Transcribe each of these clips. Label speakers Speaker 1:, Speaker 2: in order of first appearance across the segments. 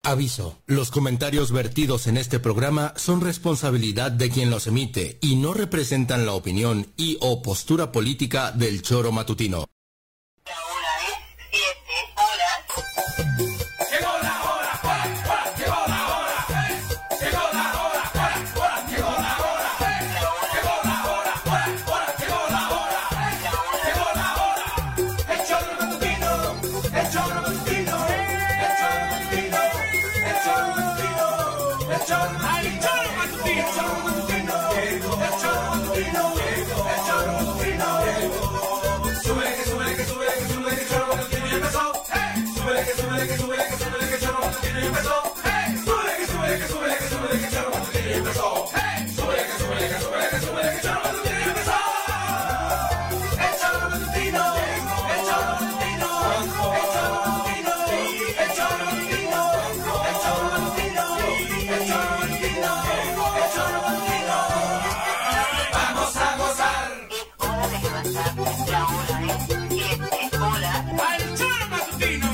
Speaker 1: Aviso. Los comentarios vertidos en este programa son responsabilidad de quien los emite y no representan la opinión y o postura política del Choro Matutino.
Speaker 2: La hora es 7 horas.
Speaker 3: Llegó la hora, llegó la hora, llegó la hora, llegó la hora, llegó la hora, llegó la hora, llegó la hora. El Choro Matutino, el Choro Matutino, el Choro Matutino, el Choro Matutino, el Choro Matutino, el Choro Matutino, el Choro Matutino, el Choro Matutino. Súbele que sube, que sube, que sube, que el Choro Matutino ya empezó. Súbele que sube, que sube, que sube, que el Choro Matutino ya empezó. Súbele que sube, que sube, que sube, que el Choro Matutino ya empezó. Súbele que sube, que sube, que sube, que el Choro Matutino ya empezó. El Choro Matutino, el Choro Matutino, el Choro Matutino, el Choro Matutino, el Choro Matutino, el Choro Matutino, el Choro Matutino. Vamos a gozar.
Speaker 2: Es hora de levantarse. La hora es 7 horas.
Speaker 3: ¡Al Choro Matutino!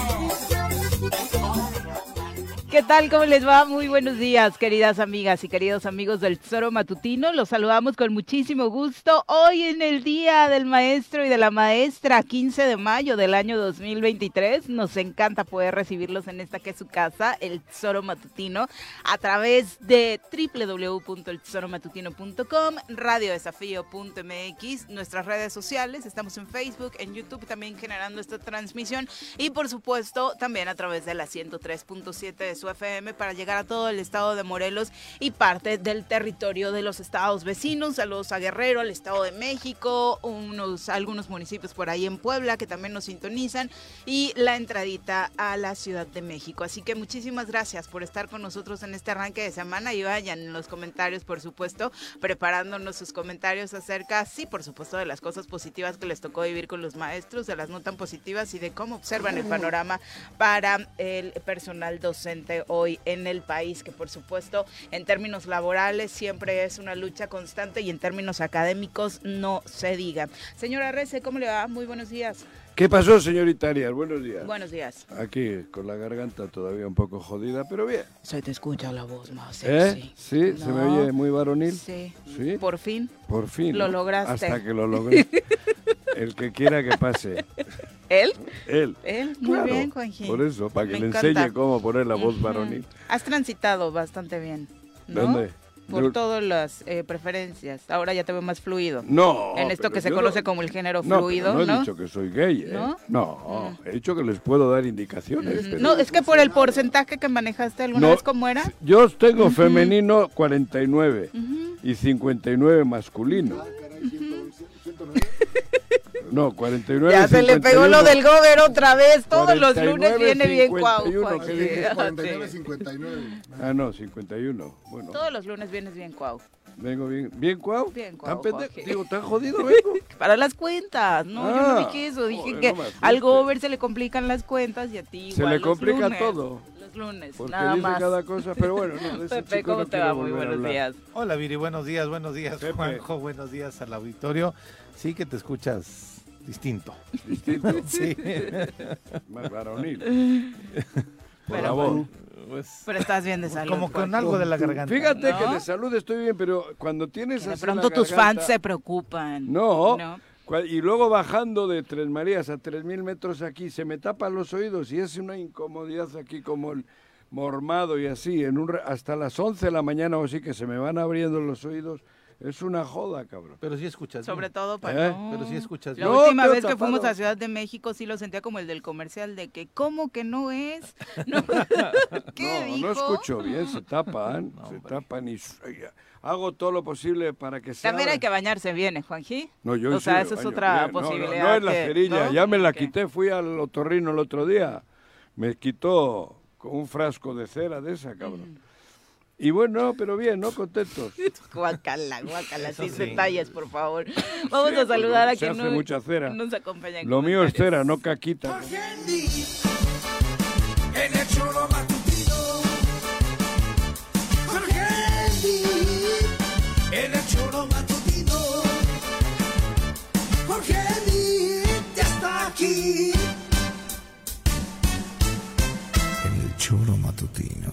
Speaker 4: ¿Qué tal? ¿Cómo les va? Muy buenos días, queridas amigas y queridos amigos del Choro Matutino. Los saludamos con muchísimo gusto hoy en el Día del Maestro y de la Maestra, 15 de mayo del año 2023. Nos encanta poder recibirlos en esta que es su casa, el Choro Matutino, a través de www.elchoromatutino.com, radiodesafío.mx, nuestras redes sociales. Estamos en Facebook, en YouTube también generando esta transmisión y por supuesto también a través de la 103.7 de su FM para llegar a todo el estado de Morelos y parte del territorio de los estados vecinos. Saludos a Guerrero, al Estado de México, algunos municipios por ahí en Puebla que también nos sintonizan y la entradita a la Ciudad de México. Así que muchísimas gracias por estar con nosotros en este arranque de semana y vayan en los comentarios, por supuesto, preparándonos sus comentarios acerca, sí, por supuesto, de las cosas positivas que les tocó vivir con los maestros, de las no tan positivas y de cómo observan el panorama para el personal docente hoy en el país, que por supuesto en términos laborales siempre es una lucha constante y en términos académicos no se diga. Señora Rece, ¿cómo le va? Muy buenos días.
Speaker 5: ¿Qué pasó, señorita Arias? Buenos días.
Speaker 4: Buenos días.
Speaker 5: Aquí, con la garganta todavía un poco jodida, pero bien.
Speaker 4: Se te escucha la voz más sexy.
Speaker 5: ¿Sí?
Speaker 4: No.
Speaker 5: ¿Se me oye muy varonil?
Speaker 4: Sí.
Speaker 5: ¿Sí?
Speaker 4: Por fin.
Speaker 5: Por fin.
Speaker 4: Lo
Speaker 5: ¿no?
Speaker 4: lograste.
Speaker 5: Hasta que lo logré. El que quiera que pase.
Speaker 4: ¿Él?
Speaker 5: Él.
Speaker 4: Muy
Speaker 5: Claro,
Speaker 4: bien, Juanji.
Speaker 5: por eso, para que
Speaker 4: Me
Speaker 5: le
Speaker 4: encanta.
Speaker 5: enseñe cómo poner la voz varonil.
Speaker 4: Has transitado bastante bien, ¿no?
Speaker 5: ¿Dónde?
Speaker 4: Por todas las preferencias. Ahora ya te veo más fluido.
Speaker 5: No.
Speaker 4: En esto
Speaker 5: pero
Speaker 4: que se
Speaker 5: yo
Speaker 4: conoce
Speaker 5: no-
Speaker 4: como el género
Speaker 5: No,
Speaker 4: fluido,
Speaker 5: pero no
Speaker 4: ¿no?
Speaker 5: he dicho que soy gay, ¿eh?
Speaker 4: ¿No?
Speaker 5: No, he dicho que les puedo dar indicaciones. pero-
Speaker 4: No, es que por el porcentaje que manejaste alguna
Speaker 5: No,
Speaker 4: vez, ¿cómo era?
Speaker 5: Yo tengo femenino 49 y 59 masculino. No, 49.
Speaker 4: Ya se le pegó lo
Speaker 5: 51.
Speaker 4: del gober otra vez. Todos los
Speaker 5: 49,
Speaker 4: lunes viene bien cuau,
Speaker 5: 51,
Speaker 4: Juanji.
Speaker 5: ¿qué dije?
Speaker 6: 49, 59.
Speaker 5: Ah, no, 51. Bueno,
Speaker 4: Todos los lunes vienes bien cuau.
Speaker 5: vengo bien. ¿Bien, cuau?
Speaker 4: Bien,
Speaker 5: ¿Tan
Speaker 4: cuau,
Speaker 5: pendejo?
Speaker 4: Jorge.
Speaker 5: Digo, ¿tan jodido vengo?
Speaker 4: Para las cuentas. No, yo no dije eso. Dije
Speaker 5: joder,
Speaker 4: que
Speaker 5: no me asustes.
Speaker 4: al gober se le complican las cuentas y a ti
Speaker 5: Se
Speaker 4: igual
Speaker 5: le
Speaker 4: los
Speaker 5: complica
Speaker 4: lunes.
Speaker 5: todo.
Speaker 4: Los lunes,
Speaker 5: Porque
Speaker 4: nada
Speaker 5: dice
Speaker 4: más.
Speaker 5: cada cosa, pero bueno, no, de ese
Speaker 4: Pepe,
Speaker 5: chico
Speaker 4: ¿cómo
Speaker 5: no
Speaker 4: te
Speaker 5: quiero
Speaker 4: va? Muy
Speaker 5: volver a
Speaker 4: buenos
Speaker 5: hablar.
Speaker 4: días.
Speaker 7: Hola Viri, buenos días
Speaker 5: Pepe.
Speaker 7: Juanjo, buenos días al auditorio. Sí que te escuchas distinto.
Speaker 5: Distinto,
Speaker 7: Sí.
Speaker 5: más varonil. Por
Speaker 4: Pero
Speaker 5: la voz.
Speaker 7: Pues,
Speaker 4: Pero estás bien de salud.
Speaker 7: como con
Speaker 4: Juanji.
Speaker 7: algo de la garganta.
Speaker 5: Fíjate
Speaker 4: ¿No?
Speaker 5: que de salud estoy bien, pero cuando tienes
Speaker 4: Que de
Speaker 5: así
Speaker 4: pronto
Speaker 5: la
Speaker 4: tus
Speaker 5: garganta-
Speaker 4: fans se preocupan.
Speaker 5: No,
Speaker 4: No.
Speaker 5: y luego bajando de Tres Marías a 3000 metros aquí, se me tapan los oídos y es una incomodidad aquí como el mormado y así, hasta las 11 de la mañana o así que se me van abriendo los oídos. Es una joda, cabrón.
Speaker 7: Pero sí escuchas
Speaker 4: Sobre
Speaker 7: bien.
Speaker 4: todo para
Speaker 5: ¿Eh?
Speaker 4: no.
Speaker 7: Pero sí escuchas
Speaker 4: La
Speaker 7: bien.
Speaker 5: No,
Speaker 4: última
Speaker 5: te he
Speaker 4: vez que
Speaker 5: tapado.
Speaker 4: fuimos a Ciudad de México sí lo sentía como el del comercial de que ¿cómo que no es? No. ¿Qué
Speaker 5: No,
Speaker 4: dijo?
Speaker 5: no escucho bien, se tapan, y hago todo lo posible para que sea.
Speaker 4: También hay que bañarse bien, ¿eh, Juanji?
Speaker 5: No, yo
Speaker 4: o
Speaker 5: sí
Speaker 4: sea,
Speaker 5: me
Speaker 4: esa es
Speaker 5: baño
Speaker 4: otra
Speaker 5: bien.
Speaker 4: posibilidad.
Speaker 5: No es la
Speaker 4: que-
Speaker 5: cerilla,
Speaker 4: ¿no?
Speaker 5: ya me la
Speaker 4: ¿Qué?
Speaker 5: quité, fui al otorrino el otro día, me quitó con un frasco de cera de esa, cabrón. Y bueno, pero bien, ¿no? Contentos.
Speaker 4: Guácala,
Speaker 7: Eso
Speaker 4: sin
Speaker 7: sí.
Speaker 4: detalles, por favor. Vamos
Speaker 5: Sí,
Speaker 4: a saludar
Speaker 5: pues,
Speaker 4: a
Speaker 5: se
Speaker 4: quien
Speaker 5: hace mucha cera.
Speaker 4: nos acompaña. en
Speaker 5: Lo mío es
Speaker 4: comentarios.
Speaker 5: cera, no caquita.
Speaker 3: Jorge Andy, en el Choro Matutino. Jorge Andy, en el Choro Matutino. Jorge Andy, ya está aquí. En el Choro Matutino.
Speaker 6: matutino.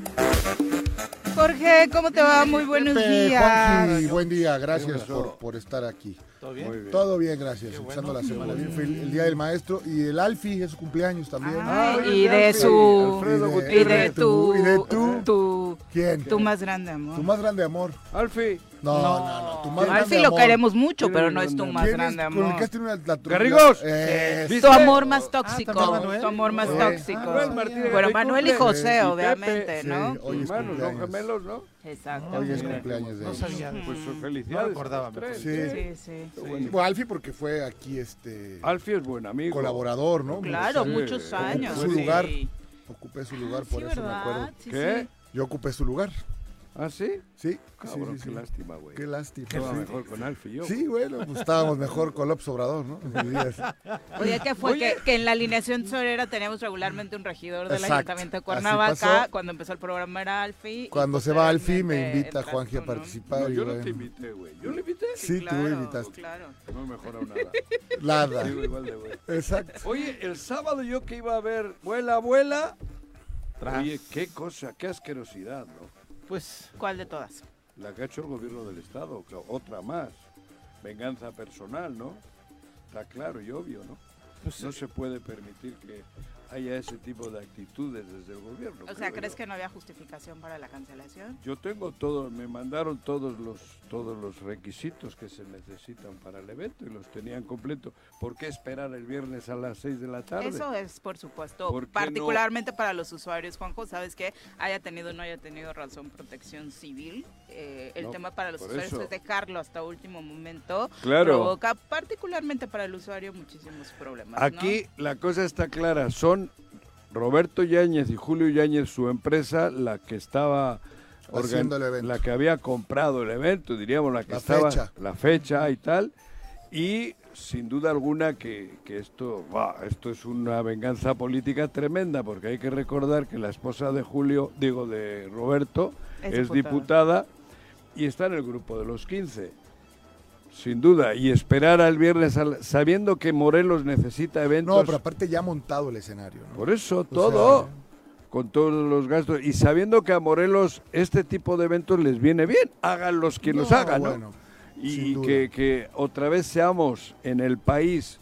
Speaker 4: Jorge, ¿cómo te va? Muy buenos días.
Speaker 8: Juanji, buen día, gracias
Speaker 5: ¿Qué pasó?
Speaker 8: por estar aquí.
Speaker 7: ¿Todo bien?
Speaker 5: Muy bien.
Speaker 8: Todo bien, gracias.
Speaker 7: Qué
Speaker 8: Empezando
Speaker 7: bueno.
Speaker 8: la semana bien. Fue el Día del Maestro y el Alfi es su cumpleaños también.
Speaker 4: Ay,
Speaker 5: Ay,
Speaker 4: y de
Speaker 5: Alfie,
Speaker 4: su...
Speaker 5: Alfredo
Speaker 8: Y de-
Speaker 4: Y de
Speaker 5: Gutiérrez.
Speaker 4: tu...
Speaker 8: ¿Y de tú?
Speaker 4: Tu...
Speaker 8: ¿Quién?
Speaker 4: Tu más grande amor.
Speaker 8: Tu más grande amor.
Speaker 5: Alfie.
Speaker 8: No. Tu más grande
Speaker 4: Alfie lo
Speaker 8: amor.
Speaker 4: queremos mucho,
Speaker 5: ¿Quién
Speaker 4: pero
Speaker 5: es
Speaker 4: no
Speaker 5: el
Speaker 4: es tu
Speaker 5: grande
Speaker 4: más
Speaker 8: ¿Quién
Speaker 4: grande
Speaker 8: es con el
Speaker 4: amor.
Speaker 8: que has tenido la
Speaker 5: Garrigós.
Speaker 8: ¿Viste?
Speaker 4: Tu amor más
Speaker 7: ¿también
Speaker 4: tóxico.
Speaker 7: Manuel?
Speaker 4: Tu amor más
Speaker 8: Sí.
Speaker 4: tóxico.
Speaker 5: Manuel Martínez.
Speaker 4: Bueno,
Speaker 5: hoy
Speaker 4: Manuel y
Speaker 5: cumple.
Speaker 4: José,
Speaker 5: Y
Speaker 4: obviamente,
Speaker 5: Pepe.
Speaker 8: Sí,
Speaker 4: ¿no?
Speaker 8: hoy es
Speaker 5: Hermanos, son
Speaker 8: cumpleaños.
Speaker 5: gemelos, ¿no?
Speaker 4: Exacto.
Speaker 8: Hoy es
Speaker 5: Mira,
Speaker 8: cumpleaños de
Speaker 7: No
Speaker 8: ellos.
Speaker 7: sabía.
Speaker 5: Pues
Speaker 7: No
Speaker 5: felicidades.
Speaker 7: recordaba,
Speaker 5: a los tres.
Speaker 8: Sí.
Speaker 4: Sí.
Speaker 8: Bueno, Alfi porque fue aquí
Speaker 5: Alfie es buen amigo.
Speaker 8: colaborador, ¿no?
Speaker 4: Claro,
Speaker 5: Sí.
Speaker 4: muchos años.
Speaker 8: Su lugar.
Speaker 4: Sí.
Speaker 8: Ocupé su lugar,
Speaker 4: Sí,
Speaker 8: por eso me
Speaker 4: ¿verdad?
Speaker 8: acuerdo.
Speaker 4: Sí,
Speaker 5: ¿Qué?
Speaker 4: sí.
Speaker 8: Yo ocupé su lugar.
Speaker 5: ¿Ah, sí?
Speaker 8: Sí,
Speaker 5: Cabrón,
Speaker 8: sí,
Speaker 5: qué
Speaker 8: sí.
Speaker 5: lástima, güey.
Speaker 8: Qué lástima.
Speaker 5: Estaba
Speaker 8: Sí.
Speaker 5: mejor con Alfie y yo.
Speaker 8: Sí, bueno, pues estábamos mejor con López Obrador, ¿no? Me dirías.
Speaker 4: Oye, ¿qué fue?
Speaker 5: Oye.
Speaker 4: Que en la alineación tesorera teníamos regularmente un regidor del
Speaker 8: Exacto.
Speaker 4: Ayuntamiento de
Speaker 8: Así
Speaker 4: Cuernavaca.
Speaker 8: pasó.
Speaker 4: Cuando empezó el programa era Alfie. y
Speaker 8: Cuando se va Alfi, me
Speaker 4: posteriormente
Speaker 8: invita
Speaker 4: entras
Speaker 8: Juanji a
Speaker 4: tú, ¿no?
Speaker 8: participar.
Speaker 5: No,
Speaker 8: y
Speaker 5: yo no
Speaker 8: bueno,
Speaker 5: te invité, güey. ¿Yo le invité?
Speaker 8: Sí, tú me invitaste.
Speaker 4: Claro.
Speaker 5: No he mejorado nada.
Speaker 8: Nada.
Speaker 5: Sigo igual de güey.
Speaker 8: Exacto.
Speaker 5: Oye, el sábado yo que iba a ver Vuela.
Speaker 7: Tras.
Speaker 5: Oye, qué cosa, qué asquerosidad, ¿no?
Speaker 7: Pues,
Speaker 4: ¿Cuál de todas?
Speaker 5: La que ha hecho el gobierno del Estado, otra más. Venganza personal, ¿no? Está claro y obvio, ¿no?
Speaker 7: pues,
Speaker 5: No se puede permitir que haya ese tipo de actitudes desde el gobierno.
Speaker 4: O sea,
Speaker 5: creo
Speaker 4: ¿crees
Speaker 5: yo.
Speaker 4: que no había justificación para la cancelación?
Speaker 5: Yo tengo todo, me mandaron todos los requisitos que se necesitan para el evento y los tenían completo. ¿Por qué esperar el viernes a las 6 de la tarde?
Speaker 4: Eso es, por supuesto,
Speaker 5: ¿Por qué
Speaker 4: particularmente para los usuarios, Juanjo, ¿sabes qué? Haya tenido o no haya tenido razón protección civil. El
Speaker 5: No,
Speaker 4: tema para los
Speaker 5: por
Speaker 4: usuarios
Speaker 5: eso.
Speaker 4: es dejarlo hasta último momento.
Speaker 5: Claro.
Speaker 4: Provoca particularmente para el usuario muchísimos problemas, ¿no?
Speaker 5: Aquí la cosa está clara, son Roberto Yáñez y Julio Yáñez, su empresa, la que estaba
Speaker 8: Haciendo el evento.
Speaker 5: la que había comprado el evento, diríamos, la que
Speaker 8: La
Speaker 5: estaba
Speaker 8: fecha.
Speaker 5: la fecha y tal, y sin duda alguna que esto es una venganza política tremenda, porque hay que recordar que la esposa de de Roberto es diputada y está en el grupo de los 15. Sin duda, y esperar al viernes sabiendo que Morelos necesita eventos.
Speaker 8: No, pero aparte ya ha montado el escenario, ¿no?
Speaker 5: Por eso,
Speaker 8: O
Speaker 5: todo,
Speaker 8: sea,
Speaker 5: con todos los gastos, y sabiendo que a Morelos este tipo de eventos les viene bien, háganlos quien los
Speaker 8: no,
Speaker 5: hagan, ¿no?
Speaker 8: bueno,
Speaker 5: Y
Speaker 8: sin duda.
Speaker 5: que otra vez seamos en el país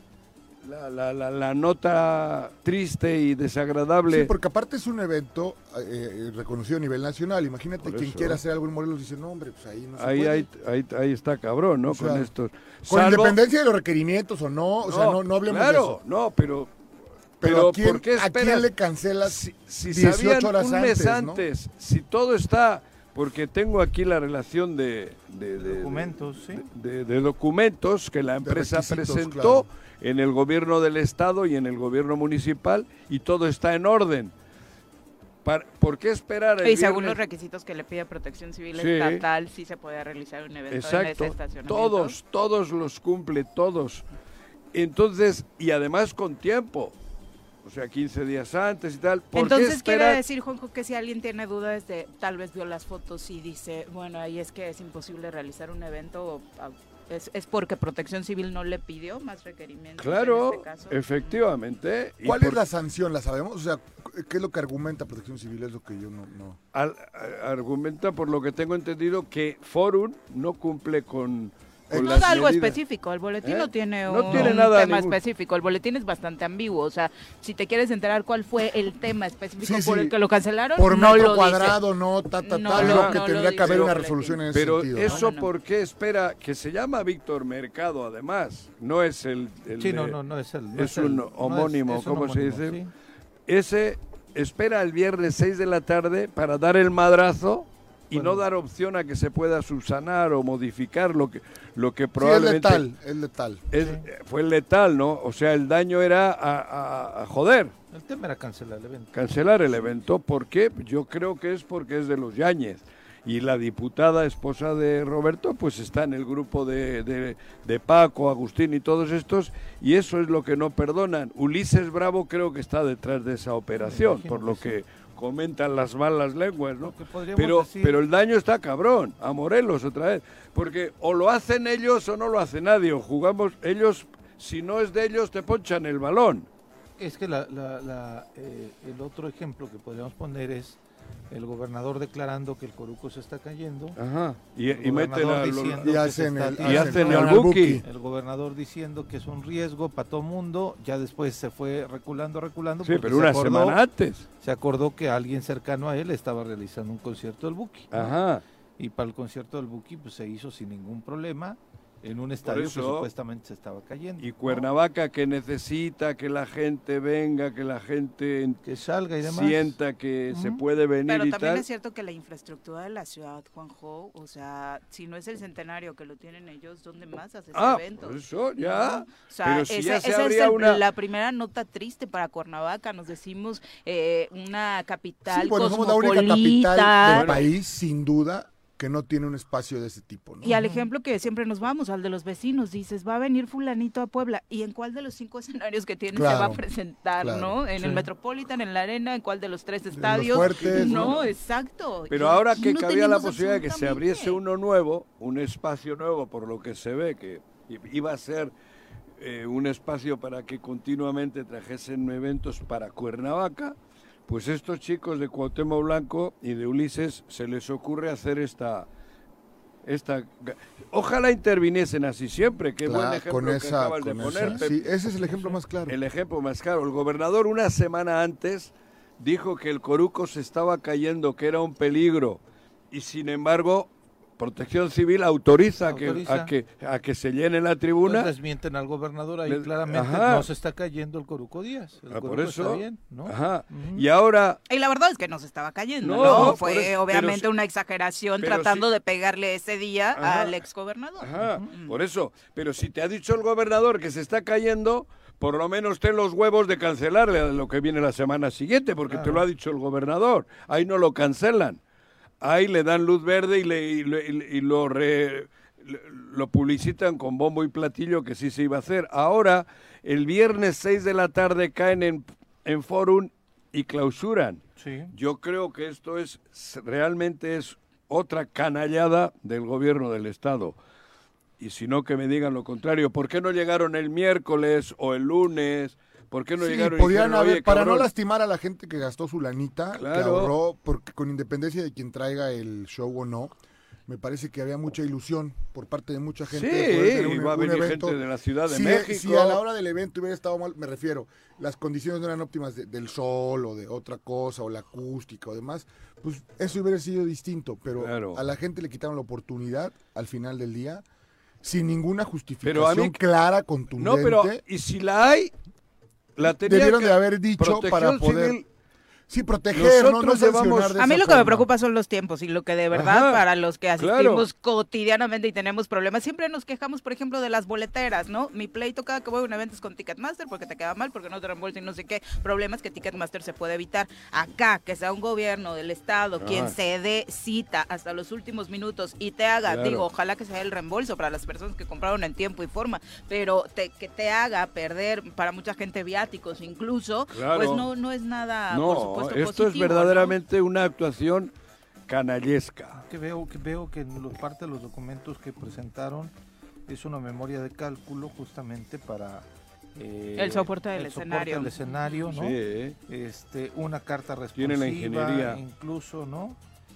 Speaker 5: la nota triste y desagradable.
Speaker 8: Sí, porque aparte es un evento reconocido a nivel nacional. Imagínate
Speaker 5: Por
Speaker 8: quien
Speaker 5: eso.
Speaker 8: quiera hacer algo en Morelos dice, no, hombre, pues ahí no se
Speaker 5: ahí,
Speaker 8: puede.
Speaker 5: ahí está cabrón, ¿no?
Speaker 8: O sea,
Speaker 5: con estos.
Speaker 8: Con
Speaker 5: Salvo-
Speaker 8: independencia de los requerimientos o no, o sea, no hablemos de
Speaker 5: claro,
Speaker 8: eso.
Speaker 5: no, pero
Speaker 8: Pero ¿a
Speaker 5: ¿por qué
Speaker 8: quién
Speaker 5: esperas?
Speaker 8: le cancelas
Speaker 5: Si
Speaker 8: 18
Speaker 5: sabían
Speaker 8: horas
Speaker 5: un mes
Speaker 8: antes, ¿no?
Speaker 5: si todo está, porque tengo aquí la relación de
Speaker 7: documentos, sí.
Speaker 5: de documentos que la empresa
Speaker 8: requisitos,
Speaker 5: presentó
Speaker 8: claro.
Speaker 5: en el gobierno del estado y en el gobierno municipal y todo está en orden. ¿Por qué esperar el
Speaker 4: Y según
Speaker 5: viernes?
Speaker 4: los requisitos que le pide Protección Civil
Speaker 5: Sí.
Speaker 4: Estatal, sí se puede realizar un evento en ese
Speaker 5: Exacto,
Speaker 4: estacionamiento.
Speaker 5: todos los cumple, todos. Entonces, y además con tiempo, o sea, 15 días antes y tal. ¿Por qué
Speaker 4: Entonces quiere
Speaker 5: esperar?
Speaker 4: decir, Juanjo, que si alguien tiene dudas de, tal vez vio las fotos y dice, bueno, ahí es que es imposible realizar un evento, o, es porque Protección Civil no le pidió más requerimientos en
Speaker 5: Claro,
Speaker 4: este caso.
Speaker 5: efectivamente. y
Speaker 8: ¿Cuál es
Speaker 5: por-
Speaker 8: la sanción? ¿La sabemos? O sea, ¿qué es lo que argumenta Protección Civil? Es lo que yo no...
Speaker 5: Argumenta, por lo que tengo entendido, que Forum no cumple con
Speaker 4: No
Speaker 5: las
Speaker 4: da algo
Speaker 5: medidas.
Speaker 4: específico, el boletín
Speaker 5: ¿Eh?
Speaker 4: no tiene
Speaker 5: No
Speaker 4: un
Speaker 5: tiene nada
Speaker 4: tema
Speaker 5: ningún-
Speaker 4: específico, el boletín es bastante ambiguo, o sea, si te quieres enterar cuál fue el tema específico
Speaker 8: Sí,
Speaker 4: por
Speaker 8: sí.
Speaker 4: el que lo cancelaron,
Speaker 8: Por
Speaker 4: no
Speaker 8: metro
Speaker 4: lo
Speaker 8: cuadrado, no,
Speaker 4: No
Speaker 8: lo que
Speaker 4: lo
Speaker 8: tendría que
Speaker 4: dice
Speaker 8: haber
Speaker 4: el
Speaker 8: una
Speaker 4: boletín.
Speaker 8: resolución en ese
Speaker 5: Pero
Speaker 8: sentido. ¿no?
Speaker 5: eso,
Speaker 4: No.
Speaker 5: ¿por qué espera? Que se llama Víctor Mercado, además. No es el
Speaker 7: Sí,
Speaker 5: de-
Speaker 7: no es el. no
Speaker 5: es
Speaker 7: el-
Speaker 5: un
Speaker 7: no
Speaker 5: homónimo,
Speaker 7: es un
Speaker 5: ¿cómo se
Speaker 7: homónimo,
Speaker 5: dice?
Speaker 7: sí.
Speaker 5: Ese espera el viernes 6 de la tarde para dar el madrazo y
Speaker 7: Bueno.
Speaker 5: no dar opción a que se pueda subsanar o modificar lo que
Speaker 8: Sí, es
Speaker 5: probablemente
Speaker 8: letal, es letal.
Speaker 5: fue letal, ¿no? O sea, el daño era a joder,
Speaker 7: El tema era cancelar el evento.
Speaker 5: cancelar el evento. ¿Por qué? Yo creo que es porque es de los Yáñez. Y la diputada esposa de Roberto, pues está en el grupo de Paco, Agustín y todos estos, y eso es lo que no perdonan. Ulises Bravo creo que está detrás de esa operación,
Speaker 7: imagino
Speaker 5: por lo
Speaker 7: que
Speaker 5: que comentan las malas lenguas, ¿no?
Speaker 7: Lo que podríamos
Speaker 5: Pero,
Speaker 7: decir-
Speaker 5: pero el daño está cabrón, a Morelos otra vez, porque o lo hacen ellos o no lo hace nadie, o jugamos ellos, si no es de ellos te ponchan el balón.
Speaker 7: Es que el otro ejemplo que podríamos poner es el gobernador declarando que el Coruco se está cayendo.
Speaker 5: Ajá. Y
Speaker 7: El
Speaker 5: meten
Speaker 7: gobernador
Speaker 5: a
Speaker 7: diciendo
Speaker 8: Y
Speaker 7: que
Speaker 8: hacen
Speaker 7: se
Speaker 8: el,
Speaker 7: está
Speaker 5: y hacen
Speaker 7: tirando.
Speaker 5: al Buki.
Speaker 7: El gobernador diciendo que es un riesgo para todo mundo, ya después se fue reculando.
Speaker 5: Sí,
Speaker 7: porque
Speaker 5: pero
Speaker 7: se
Speaker 5: una
Speaker 7: acordó-
Speaker 5: semana antes.
Speaker 7: Se acordó que alguien cercano a él estaba realizando un concierto del Buki, ¿no?
Speaker 5: Ajá.
Speaker 7: Y para el concierto del Buki pues se hizo sin ningún problema en un estadio que
Speaker 5: eso-
Speaker 7: supuestamente se estaba cayendo.
Speaker 5: Y
Speaker 7: ¿no?
Speaker 5: Cuernavaca, que necesita que la gente venga, que la gente
Speaker 7: Que salga y demás.
Speaker 5: sienta que se
Speaker 7: Ujú.
Speaker 5: puede venir
Speaker 4: Pero
Speaker 5: y
Speaker 4: también
Speaker 5: tal.
Speaker 4: es cierto que la infraestructura de la ciudad, Juanjo, o sea, si no es el centenario que lo tienen ellos, ¿dónde más haces eventos?
Speaker 5: Por eso, ya.
Speaker 4: ¿No? O sea,
Speaker 5: Pero si ya se
Speaker 4: esa
Speaker 5: abría
Speaker 4: es
Speaker 5: una-
Speaker 4: la primera nota triste para Cuernavaca. Nos decimos una capital
Speaker 8: Sí, bueno, somos la única
Speaker 4: cosmopolita.
Speaker 8: capital del
Speaker 5: Bueno.
Speaker 8: país, sin duda, que no tiene un espacio de ese tipo, ¿no?
Speaker 4: Y al ejemplo que siempre nos vamos, al de los vecinos, dices, va a venir fulanito a Puebla, ¿y en cuál de los 5 escenarios que tiene se va a
Speaker 8: Claro,
Speaker 4: presentar,
Speaker 8: claro,
Speaker 4: no? En el
Speaker 7: sí.
Speaker 4: Metropolitan, en la Arena, ¿en cuál de los 3
Speaker 8: los
Speaker 4: estadios?
Speaker 8: fuertes,
Speaker 4: no,
Speaker 8: ¿no?
Speaker 4: exacto.
Speaker 5: Pero
Speaker 4: Y
Speaker 5: ahora
Speaker 4: aquí
Speaker 5: que
Speaker 4: no
Speaker 5: cabía la
Speaker 4: tenemos
Speaker 5: posibilidad de que se abriese
Speaker 4: absolutamente.
Speaker 5: uno nuevo, un espacio nuevo, por lo que se ve que iba a ser un espacio para que continuamente trajesen eventos para Cuernavaca, pues estos chicos de Cuauhtémoc Blanco y de Ulises se les ocurre hacer esta ojalá interviniesen así siempre, qué buen
Speaker 8: Claro,
Speaker 5: ejemplo
Speaker 8: con
Speaker 5: que
Speaker 8: esa,
Speaker 5: acabas de
Speaker 8: con
Speaker 5: poner,
Speaker 8: esa.
Speaker 5: Pepe.
Speaker 8: Sí, ese es el ejemplo más claro.
Speaker 5: El ejemplo más claro, el gobernador una semana antes dijo que el Coruco se estaba cayendo, que era un peligro, y sin embargo, Protección Civil autoriza,
Speaker 7: Autoriza.
Speaker 5: a que se llene la tribuna.
Speaker 7: Entonces desmienten al gobernador ahí
Speaker 5: Les-
Speaker 7: claramente,
Speaker 5: ajá.
Speaker 7: no se está cayendo el Coruco Díaz. El
Speaker 5: Por
Speaker 7: Coruco
Speaker 5: eso,
Speaker 7: está bien, ¿no?
Speaker 5: ajá.
Speaker 7: Ujú.
Speaker 5: Y ahora,
Speaker 4: Y la verdad es que no se estaba cayendo,
Speaker 5: No,
Speaker 4: ¿no?
Speaker 5: por
Speaker 4: Fue
Speaker 5: eso,
Speaker 4: obviamente
Speaker 5: pero
Speaker 4: una exageración
Speaker 5: pero
Speaker 4: tratando
Speaker 5: sí.
Speaker 4: de pegarle ese día
Speaker 5: Ajá.
Speaker 4: al exgobernador.
Speaker 5: ajá,
Speaker 4: Ujú.
Speaker 5: por eso, pero si te ha dicho el gobernador que se está cayendo, por lo menos ten los huevos de cancelarle a lo que viene la semana siguiente, porque te
Speaker 7: Claro.
Speaker 5: lo ha dicho el gobernador. Ahí no lo cancelan. Ahí le dan luz verde y lo publicitan con bombo y platillo que sí se iba a hacer. Ahora, el viernes 6 de la tarde caen en Fórum y clausuran.
Speaker 7: Sí.
Speaker 5: Yo creo que esto realmente es otra canallada del gobierno del Estado. Y si no, que me digan lo contrario. ¿Por qué no llegaron el miércoles o el lunes? ¿Por qué no
Speaker 8: Sí,
Speaker 5: llegaron y
Speaker 8: podían
Speaker 5: dijeron,
Speaker 8: haber,
Speaker 5: "Oye,
Speaker 8: para no
Speaker 5: cabrón"?
Speaker 8: lastimar a la gente que gastó su lanita, que
Speaker 5: Claro.
Speaker 8: ahorró, porque con independencia de quien traiga el show o no, me parece que había mucha ilusión por parte de mucha gente.
Speaker 5: Sí,
Speaker 8: de poder tener
Speaker 5: iba a venir
Speaker 8: evento.
Speaker 5: gente de la Ciudad de
Speaker 8: Si-
Speaker 5: México.
Speaker 8: Si a la hora del evento hubiera estado mal, me refiero, las condiciones no eran óptimas del sol o de otra cosa, o la acústica o demás, pues eso hubiera sido distinto, pero
Speaker 5: Claro.
Speaker 8: a la gente le quitaron la oportunidad al final del día, sin ninguna
Speaker 5: Pero a
Speaker 8: justificación
Speaker 5: mí-
Speaker 8: clara, contundente.
Speaker 5: No, pero y si la hay, la tenía
Speaker 8: Debieron
Speaker 5: que-
Speaker 8: de haber dicho
Speaker 5: Protección
Speaker 8: para poder...
Speaker 5: Civil,
Speaker 8: Sí, proteger, no
Speaker 5: Nosotros
Speaker 8: sancionar
Speaker 5: llevamos-
Speaker 8: de
Speaker 4: A mí
Speaker 8: esa
Speaker 4: lo que me
Speaker 8: forma.
Speaker 4: preocupa son los tiempos y lo que de verdad
Speaker 5: Ajá,
Speaker 4: para los que
Speaker 5: claro.
Speaker 4: asistimos cotidianamente y tenemos problemas, siempre nos quejamos, por ejemplo, de las boleteras, ¿no? Mi pleito cada que voy a un evento es con Ticketmaster porque te queda mal, porque no te reembolsan y no sé qué, problemas que Ticketmaster se puede evitar. Acá, que sea un gobierno del estado quien se dé cita hasta los últimos minutos y te haga,
Speaker 5: Claro.
Speaker 4: digo, ojalá que sea el reembolso para las personas que compraron en tiempo y forma, pero que te haga perder para mucha gente viáticos incluso,
Speaker 5: Claro.
Speaker 4: pues no es nada,
Speaker 5: no,
Speaker 4: por supuesto,
Speaker 5: esto
Speaker 4: positivo,
Speaker 5: es
Speaker 4: ¿no?
Speaker 5: verdaderamente una actuación canallesca.
Speaker 7: Que veo que en parte de los documentos que presentaron es una memoria de cálculo justamente para
Speaker 4: El soporte del escenario.
Speaker 7: del escenario, ¿no?
Speaker 5: Sí,
Speaker 7: Una carta responsiva,
Speaker 5: Tienen la ingeniería.
Speaker 7: incluso, ¿no?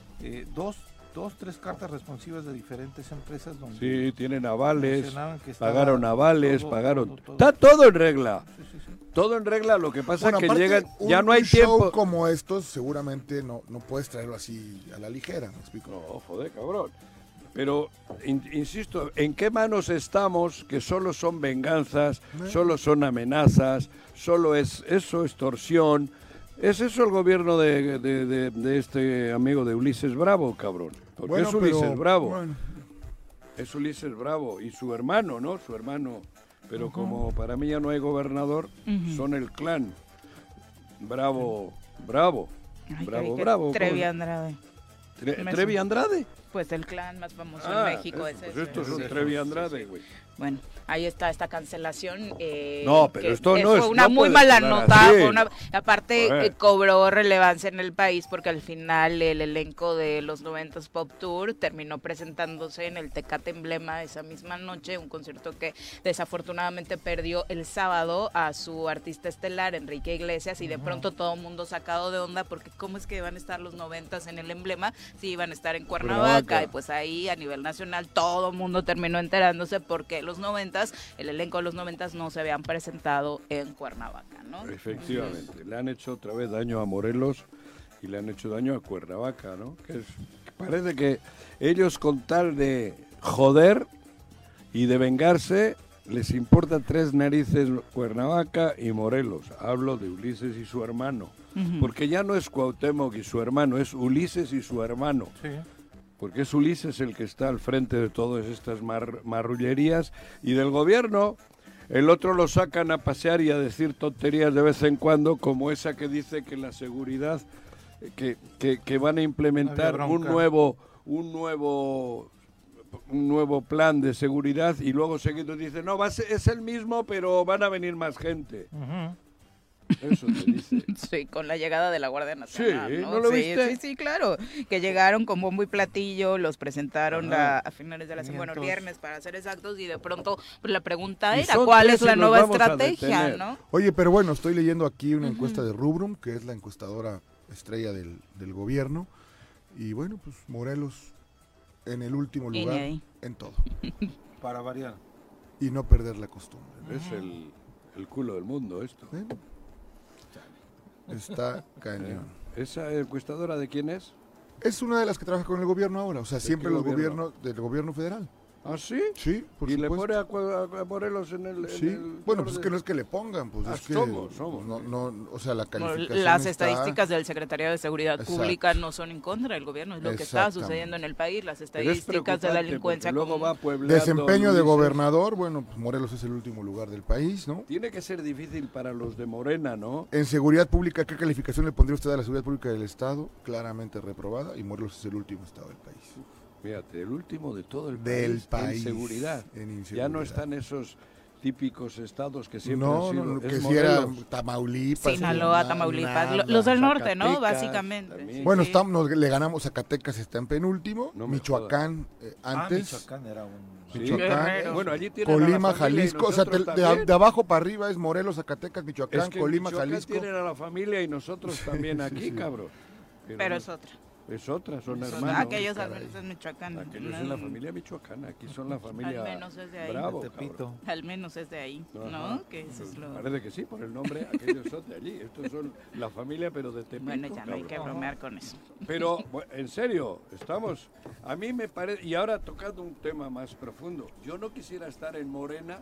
Speaker 7: Tres cartas responsivas de diferentes empresas donde
Speaker 5: sí, tienen avales,
Speaker 7: mencionaban que estaba
Speaker 5: pagaron avales,
Speaker 7: todo,
Speaker 5: pagaron...
Speaker 7: todo.
Speaker 5: Está todo en regla,
Speaker 7: Sí, sí, sí.
Speaker 5: todo en regla, lo que pasa
Speaker 8: Bueno,
Speaker 5: es que
Speaker 8: aparte,
Speaker 5: llegan,
Speaker 8: un-
Speaker 5: ya no hay
Speaker 8: un show
Speaker 5: tiempo...
Speaker 8: como estos, seguramente no puedes traerlo así a la ligera, ¿me explico?
Speaker 5: No, joder, cabrón. Pero, insisto, ¿en qué manos estamos que solo son venganzas, solo son amenazas, solo es eso, extorsión? ¿Es eso el gobierno de este amigo de Ulises Bravo, cabrón? Porque
Speaker 8: Bueno,
Speaker 5: es Ulises
Speaker 8: pero,
Speaker 5: Bravo.
Speaker 8: bueno,
Speaker 5: Es Ulises Bravo y su hermano, ¿no? Su hermano. Pero como para mí ya no hay gobernador, son el clan. Bravo, Bravo.
Speaker 4: Ay,
Speaker 5: Bravo,
Speaker 4: creí que
Speaker 5: Bravo.
Speaker 4: Trevi
Speaker 5: ¿cómo?
Speaker 4: Andrade. Me
Speaker 5: ¿Trevi Andrade?
Speaker 4: Pues el clan más famoso
Speaker 5: Ah,
Speaker 4: en México
Speaker 5: eso,
Speaker 4: es
Speaker 5: pues
Speaker 4: ese.
Speaker 5: esto es un Trevi Andrade, güey.
Speaker 4: Bueno, ahí está esta cancelación.
Speaker 5: No, pero
Speaker 4: que
Speaker 5: esto no
Speaker 4: fue
Speaker 5: es-
Speaker 4: una
Speaker 5: no
Speaker 4: muy
Speaker 5: puede
Speaker 4: mala
Speaker 5: quedar
Speaker 4: nota.
Speaker 5: así.
Speaker 4: Fue una, aparte,
Speaker 5: Joder.
Speaker 4: cobró relevancia en el país porque al final el elenco de los 90s Pop Tour terminó presentándose en el Tecate Emblema esa misma noche, un concierto que desafortunadamente perdió el sábado a su artista estelar, Enrique Iglesias, y de pronto todo el mundo sacado de onda porque cómo es que van a estar los 90s en el Emblema si iban a estar en Cuernavaca. Y pues ahí a nivel nacional todo el mundo terminó enterándose porque los 90s, el elenco de los 90s no se habían presentado en Cuernavaca, ¿no?
Speaker 5: Efectivamente, le han hecho otra vez daño a Morelos y le han hecho daño a Cuernavaca, ¿no? Que parece que ellos con tal de joder y de vengarse, les importa tres narices Cuernavaca y Morelos. Hablo de Ulises y su hermano, porque ya no es Cuauhtémoc y su hermano, es Ulises y su hermano.
Speaker 7: Sí.
Speaker 5: Porque es Ulises el que está al frente de todas estas marrullerías y del gobierno. El otro lo sacan a pasear y a decir tonterías de vez en cuando, como esa que dice que la seguridad, que van a implementar
Speaker 7: Había bronca.
Speaker 5: un nuevo plan de seguridad y luego seguido dice, no, es el mismo, pero van a venir más gente.
Speaker 7: Ujú.
Speaker 5: Eso te dice.
Speaker 4: Sí, con la llegada de la Guardia Nacional.
Speaker 5: Sí,
Speaker 4: ¿no?
Speaker 5: ¿no lo
Speaker 4: Sí,
Speaker 5: viste?
Speaker 4: Sí, claro. Que llegaron con bombo y platillo, los presentaron
Speaker 5: Ajá.
Speaker 4: a finales de la semana, bueno, el
Speaker 7: 500.
Speaker 4: viernes para ser exactos, y de pronto pues, la pregunta
Speaker 5: Y
Speaker 4: era,
Speaker 5: son
Speaker 4: ¿cuál
Speaker 5: tres
Speaker 4: es
Speaker 5: y
Speaker 4: la
Speaker 5: nos
Speaker 4: nueva
Speaker 5: vamos a
Speaker 4: estrategia,
Speaker 5: detener.
Speaker 4: no?
Speaker 8: Oye, pero bueno, estoy leyendo aquí una encuesta de Rubrum, que es la encuestadora estrella del gobierno. Y bueno, pues Morelos en el último
Speaker 4: Y ni
Speaker 8: lugar
Speaker 4: ahí.
Speaker 8: en todo.
Speaker 7: Para variar.
Speaker 8: Y no perder la costumbre.
Speaker 5: Es el culo del mundo esto.
Speaker 8: ¿Eh? Está cañón.
Speaker 5: ¿Esa encuestadora de quién es?
Speaker 8: Es una de las que trabaja con el gobierno ahora, o sea,
Speaker 5: ¿De
Speaker 8: siempre
Speaker 5: qué
Speaker 8: los
Speaker 5: gobierno?
Speaker 8: gobiernos del gobierno federal.
Speaker 5: ¿Ah, sí?
Speaker 8: Sí, por
Speaker 5: ¿Y le
Speaker 8: supuesto.
Speaker 5: pone a Morelos en el...?
Speaker 8: Sí,
Speaker 5: en el
Speaker 8: bueno, pues es
Speaker 5: orden?
Speaker 8: que no es que le pongan, pues
Speaker 5: Ah,
Speaker 8: es que
Speaker 5: somos.
Speaker 8: no, o sea, la
Speaker 4: Como
Speaker 8: calificación
Speaker 4: las
Speaker 8: está-
Speaker 4: estadísticas del Secretariado de Seguridad
Speaker 8: Exacto.
Speaker 4: Pública no son en contra del gobierno, es lo que está
Speaker 8: Exactamente.
Speaker 4: sucediendo en el país, las
Speaker 5: Pero es
Speaker 4: estadísticas de
Speaker 5: preocupante
Speaker 4: la delincuencia
Speaker 5: porque luego
Speaker 4: común.
Speaker 5: va puebleando
Speaker 8: Desempeño de
Speaker 5: Ulises.
Speaker 8: gobernador, bueno, pues Morelos es el último lugar del país, ¿no?
Speaker 5: Tiene que ser difícil para los de Morena, ¿no?
Speaker 8: En seguridad pública, ¿qué calificación le pondría usted a la seguridad pública del Estado? Claramente reprobada, y Morelos es el último estado del país.
Speaker 5: Fíjate, el último de todo el
Speaker 8: Del
Speaker 5: país,
Speaker 8: país,
Speaker 5: en seguridad.
Speaker 8: en
Speaker 5: Ya
Speaker 8: inseguridad.
Speaker 5: no están esos típicos estados que siempre
Speaker 8: No,
Speaker 5: han sido.
Speaker 8: no, que
Speaker 5: es
Speaker 8: si era
Speaker 5: Morelos.
Speaker 8: Tamaulipas.
Speaker 4: Sinaloa,
Speaker 8: na-
Speaker 4: Tamaulipas,
Speaker 8: nada.
Speaker 4: los del norte, ¿no?
Speaker 5: Zacatecas
Speaker 4: Básicamente.
Speaker 5: también.
Speaker 4: Sí,
Speaker 8: Bueno,
Speaker 4: sí.
Speaker 8: le ganamos a Zacatecas, está en penúltimo.
Speaker 5: No me
Speaker 8: Michoacán antes.
Speaker 7: Michoacán era un...
Speaker 5: Sí.
Speaker 8: Michoacán,
Speaker 4: Guerrero.
Speaker 5: Bueno, allí tienen a la
Speaker 8: Colima,
Speaker 5: familia y
Speaker 8: Jalisco, o sea,
Speaker 5: nosotros
Speaker 8: de
Speaker 5: también.
Speaker 8: abajo para arriba es Morelos, Zacatecas, Michoacán,
Speaker 5: Es que
Speaker 8: Colima,
Speaker 5: Michoacán
Speaker 8: Jalisco.
Speaker 5: tienen a la familia y nosotros también aquí, cabrón.
Speaker 4: Pero
Speaker 5: no-
Speaker 4: es otra.
Speaker 5: Es otra, son
Speaker 4: Son
Speaker 5: hermanos.
Speaker 4: aquellos al
Speaker 8: caray.
Speaker 4: menos en Michoacán.
Speaker 5: Aquellos
Speaker 4: no,
Speaker 5: son la familia michoacana, aquí son la familia
Speaker 4: Al menos es de ahí.
Speaker 5: Bravo,
Speaker 7: de Tepito.
Speaker 5: cabrón.
Speaker 4: Al menos es de ahí, ¿no?
Speaker 5: Ajá.
Speaker 4: Que eso es lo...
Speaker 5: Parece que sí, por el nombre, aquellos son de allí. Estos son la familia, pero de Tepito.
Speaker 4: Bueno, ya no hay que
Speaker 5: cabrón.
Speaker 4: bromear con eso.
Speaker 5: Pero, en serio, estamos... A mí me parece... Y ahora tocando un tema más profundo. Yo no quisiera estar en Morena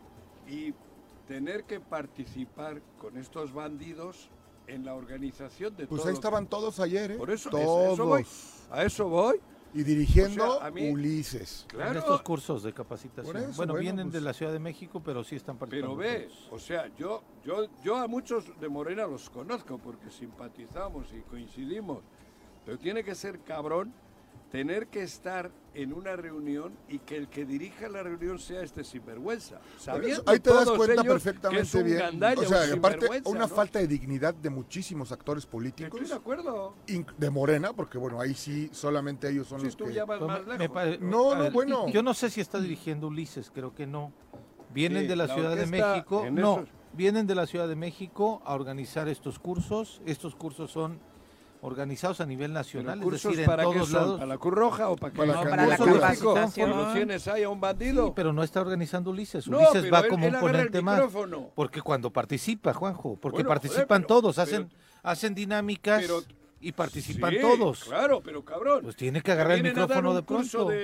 Speaker 5: y tener que participar con estos bandidos en la organización de
Speaker 8: Pues
Speaker 5: todo.
Speaker 8: ahí estaban todos ayer, ¿eh?
Speaker 5: Por eso,
Speaker 8: todos.
Speaker 5: eso voy. A eso voy.
Speaker 8: Y dirigiendo
Speaker 5: O sea, a mí-
Speaker 8: Ulises.
Speaker 7: En
Speaker 5: Claro.
Speaker 7: estos cursos de capacitación.
Speaker 8: Por eso,
Speaker 7: bueno,
Speaker 8: bueno,
Speaker 7: vienen de
Speaker 8: pues-
Speaker 7: la Ciudad de México, pero sí están
Speaker 5: Pero
Speaker 7: participando.
Speaker 5: ve,
Speaker 7: todos.
Speaker 5: o sea, yo a muchos de Morena los conozco porque simpatizamos y coincidimos, pero tiene que ser cabrón tener que estar en una reunión y que el que dirija la reunión sea este sinvergüenza. Sabiendo
Speaker 8: Ahí te das
Speaker 5: todos
Speaker 8: cuenta
Speaker 5: ellos que es
Speaker 8: perfectamente
Speaker 5: un
Speaker 8: bien.
Speaker 5: gandalla,
Speaker 8: O sea,
Speaker 5: un
Speaker 8: aparte,
Speaker 5: sinvergüenza,
Speaker 8: una
Speaker 5: ¿no?
Speaker 8: falta de dignidad de muchísimos actores políticos,
Speaker 5: Estoy de acuerdo.
Speaker 8: de Morena, porque bueno, ahí sí solamente ellos son
Speaker 5: Si
Speaker 8: los
Speaker 5: tú
Speaker 8: que...
Speaker 5: ya vas
Speaker 7: Pues
Speaker 5: más
Speaker 7: me
Speaker 5: lejos.
Speaker 7: pare-
Speaker 8: No,
Speaker 7: a
Speaker 8: no,
Speaker 7: ver,
Speaker 8: bueno.
Speaker 7: Yo no sé si está dirigiendo Ulises, creo que no. Vienen
Speaker 5: Sí,
Speaker 7: de la
Speaker 5: la
Speaker 7: Ciudad de
Speaker 5: orquesta
Speaker 7: México.
Speaker 5: en
Speaker 7: No,
Speaker 5: esos-
Speaker 7: vienen de la Ciudad de México a organizar estos cursos. Estos cursos son organizados a nivel
Speaker 5: Pero
Speaker 7: nacional, es
Speaker 5: cursos
Speaker 7: decir, en
Speaker 5: para qué
Speaker 7: todos
Speaker 5: son,
Speaker 7: lados.
Speaker 5: ¿para la Cruz Roja o para qué?
Speaker 8: Para
Speaker 4: No,
Speaker 8: la
Speaker 4: para la
Speaker 8: candidatura.
Speaker 4: capacitación.
Speaker 5: ¿Lo tienes ahí a un bandido?
Speaker 7: Sí, pero no está organizando Ulises.
Speaker 5: No,
Speaker 7: Ulises
Speaker 5: pero
Speaker 7: va
Speaker 5: él-
Speaker 7: como
Speaker 5: él
Speaker 7: un
Speaker 5: agarra el
Speaker 7: ponente más.
Speaker 5: micrófono.
Speaker 7: Porque cuando participa, Juanjo, porque
Speaker 5: Bueno,
Speaker 7: participan
Speaker 5: joder,
Speaker 7: todos,
Speaker 5: pero-
Speaker 7: hacen dinámicas
Speaker 5: pero-
Speaker 7: y participan
Speaker 5: Sí,
Speaker 7: todos.
Speaker 5: Claro, pero cabrón.
Speaker 7: Pues tiene que agarrar el
Speaker 5: Vienen a dar
Speaker 7: micrófono
Speaker 5: un
Speaker 7: de
Speaker 5: curso
Speaker 7: pronto.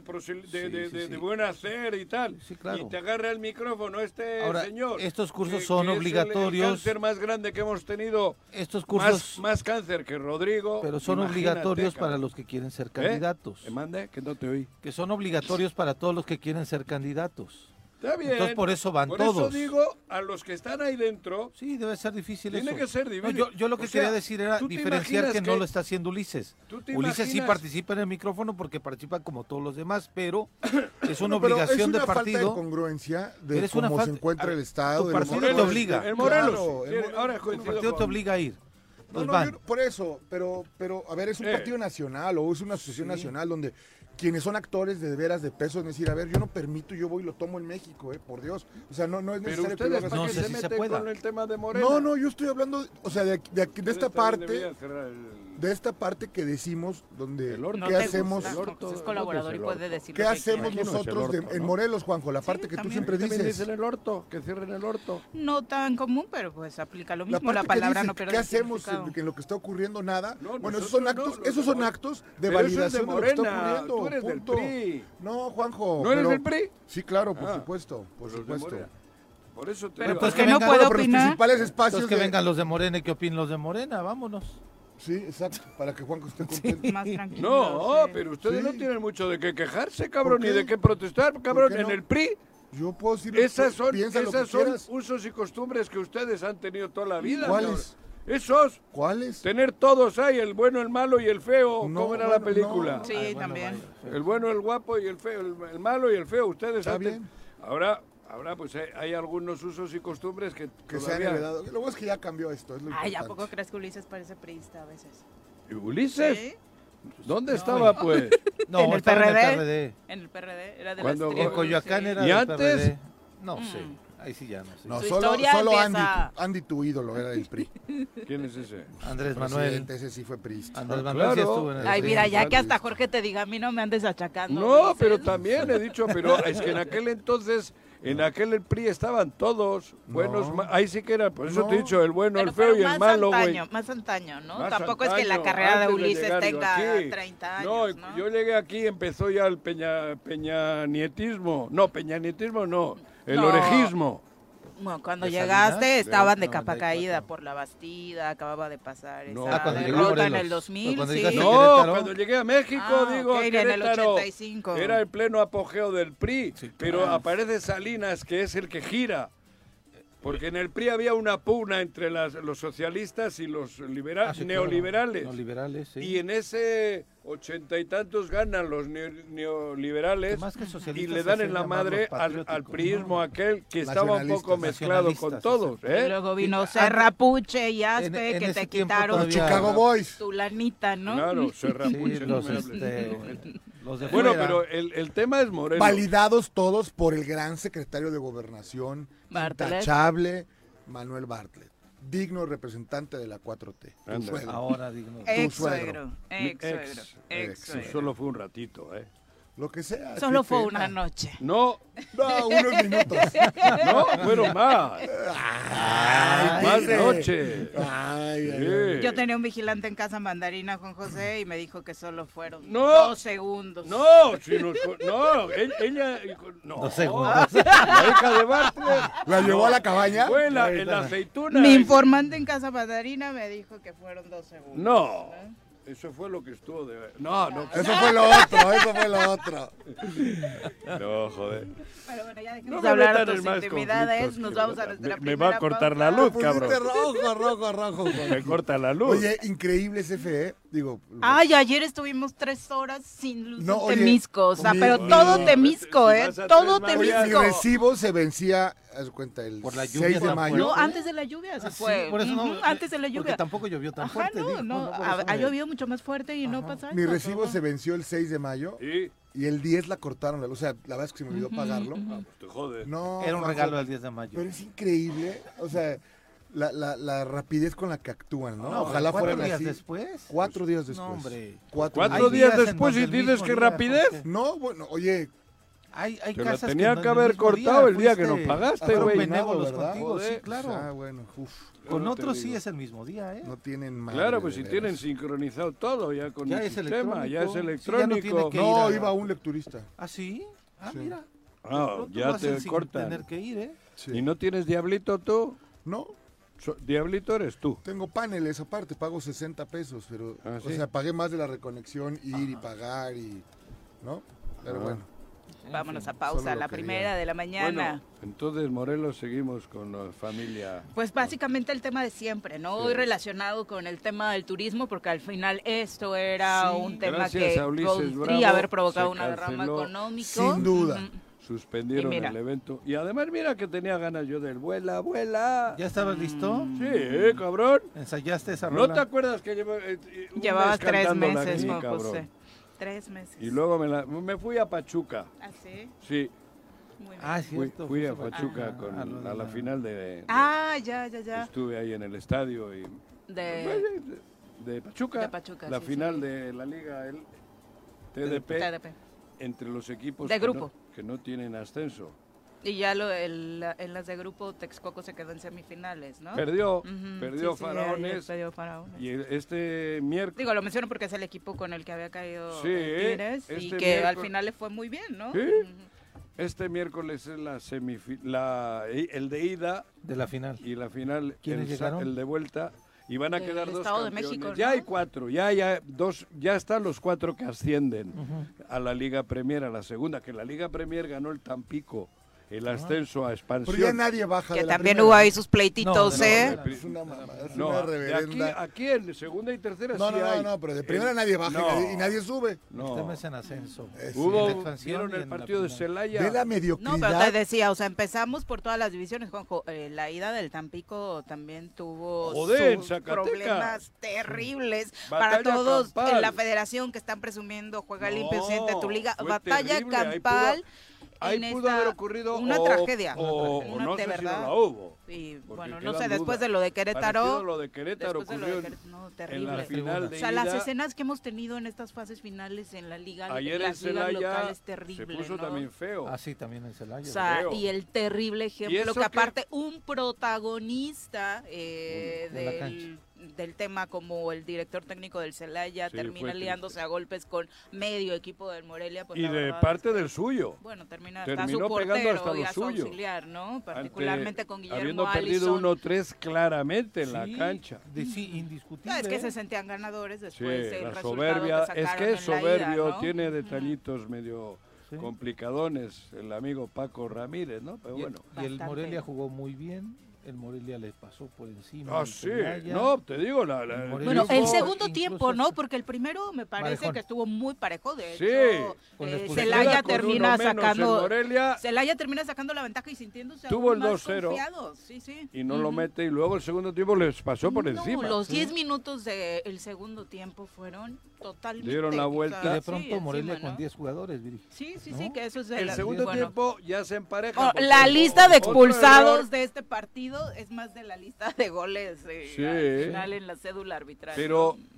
Speaker 5: de buen hacer y tal.
Speaker 7: Sí, claro.
Speaker 5: Y te agarra el micrófono este
Speaker 7: Ahora,
Speaker 5: señor.
Speaker 7: estos cursos
Speaker 5: que-
Speaker 7: son
Speaker 5: que es
Speaker 7: obligatorios.
Speaker 5: el cáncer más grande que hemos tenido.
Speaker 7: Estos cursos,
Speaker 5: Más cáncer que Rodrigo.
Speaker 7: pero son
Speaker 5: Imagínate,
Speaker 7: obligatorios para
Speaker 5: cabrón.
Speaker 7: los que quieren ser
Speaker 5: ¿Eh?
Speaker 7: candidatos.
Speaker 5: ¿Me mande? Que no te oí.
Speaker 7: Que son obligatorios para todos los que quieren ser candidatos.
Speaker 5: Está bien.
Speaker 7: Entonces por eso van
Speaker 5: Por
Speaker 7: todos.
Speaker 5: eso digo, a los que están ahí dentro,
Speaker 7: Sí, debe ser difícil
Speaker 5: tiene
Speaker 7: eso.
Speaker 5: que ser
Speaker 7: No,
Speaker 5: difícil.
Speaker 7: yo lo que
Speaker 5: O sea,
Speaker 7: quería decir era
Speaker 5: ¿tú te
Speaker 7: diferenciar
Speaker 5: imaginas
Speaker 7: que no lo está haciendo Ulises.
Speaker 5: ¿Tú te
Speaker 7: Ulises sí
Speaker 5: imaginas?
Speaker 7: participa en el micrófono porque participa como todos los demás, pero es una
Speaker 8: No, pero
Speaker 7: obligación
Speaker 8: es una
Speaker 7: de
Speaker 8: falta
Speaker 7: partido.
Speaker 8: de congruencia de
Speaker 7: Eres una
Speaker 8: cómo se
Speaker 7: falta-
Speaker 8: encuentra el Estado.
Speaker 7: tu
Speaker 8: de los
Speaker 7: partido te
Speaker 8: Morelos.
Speaker 7: obliga.
Speaker 5: El Morelos.
Speaker 8: Claro,
Speaker 5: Sí, ahora
Speaker 7: El
Speaker 5: coincido
Speaker 7: partido te
Speaker 5: con-
Speaker 7: obliga a ir.
Speaker 8: No,
Speaker 7: Los
Speaker 8: no,
Speaker 7: van.
Speaker 8: por eso, pero, a ver, es un partido nacional o es una asociación nacional donde quienes son actores de veras de peso es decir, a ver, yo no permito, yo voy y lo tomo en México, por Dios. O sea, no es
Speaker 5: Pero
Speaker 8: necesario que lo
Speaker 5: ustedes,
Speaker 8: hagas.
Speaker 5: ¿para
Speaker 7: No
Speaker 5: qué
Speaker 7: sé
Speaker 5: se
Speaker 7: si se
Speaker 5: meten
Speaker 7: pueda.
Speaker 5: con el tema de Morena?
Speaker 8: No, yo estoy hablando, o sea, de esta parte, de esta parte que decimos donde
Speaker 5: El orto.
Speaker 4: No
Speaker 8: qué
Speaker 4: te
Speaker 8: hacemos,
Speaker 4: gusta,
Speaker 5: orto,
Speaker 4: pues es
Speaker 5: el
Speaker 4: colaborador y
Speaker 5: orto.
Speaker 4: puede decir
Speaker 8: qué
Speaker 4: lo que
Speaker 8: hacemos
Speaker 4: quiera.
Speaker 5: Aquí no es el
Speaker 8: nosotros
Speaker 5: orto,
Speaker 8: en
Speaker 5: ¿no?
Speaker 8: Morelos, Juanjo, la parte que tú
Speaker 4: también.
Speaker 8: siempre
Speaker 5: También
Speaker 8: dices.
Speaker 5: dicen el orto, que cierren el orto.
Speaker 4: No tan común, pero pues aplica lo mismo. La
Speaker 8: parte que
Speaker 4: palabra
Speaker 8: dices,
Speaker 4: no pierde
Speaker 8: ¿qué hacemos
Speaker 4: significado.
Speaker 8: en lo que está ocurriendo? Nada.
Speaker 5: No,
Speaker 8: Bueno, esos
Speaker 5: nosotros
Speaker 8: son actos,
Speaker 5: no,
Speaker 8: esos son
Speaker 5: no.
Speaker 8: actos de
Speaker 5: Pero eso es de
Speaker 8: validación de lo que está
Speaker 5: Morena,
Speaker 8: ocurriendo.
Speaker 5: tú eres del
Speaker 8: punto.
Speaker 5: PRI.
Speaker 8: No, Juanjo.
Speaker 5: ¿No eres
Speaker 8: pero-
Speaker 5: del PRI?
Speaker 8: Sí, claro, por
Speaker 5: Ah,
Speaker 8: supuesto, por
Speaker 5: Los de
Speaker 8: supuesto.
Speaker 5: Morena. Por eso te
Speaker 4: Pero
Speaker 5: digo.
Speaker 4: pues
Speaker 7: que
Speaker 4: que no
Speaker 7: vengan-
Speaker 4: puedo
Speaker 8: Pero los
Speaker 4: opinar.
Speaker 8: principales espacios
Speaker 7: Entonces que
Speaker 8: de-
Speaker 7: vengan los de Morena y que opinen los de Morena, vámonos.
Speaker 8: Sí, exacto, para que Juanjo esté contento.
Speaker 4: Más tranquilo.
Speaker 5: No,
Speaker 4: sí.
Speaker 5: pero ustedes
Speaker 8: Sí.
Speaker 5: no tienen mucho de qué quejarse, cabrón,
Speaker 8: ¿Por
Speaker 5: ni
Speaker 8: qué?
Speaker 5: de qué protestar, cabrón.
Speaker 8: qué no?
Speaker 5: En el PRI,
Speaker 8: Yo puedo decir
Speaker 5: esas son,
Speaker 8: piensa lo que
Speaker 5: esas son
Speaker 8: quieras.
Speaker 5: usos y costumbres que ustedes han tenido toda la vida.
Speaker 8: ¿Cuáles?
Speaker 5: cabrón. Esos,
Speaker 8: ¿Cuáles?
Speaker 5: tener todos ahí, el bueno, el malo y el feo.
Speaker 8: No,
Speaker 5: ¿Cómo era la
Speaker 8: bueno,
Speaker 5: película?
Speaker 8: no.
Speaker 4: Sí,
Speaker 7: Ay, bueno,
Speaker 4: también.
Speaker 7: vaya.
Speaker 5: El bueno, el guapo y el feo, el malo y el feo. Ustedes
Speaker 8: Está
Speaker 5: han
Speaker 8: bien.
Speaker 5: Ahora pues hay algunos usos y costumbres que
Speaker 8: Que se han
Speaker 5: todavía-
Speaker 8: heredado. Lo bueno es que ya cambió esto, es lo
Speaker 4: Ay, ¿a
Speaker 8: importante.
Speaker 4: poco crees que Ulises parece priista a veces?
Speaker 5: ¿Y Ulises?
Speaker 4: Sí,
Speaker 5: ¿Dónde estaba, pues?
Speaker 7: No,
Speaker 4: ¿En el
Speaker 7: estaba en el
Speaker 4: PRD?
Speaker 7: PRD.
Speaker 4: en el PRD, era de
Speaker 5: Cuando-
Speaker 4: las
Speaker 7: En
Speaker 4: tribus,
Speaker 7: Coyoacán
Speaker 4: sí.
Speaker 7: era
Speaker 5: ¿Y
Speaker 7: del
Speaker 5: antes?
Speaker 7: PRD. No sé, ahí sí ya no sé.
Speaker 8: No,
Speaker 4: Su
Speaker 8: solo
Speaker 4: historia
Speaker 8: Andy,
Speaker 4: empieza-
Speaker 8: Andy, tu ídolo, era del PRI.
Speaker 5: ¿Quién es ese?
Speaker 7: Andrés Manuel.
Speaker 8: Presidente, ese sí fue priista.
Speaker 7: Andrés
Speaker 5: Ah,
Speaker 7: Manuel sí
Speaker 5: claro.
Speaker 7: estuvo en el
Speaker 4: Ay,
Speaker 7: PRI.
Speaker 4: mira, ya que
Speaker 8: Antes.
Speaker 4: hasta Jorge te diga, a mí no me andes achacando.
Speaker 5: No,
Speaker 4: Ulises.
Speaker 5: pero también he dicho, pero es que en aquel entonces, en aquel el PRI estaban todos buenos,
Speaker 8: No.
Speaker 5: ahí sí que era, por eso
Speaker 8: No.
Speaker 5: te he dicho, el bueno,
Speaker 4: Bueno,
Speaker 5: el feo
Speaker 4: pero
Speaker 5: y el
Speaker 4: más
Speaker 5: malo, güey.
Speaker 4: antaño, más antaño, ¿no?
Speaker 5: Más
Speaker 4: Tampoco es que la
Speaker 5: antaño,
Speaker 4: carrera de
Speaker 5: antes
Speaker 4: Ulises
Speaker 5: llegar yo
Speaker 4: tenga
Speaker 5: aquí.
Speaker 4: 30
Speaker 5: No,
Speaker 4: años, ¿no?
Speaker 5: yo llegué aquí, empezó ya el peñanietismo, no, peñanietismo no, el
Speaker 4: No.
Speaker 5: orejismo.
Speaker 4: Bueno, cuando
Speaker 7: ¿De
Speaker 4: llegaste
Speaker 7: Salinas?
Speaker 4: estaban de
Speaker 7: No,
Speaker 4: capa
Speaker 7: 94.
Speaker 4: caída por la Bastida, acababa de pasar
Speaker 5: No.
Speaker 4: esa
Speaker 5: Ah, cuando
Speaker 7: llegó a
Speaker 4: derrota en
Speaker 7: Morelos.
Speaker 4: el 2000,
Speaker 7: Cuando
Speaker 4: sí.
Speaker 7: llegaste a
Speaker 5: No,
Speaker 7: Querétaro.
Speaker 5: cuando llegué a México,
Speaker 4: Ah,
Speaker 5: digo, a
Speaker 4: ok, en el
Speaker 5: Querétaro,
Speaker 4: 85.
Speaker 5: era el pleno apogeo del PRI,
Speaker 7: Sí,
Speaker 5: pero
Speaker 7: claro.
Speaker 5: aparece Salinas, que es el que gira. Porque en el PRI había una pugna entre los socialistas y los
Speaker 7: Ah, sí, claro.
Speaker 5: neoliberales.
Speaker 7: Neoliberales, sí.
Speaker 5: Y en ese 80 y tantos ganan los neoliberales
Speaker 7: Que más que
Speaker 5: y
Speaker 7: socialistas
Speaker 5: le
Speaker 7: se
Speaker 5: dan en
Speaker 7: hacen
Speaker 5: la
Speaker 7: llamar
Speaker 5: madre
Speaker 7: los
Speaker 5: al
Speaker 7: patrióticos,
Speaker 5: priismo
Speaker 7: ¿no?
Speaker 5: aquel que estaba un poco
Speaker 8: Nacionalistas.
Speaker 5: mezclado con
Speaker 7: Nacionalistas,
Speaker 5: todos.
Speaker 7: sí.
Speaker 4: Y
Speaker 5: ¿eh?
Speaker 4: luego vino
Speaker 7: Y-
Speaker 4: Serrapuche y Aspe,
Speaker 7: en
Speaker 4: que
Speaker 7: ese
Speaker 4: te
Speaker 7: tiempo
Speaker 4: quitaron
Speaker 8: Los
Speaker 7: todavía-
Speaker 8: Chicago Boys.
Speaker 4: tu lanita, ¿no?
Speaker 5: Claro, Serrapuche,
Speaker 7: Sí,
Speaker 5: no
Speaker 7: los,
Speaker 5: me hables.
Speaker 7: los de
Speaker 5: Bueno,
Speaker 7: fuera.
Speaker 5: pero el tema es Morelos.
Speaker 8: Validados todos por el gran secretario de Gobernación,
Speaker 4: Bartlett.
Speaker 8: intachable, Manuel Bartlett, digno representante de la 4T. Tu
Speaker 5: Anda.
Speaker 8: suegro.
Speaker 7: Ahora digno.
Speaker 4: Ex
Speaker 8: suegro.
Speaker 4: suegro,
Speaker 5: Mi
Speaker 4: ex suegro, ex suegro.
Speaker 5: Solo fue un ratito, ¿eh?
Speaker 8: Lo que sea.
Speaker 4: Solo
Speaker 8: qué
Speaker 4: fue
Speaker 8: pena.
Speaker 4: una noche.
Speaker 5: No,
Speaker 8: No, unos minutos.
Speaker 5: no, fueron más. Más
Speaker 8: dice.
Speaker 5: noche.
Speaker 8: Ay, ay,
Speaker 5: Sí.
Speaker 8: ay.
Speaker 4: Yo tenía un vigilante en casa mandarina con José y me dijo que solo fueron
Speaker 5: No.
Speaker 4: 2 segundos.
Speaker 5: No, si nos, no, ella, no.
Speaker 7: 2 segundos.
Speaker 5: La hija de Bartlett.
Speaker 8: ¿La llevó a la cabaña?
Speaker 5: Fue en la aceituna.
Speaker 4: Mi informante en casa mandarina me dijo que fueron 2 segundos.
Speaker 5: No, eso fue lo que estuvo de... No, no,
Speaker 8: Eso fue lo otro, eso fue lo otro.
Speaker 5: no, joder.
Speaker 4: Pero bueno, ya
Speaker 5: No
Speaker 4: dejemos
Speaker 5: me
Speaker 4: de hablar
Speaker 5: metan
Speaker 4: de
Speaker 5: en
Speaker 4: tus
Speaker 5: más
Speaker 4: intimidades.
Speaker 5: conflictos,
Speaker 4: Nos
Speaker 5: que
Speaker 4: vamos a
Speaker 5: me-
Speaker 4: nuestra
Speaker 5: me
Speaker 4: primera
Speaker 5: va a cortar
Speaker 4: pausa.
Speaker 5: la luz,
Speaker 8: Pusiste
Speaker 5: cabrón.
Speaker 8: rojo.
Speaker 5: Me corta la luz.
Speaker 8: Oye, increíble ese FE. Digo,
Speaker 4: Ay, ayer estuvimos 3 horas sin luz
Speaker 8: No,
Speaker 4: en
Speaker 8: oye,
Speaker 4: Temisco, o sea,
Speaker 8: mi-
Speaker 4: pero
Speaker 8: mi-
Speaker 4: todo Temisco,
Speaker 5: si
Speaker 4: ¿eh?
Speaker 5: vas a
Speaker 4: Todo
Speaker 5: Tres
Speaker 8: oye,
Speaker 5: Marías-
Speaker 8: mi
Speaker 4: Temisco.
Speaker 8: recibo se vencía, haz de cuenta, el
Speaker 7: Por la
Speaker 8: 6
Speaker 7: lluvia
Speaker 8: de
Speaker 7: tan
Speaker 8: mayo.
Speaker 4: No,
Speaker 7: fuerte.
Speaker 4: antes de la lluvia se
Speaker 7: Ah, sí,
Speaker 4: fue.
Speaker 7: por eso no,
Speaker 4: Ujú, antes de la
Speaker 7: porque
Speaker 4: lluvia.
Speaker 7: tampoco llovió tan
Speaker 4: Ajá,
Speaker 7: fuerte.
Speaker 4: no,
Speaker 7: digo,
Speaker 4: no,
Speaker 7: por
Speaker 4: ha,
Speaker 7: eso
Speaker 4: ha
Speaker 7: me-
Speaker 4: llovido mucho más fuerte y no pasa
Speaker 8: Mi
Speaker 4: eso,
Speaker 8: recibo
Speaker 4: todo.
Speaker 8: se venció el 6 de mayo
Speaker 5: Sí,
Speaker 8: y el 10 la cortaron la luz. O sea, la verdad es que se me olvidó pagarlo.
Speaker 5: pues te jodes.
Speaker 8: No,
Speaker 7: Era un
Speaker 8: Juanjo,
Speaker 7: regalo del 10 de mayo.
Speaker 8: Pero es increíble, o sea, la rapidez con la que actúan, ¿no?
Speaker 7: No,
Speaker 8: Ojalá
Speaker 7: 4
Speaker 8: fueran
Speaker 7: días
Speaker 8: así.
Speaker 7: después.
Speaker 8: 4 días después.
Speaker 7: No, hombre.
Speaker 8: 4
Speaker 5: ¿4
Speaker 7: Hay
Speaker 5: días
Speaker 7: días en
Speaker 5: después y
Speaker 7: donde el
Speaker 5: dices
Speaker 7: mismo
Speaker 5: que
Speaker 7: día,
Speaker 5: rapidez?
Speaker 7: Jorge.
Speaker 8: No, bueno, oye,
Speaker 7: Hay
Speaker 5: Te la
Speaker 7: casas
Speaker 5: tenía
Speaker 7: no
Speaker 5: que
Speaker 7: en el
Speaker 5: haber
Speaker 7: mismo
Speaker 5: cortado el día que
Speaker 7: fuiste-
Speaker 5: no pagaste,
Speaker 7: fueron
Speaker 5: güey.
Speaker 7: benévolos
Speaker 8: ¿verdad?
Speaker 7: contigo, sí,
Speaker 5: Joder.
Speaker 7: claro.
Speaker 8: Ah, bueno, uf,
Speaker 7: Con
Speaker 5: Yo te
Speaker 7: otros sí
Speaker 5: digo.
Speaker 7: es el mismo día, ¿eh?
Speaker 8: no tienen madre.
Speaker 5: Claro, pues
Speaker 8: de
Speaker 5: si
Speaker 8: veras.
Speaker 5: tienen sincronizado todo ya con
Speaker 7: Ya
Speaker 5: el
Speaker 7: es
Speaker 5: sistema, ya es
Speaker 7: electrónico. Sí, ya no
Speaker 5: electrónico.
Speaker 7: tiene que ir
Speaker 8: No,
Speaker 7: a-
Speaker 8: iba un lecturista.
Speaker 7: ¿Ah, sí? Ah,
Speaker 8: Sí.
Speaker 7: mira.
Speaker 5: Ah,
Speaker 7: Pronto
Speaker 5: ya
Speaker 7: lo hacen
Speaker 5: te
Speaker 7: sin
Speaker 5: cortan.
Speaker 7: tener que ir, ¿eh?
Speaker 8: Sí.
Speaker 5: ¿Y no tienes diablito tú?
Speaker 8: No,
Speaker 5: Diablito eres tú.
Speaker 8: tengo paneles aparte, pago 60 pesos, pero,
Speaker 5: Ah,
Speaker 8: o
Speaker 5: ¿sí?
Speaker 8: sea, pagué más de la reconexión, ir y pagar y, ¿no? Pero
Speaker 5: Ah.
Speaker 8: bueno.
Speaker 4: Vámonos a
Speaker 8: solo
Speaker 4: pausa,
Speaker 8: lo
Speaker 4: la
Speaker 8: quería.
Speaker 4: primera de la mañana.
Speaker 5: Bueno, entonces Morelos seguimos con la familia.
Speaker 4: Pues básicamente el tema de siempre, ¿no?
Speaker 5: Sí.
Speaker 4: Hoy relacionado con el tema del turismo, porque al final esto era
Speaker 5: Sí,
Speaker 4: un tema
Speaker 5: gracias
Speaker 4: que
Speaker 5: a Ulises
Speaker 4: podría
Speaker 5: Bravo,
Speaker 4: haber provocado
Speaker 5: se
Speaker 4: una derrama
Speaker 5: canceló.
Speaker 4: económica.
Speaker 8: Sin duda.
Speaker 4: Ujú.
Speaker 5: Suspendieron
Speaker 4: Y mira.
Speaker 5: el evento. Y además, mira que tenía ganas yo del vuela, vuela.
Speaker 7: ¿Ya estabas listo?
Speaker 5: Sí, cabrón.
Speaker 7: ¿Ensayaste esa
Speaker 5: ¿No
Speaker 7: rola?
Speaker 5: te acuerdas que un
Speaker 4: Llevabas
Speaker 5: mes
Speaker 4: 3
Speaker 5: cantándola
Speaker 4: meses,
Speaker 5: aquí,
Speaker 4: Juan
Speaker 5: cabrón?
Speaker 4: José. 3 meses.
Speaker 5: Y luego me fui a Pachuca.
Speaker 4: ¿Ah, sí?
Speaker 5: Sí,
Speaker 4: Muy bien.
Speaker 7: Ah, es
Speaker 5: fui,
Speaker 7: cierto.
Speaker 5: fui a
Speaker 7: fuiste
Speaker 5: Pachuca a la final de...
Speaker 4: Ya.
Speaker 5: Estuve ahí en el estadio y... De Pachuca.
Speaker 4: De Pachuca,
Speaker 5: La
Speaker 4: sí,
Speaker 5: final
Speaker 4: sí.
Speaker 5: de la liga, el TDP,
Speaker 4: TDP.
Speaker 5: entre los equipos
Speaker 4: De
Speaker 5: que no-
Speaker 4: grupo.
Speaker 5: que no tienen ascenso.
Speaker 4: Y ya en las de grupo Texcoco se quedó en semifinales, ¿no?
Speaker 5: Perdió,
Speaker 4: Ujú,
Speaker 5: perdió
Speaker 4: sí, sí,
Speaker 5: Faraones.
Speaker 4: ayer perdió Faraones.
Speaker 5: Y este miércoles...
Speaker 4: Digo, lo menciono porque es el equipo con el que había caído
Speaker 5: Sí,
Speaker 4: Tigres y
Speaker 5: este
Speaker 4: que al
Speaker 5: miércoles-
Speaker 4: final le fue muy bien, ¿no?
Speaker 5: Sí.
Speaker 4: Ujú.
Speaker 5: Este miércoles es el de ida
Speaker 7: De la final.
Speaker 5: y la final,
Speaker 7: ¿Quiénes llegaron?
Speaker 5: el de vuelta. Y van a
Speaker 4: Del
Speaker 5: quedar dos
Speaker 4: Estado de
Speaker 5: campeones.
Speaker 4: México,
Speaker 5: Ya
Speaker 4: ¿no?
Speaker 5: hay 4, ya están los 4 que ascienden a la Liga Premier, a la segunda, que la Liga Premier ganó el Tampico, el ascenso a expansión.
Speaker 8: Pero ya nadie baja
Speaker 4: Que
Speaker 8: de la
Speaker 4: también
Speaker 8: primera.
Speaker 4: hubo ahí sus pleititos,
Speaker 7: No,
Speaker 4: ¿eh?
Speaker 8: Es una mamada, es
Speaker 5: No,
Speaker 8: una
Speaker 5: de aquí,
Speaker 8: reverenda.
Speaker 5: aquí en segunda y tercera
Speaker 8: No,
Speaker 5: sí
Speaker 8: no,
Speaker 5: hay.
Speaker 8: no, pero de primera nadie baja
Speaker 5: No.
Speaker 8: y nadie sube.
Speaker 5: No.
Speaker 7: Estamos en ascenso.
Speaker 8: Es-
Speaker 7: En
Speaker 5: Hubo,
Speaker 7: expansión
Speaker 5: ¿vieron
Speaker 7: y
Speaker 5: el
Speaker 7: en la
Speaker 5: partido de
Speaker 7: final.
Speaker 5: Celaya?
Speaker 8: Ve la
Speaker 4: No,
Speaker 8: mediocridad.
Speaker 4: pero te decía, o sea, empezamos por todas las divisiones, Juanjo. La ida del Tampico también tuvo
Speaker 5: Joder,
Speaker 4: sus
Speaker 5: Zacatecas.
Speaker 4: problemas terribles
Speaker 5: Batalla
Speaker 4: para todos
Speaker 5: campal.
Speaker 4: en la federación que están presumiendo Juega
Speaker 5: No,
Speaker 4: Limpio, siente tu liga.
Speaker 5: fue
Speaker 4: Batalla
Speaker 5: terrible, ahí
Speaker 4: campal.
Speaker 5: Ahí
Speaker 4: en
Speaker 5: pudo
Speaker 4: esta-
Speaker 5: haber ocurrido
Speaker 4: una
Speaker 5: o-
Speaker 4: tragedia.
Speaker 5: o
Speaker 4: Una
Speaker 5: no
Speaker 4: de
Speaker 5: sé
Speaker 4: verdad.
Speaker 5: si no la hubo.
Speaker 4: Y
Speaker 5: porque
Speaker 4: bueno, no
Speaker 5: quedan
Speaker 4: sé, después
Speaker 5: dudas.
Speaker 4: de lo de
Speaker 5: Parecido
Speaker 4: Querétaro.
Speaker 5: a lo de Querétaro
Speaker 4: después de lo
Speaker 5: ocurrió
Speaker 4: de Querétaro, no,
Speaker 5: en
Speaker 4: terrible.
Speaker 5: la final de
Speaker 4: O sea,
Speaker 5: ida.
Speaker 4: las escenas que hemos tenido en estas fases finales en la liga,
Speaker 5: Ayer en
Speaker 4: las ligas
Speaker 5: Celaya
Speaker 4: locales,
Speaker 5: se
Speaker 4: terrible,
Speaker 5: puso
Speaker 4: ¿no?
Speaker 5: también feo.
Speaker 7: Ah, sí, también en Celaya.
Speaker 4: O sea,
Speaker 5: Feo.
Speaker 4: y el terrible
Speaker 5: ¿Y
Speaker 4: ejemplo
Speaker 5: eso
Speaker 4: que
Speaker 5: qué?
Speaker 4: aparte un protagonista
Speaker 7: De la
Speaker 4: del tema como el director técnico del Celaya
Speaker 5: Sí,
Speaker 4: termina
Speaker 5: fue
Speaker 4: liándose
Speaker 5: triste.
Speaker 4: a golpes con medio equipo del Morelia. Pues
Speaker 5: Y
Speaker 4: la
Speaker 5: de
Speaker 4: verdad
Speaker 5: parte
Speaker 4: es que,
Speaker 5: del suyo.
Speaker 4: bueno, está su
Speaker 5: Terminó pegando
Speaker 4: portero
Speaker 5: hasta
Speaker 4: y
Speaker 5: lo
Speaker 4: a su
Speaker 5: suyo.
Speaker 4: auxiliar, ¿no?
Speaker 5: Ante-
Speaker 4: Particularmente con Guillermo
Speaker 5: habiendo perdido
Speaker 4: Allison.
Speaker 5: 1-3 claramente en la
Speaker 7: Sí,
Speaker 5: cancha.
Speaker 7: Sí, indiscutible.
Speaker 4: Es que
Speaker 7: ¿eh?
Speaker 4: se sentían ganadores
Speaker 5: Sí,
Speaker 4: después del
Speaker 5: la
Speaker 4: resultado
Speaker 5: soberbia,
Speaker 4: que
Speaker 5: es
Speaker 4: sacaron
Speaker 5: que es
Speaker 4: en la ida,
Speaker 5: soberbio,
Speaker 4: ¿no?
Speaker 5: tiene
Speaker 4: Ujú.
Speaker 5: detallitos medio
Speaker 7: Sí.
Speaker 5: complicadones, el amigo Paco Ramírez, ¿no? Pero
Speaker 7: Y,
Speaker 5: bueno.
Speaker 7: y el
Speaker 4: Bastante.
Speaker 7: Morelia jugó muy bien. El Morelia le pasó por encima.
Speaker 5: Ah,
Speaker 7: al
Speaker 5: sí,
Speaker 7: Celaya.
Speaker 5: no, te digo, la
Speaker 7: Morelia
Speaker 4: Bueno,
Speaker 7: jugó
Speaker 4: el
Speaker 7: incluso-
Speaker 4: segundo tiempo, ¿no? Porque el primero me parece
Speaker 7: Parejón.
Speaker 4: que estuvo muy parejo. De
Speaker 5: Sí.
Speaker 4: hecho,
Speaker 7: Con la expulsión.
Speaker 4: Celaya
Speaker 5: Queda con
Speaker 4: termina
Speaker 5: uno menos el
Speaker 4: sacando.
Speaker 5: Morelia
Speaker 4: Celaya termina sacando la ventaja y sintiéndose
Speaker 5: Tuvo
Speaker 4: aún
Speaker 5: el
Speaker 4: más
Speaker 5: 2-0.
Speaker 4: confiados. Sí, sí.
Speaker 5: y no lo
Speaker 4: Ujú.
Speaker 5: mete y luego el segundo tiempo les pasó por
Speaker 4: No,
Speaker 5: encima.
Speaker 4: Los 10 minutos del segundo tiempo fueron totalmente.
Speaker 5: Dieron la vuelta.
Speaker 7: Y de
Speaker 4: sí,
Speaker 7: pronto Morelia
Speaker 4: encima,
Speaker 7: con
Speaker 4: ¿no?
Speaker 7: 10 jugadores, Viri.
Speaker 4: Sí, sí,
Speaker 7: ¿no?
Speaker 4: sí, que eso es
Speaker 5: El
Speaker 4: la-
Speaker 5: segundo
Speaker 4: bueno.
Speaker 5: tiempo ya se empareja.
Speaker 4: Oh,
Speaker 5: porque
Speaker 4: la lista de
Speaker 5: otro
Speaker 4: expulsados
Speaker 5: error,
Speaker 4: de este partido es más de la lista de goles
Speaker 5: Sí.
Speaker 4: al final en la cédula arbitral.
Speaker 5: Pero
Speaker 4: ¿no?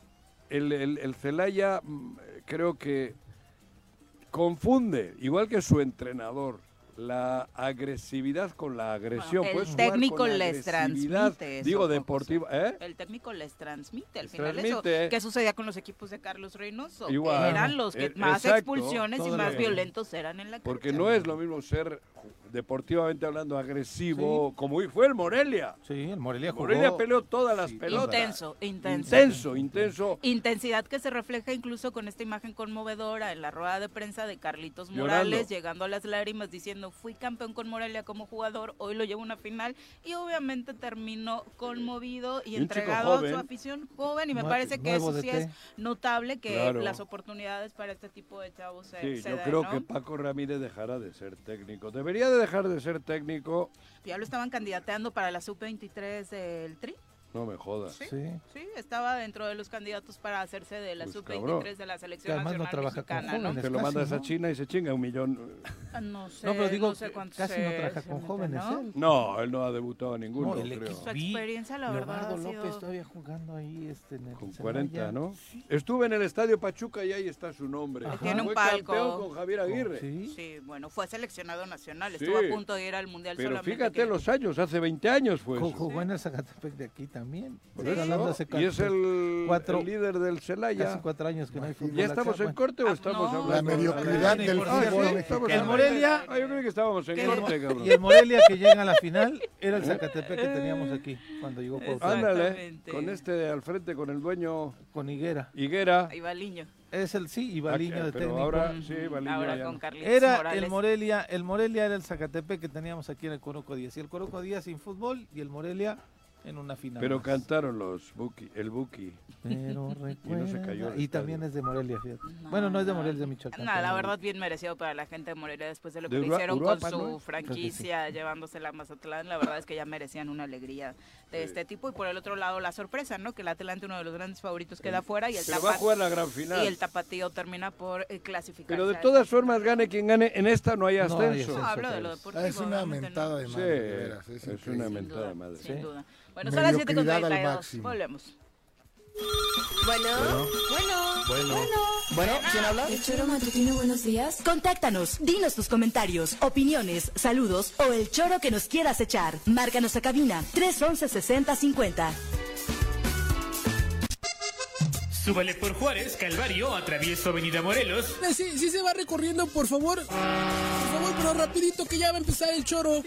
Speaker 5: el Celaya creo que confunde, igual que su entrenador, la agresividad con la agresión.
Speaker 4: Bueno, el
Speaker 5: Puedes jugar
Speaker 4: técnico
Speaker 5: con
Speaker 4: les
Speaker 5: agresividad,
Speaker 4: transmite eso,
Speaker 5: digo,
Speaker 4: Juan
Speaker 5: deportiva. ¿Eh?
Speaker 4: El técnico les transmite al
Speaker 5: Les
Speaker 4: final
Speaker 5: transmite.
Speaker 4: eso. ¿Qué sucedía con los equipos de Carlos Reynoso?
Speaker 5: Igual.
Speaker 4: Eran los que más
Speaker 5: Exacto.
Speaker 4: expulsiones y
Speaker 7: Todo
Speaker 4: más
Speaker 7: lo-
Speaker 4: violentos eran en la cancha.
Speaker 5: Porque no es lo mismo ser deportivamente hablando agresivo como fue el Morelia.
Speaker 7: Sí, el Morelia jugó.
Speaker 5: Morelia peleó todas las
Speaker 7: Sí,
Speaker 5: pelotas.
Speaker 4: Intenso.
Speaker 5: Intenso.
Speaker 4: Intensidad que se refleja incluso con esta imagen conmovedora en la rueda de prensa de Carlitos
Speaker 5: Llorando.
Speaker 4: Morales, llegando a las lágrimas diciendo, fui campeón con Morelia como jugador, hoy lo llevo a una final, y obviamente terminó conmovido y
Speaker 5: Un chico
Speaker 4: entregado a
Speaker 5: joven.
Speaker 4: su afición joven, y me
Speaker 7: Nue-
Speaker 4: parece que
Speaker 7: nuevo
Speaker 4: eso sí
Speaker 7: DT.
Speaker 4: es notable, que
Speaker 5: Claro.
Speaker 4: las oportunidades para este tipo de chavos se
Speaker 5: Sí, yo
Speaker 4: den,
Speaker 5: creo
Speaker 4: ¿no?
Speaker 5: que Paco Ramírez dejará de ser técnico. Debería de dejar de ser técnico.
Speaker 4: Ya lo estaban candidateando para la sub-23 del Tri.
Speaker 5: No me jodas.
Speaker 4: Sí.
Speaker 7: Sí.
Speaker 4: Sí, estaba dentro de los candidatos para hacerse de la
Speaker 5: Pues,
Speaker 4: sub-23
Speaker 5: cabrón.
Speaker 4: de la
Speaker 7: Que
Speaker 4: selección
Speaker 7: además no
Speaker 4: nacional
Speaker 7: trabaja con
Speaker 4: mexicana, ¿no?
Speaker 7: jóvenes.
Speaker 5: Te lo
Speaker 7: casi,
Speaker 5: mandas a
Speaker 7: ¿no?
Speaker 5: China y se chinga 1 millón.
Speaker 4: No sé,
Speaker 7: No, pero digo,
Speaker 4: no sé
Speaker 7: que
Speaker 4: cuántos
Speaker 7: casi no
Speaker 4: se-
Speaker 7: trabaja
Speaker 4: se
Speaker 7: con
Speaker 4: meten,
Speaker 7: jóvenes
Speaker 4: ¿no?
Speaker 7: él.
Speaker 5: No, él no ha debutado a ninguno,
Speaker 7: No, el
Speaker 5: creo.
Speaker 7: equipo-
Speaker 4: Su experiencia, la verdad,
Speaker 7: Leonardo
Speaker 4: ha sido-
Speaker 7: López todavía jugando ahí en el
Speaker 5: Con
Speaker 7: Celaya.
Speaker 5: 40, ¿no? Estuve en el Estadio Pachuca y ahí está su nombre.
Speaker 7: Ajá.
Speaker 4: Tiene un
Speaker 5: Fue
Speaker 4: palco.
Speaker 5: campeón con Javier Aguirre.
Speaker 7: Sí.
Speaker 4: Sí, bueno, fue seleccionado nacional,
Speaker 5: Sí.
Speaker 4: estuvo a punto de ir al Mundial
Speaker 5: Pero
Speaker 4: solamente
Speaker 5: fíjate
Speaker 4: que-
Speaker 5: los años, hace 20 años fue eso.
Speaker 7: Jugó en el Zacatepec de aquí también.
Speaker 5: Por
Speaker 7: Estoy
Speaker 5: eso,
Speaker 7: hablando hace
Speaker 5: y es el
Speaker 7: cuatro-
Speaker 5: líder del
Speaker 7: casi
Speaker 5: Celaya.
Speaker 7: 4 años que no hay fútbol.
Speaker 5: ¿Ya estamos
Speaker 7: acá.
Speaker 5: en corte o
Speaker 4: Ah,
Speaker 5: estamos
Speaker 4: no.
Speaker 5: hablando?
Speaker 8: La mediocridad
Speaker 7: Ni
Speaker 8: del
Speaker 7: por
Speaker 5: Ah,
Speaker 7: cierto,
Speaker 8: fútbol
Speaker 5: sí,
Speaker 8: mexicano.
Speaker 5: estamos
Speaker 7: El
Speaker 5: en
Speaker 7: Morelia-
Speaker 5: corte. Ah, yo creí que estábamos en
Speaker 7: Que-
Speaker 5: corte, cabrón.
Speaker 7: Y el Morelia que llega a la final era el Zacatepec que teníamos aquí cuando llegó Cuauhtémoc
Speaker 5: Ándale,
Speaker 4: Exactamente.
Speaker 5: con este al frente, con el dueño
Speaker 7: con Higuera.
Speaker 5: Higuera.
Speaker 4: Ahí va Liño.
Speaker 7: Es el sí, y Baliño de
Speaker 5: pero
Speaker 7: técnico.
Speaker 5: ahora sí, Baliño
Speaker 4: Ahora
Speaker 5: ya
Speaker 4: con
Speaker 5: no.
Speaker 4: Carlitos
Speaker 7: Era
Speaker 4: Morales.
Speaker 7: el Morelia era el Zacatepec que teníamos aquí en el Coruco 10. Y el Coruco 10 sin fútbol y el Morelia en una final.
Speaker 5: Pero
Speaker 7: más.
Speaker 5: cantaron el Buki.
Speaker 7: Pero
Speaker 5: no se cayó el
Speaker 7: y
Speaker 5: estadio.
Speaker 7: también es de Morelia, fíjate. Bueno, no es de Morelia, es de Michoacán.
Speaker 4: No, la
Speaker 7: pero-
Speaker 4: verdad bien merecido para la gente de Morelia después de lo que
Speaker 5: De
Speaker 4: le hicieron
Speaker 5: Uruapan,
Speaker 4: con su
Speaker 5: ¿no?
Speaker 4: franquicia llevándosela a Mazatlán. La verdad es que ya merecían una alegría de este tipo. Y por el otro lado, la sorpresa, ¿no? Que el Atlante, uno de los grandes favoritos, queda fuera y el,
Speaker 5: Pero va a jugar la gran final.
Speaker 4: y el Tapatío termina por clasificar.
Speaker 5: Pero de todas formas, gane quien gane, en esta no hay
Speaker 7: No hay
Speaker 5: ascenso.
Speaker 7: ascenso.
Speaker 4: No, hablo de lo deportivo.
Speaker 8: Es una
Speaker 4: obviamente,
Speaker 8: mentada
Speaker 4: ¿no?
Speaker 8: de
Speaker 5: Sí,
Speaker 8: madre, de veras.
Speaker 5: es
Speaker 8: increíble.
Speaker 5: una mentada de madre.
Speaker 4: Sin
Speaker 7: Sí.
Speaker 4: duda. Bueno, son las
Speaker 8: Mediocridad al
Speaker 4: 7:32.
Speaker 8: máximo.
Speaker 4: Volvemos.
Speaker 6: Bueno, ¿quién habla?
Speaker 9: El Choro Matutino, buenos días. Contáctanos, dinos tus comentarios, opiniones, saludos o el choro que nos quieras echar. Márcanos a cabina 311-6050.
Speaker 10: Súbale por Juárez, Calvario, atravieso Avenida Morelos.
Speaker 6: Sí se va recorriendo, por favor. Por favor, pero rapidito que ya va a empezar el choro.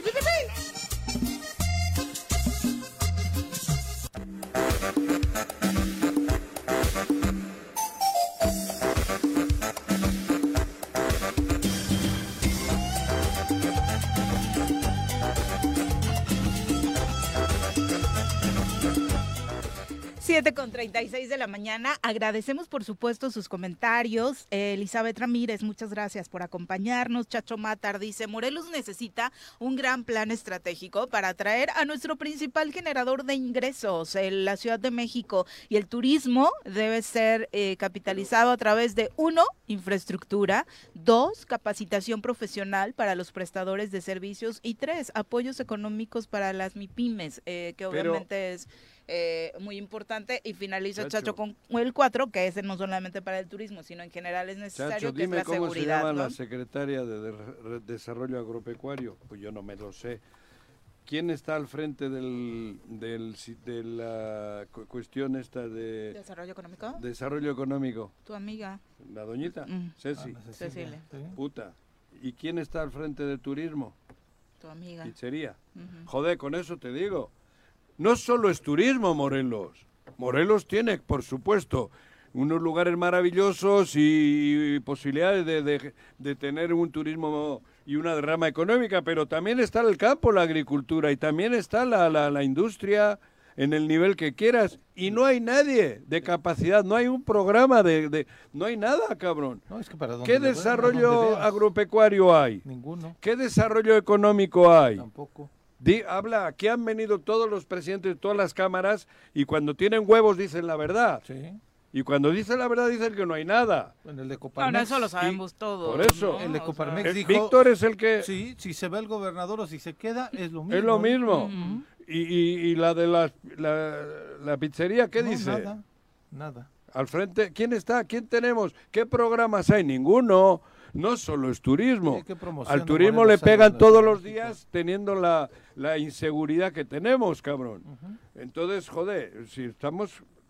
Speaker 4: 7:36 de la mañana. Agradecemos, por supuesto, sus comentarios. Elizabeth Ramírez, muchas gracias por acompañarnos. Chacho Matar dice, Morelos necesita un gran plan estratégico para atraer a nuestro principal generador de ingresos, la Ciudad de México, y el turismo debe ser capitalizado a través de 1, infraestructura, 2, capacitación profesional para los prestadores de servicios y 3, apoyos económicos para las MIPYMES, que obviamente es muy importante. Y finaliza Chacho con el 4, que ese no solamente para el turismo, sino en general es necesario,
Speaker 5: Chacho,
Speaker 4: que es
Speaker 5: dime
Speaker 4: la
Speaker 5: cómo
Speaker 4: seguridad,
Speaker 5: se llama
Speaker 4: ¿no?
Speaker 5: la secretaria de Desarrollo Agropecuario. Pues yo no me lo sé. ¿Quién está al frente de la cuestión esta de
Speaker 4: ¿Desarrollo económico?
Speaker 5: desarrollo económico?
Speaker 4: Tu amiga.
Speaker 5: La doñita, Ceci.
Speaker 4: Cecilia.
Speaker 5: Puta. ¿Y quién está al frente de turismo?
Speaker 4: Tu amiga.
Speaker 5: Pizzería.
Speaker 4: Ujú.
Speaker 5: Joder, con eso te digo. No solo es turismo Morelos. Morelos tiene, por supuesto, unos lugares maravillosos y posibilidades de tener un turismo y una derrama económica, pero también está el campo, la agricultura, y también está la industria en el nivel que quieras, y no hay nadie de capacidad, no hay un programa no hay nada, cabrón.
Speaker 7: No, es que para
Speaker 5: ¿Qué
Speaker 7: donde
Speaker 5: desarrollo agropecuario hay?
Speaker 7: Ninguno.
Speaker 5: ¿Qué desarrollo económico hay?
Speaker 7: Tampoco.
Speaker 5: Habla, aquí han venido todos los presidentes de todas las cámaras y cuando tienen huevos dicen la verdad.
Speaker 7: Sí.
Speaker 5: Y cuando dicen la verdad dicen que no hay nada.
Speaker 7: En el de Coparmex.
Speaker 4: Bueno, eso lo sabemos todos.
Speaker 5: Por eso.
Speaker 4: ¿no?
Speaker 7: El de
Speaker 4: O
Speaker 7: Coparmex
Speaker 4: sea,
Speaker 7: dijo...
Speaker 5: Víctor es el que...
Speaker 7: Sí, si se va el gobernador o si se queda, es lo mismo.
Speaker 5: Es lo mismo.
Speaker 4: Ujú.
Speaker 5: Y la de la pizzería, ¿qué
Speaker 7: No,
Speaker 5: dice?
Speaker 7: Nada.
Speaker 5: Al frente, ¿quién está? ¿Quién tenemos? ¿Qué programas hay? Ninguno. No solo es turismo.
Speaker 7: Sí, ¿qué promoción
Speaker 5: Al turismo
Speaker 7: de
Speaker 5: le
Speaker 7: Morelos hay
Speaker 5: pegan
Speaker 7: en
Speaker 5: todos
Speaker 7: la
Speaker 5: los
Speaker 7: Ciudad de
Speaker 5: días teniendo la inseguridad que tenemos, cabrón.
Speaker 7: Ujú.
Speaker 5: Entonces, joder, si estamos...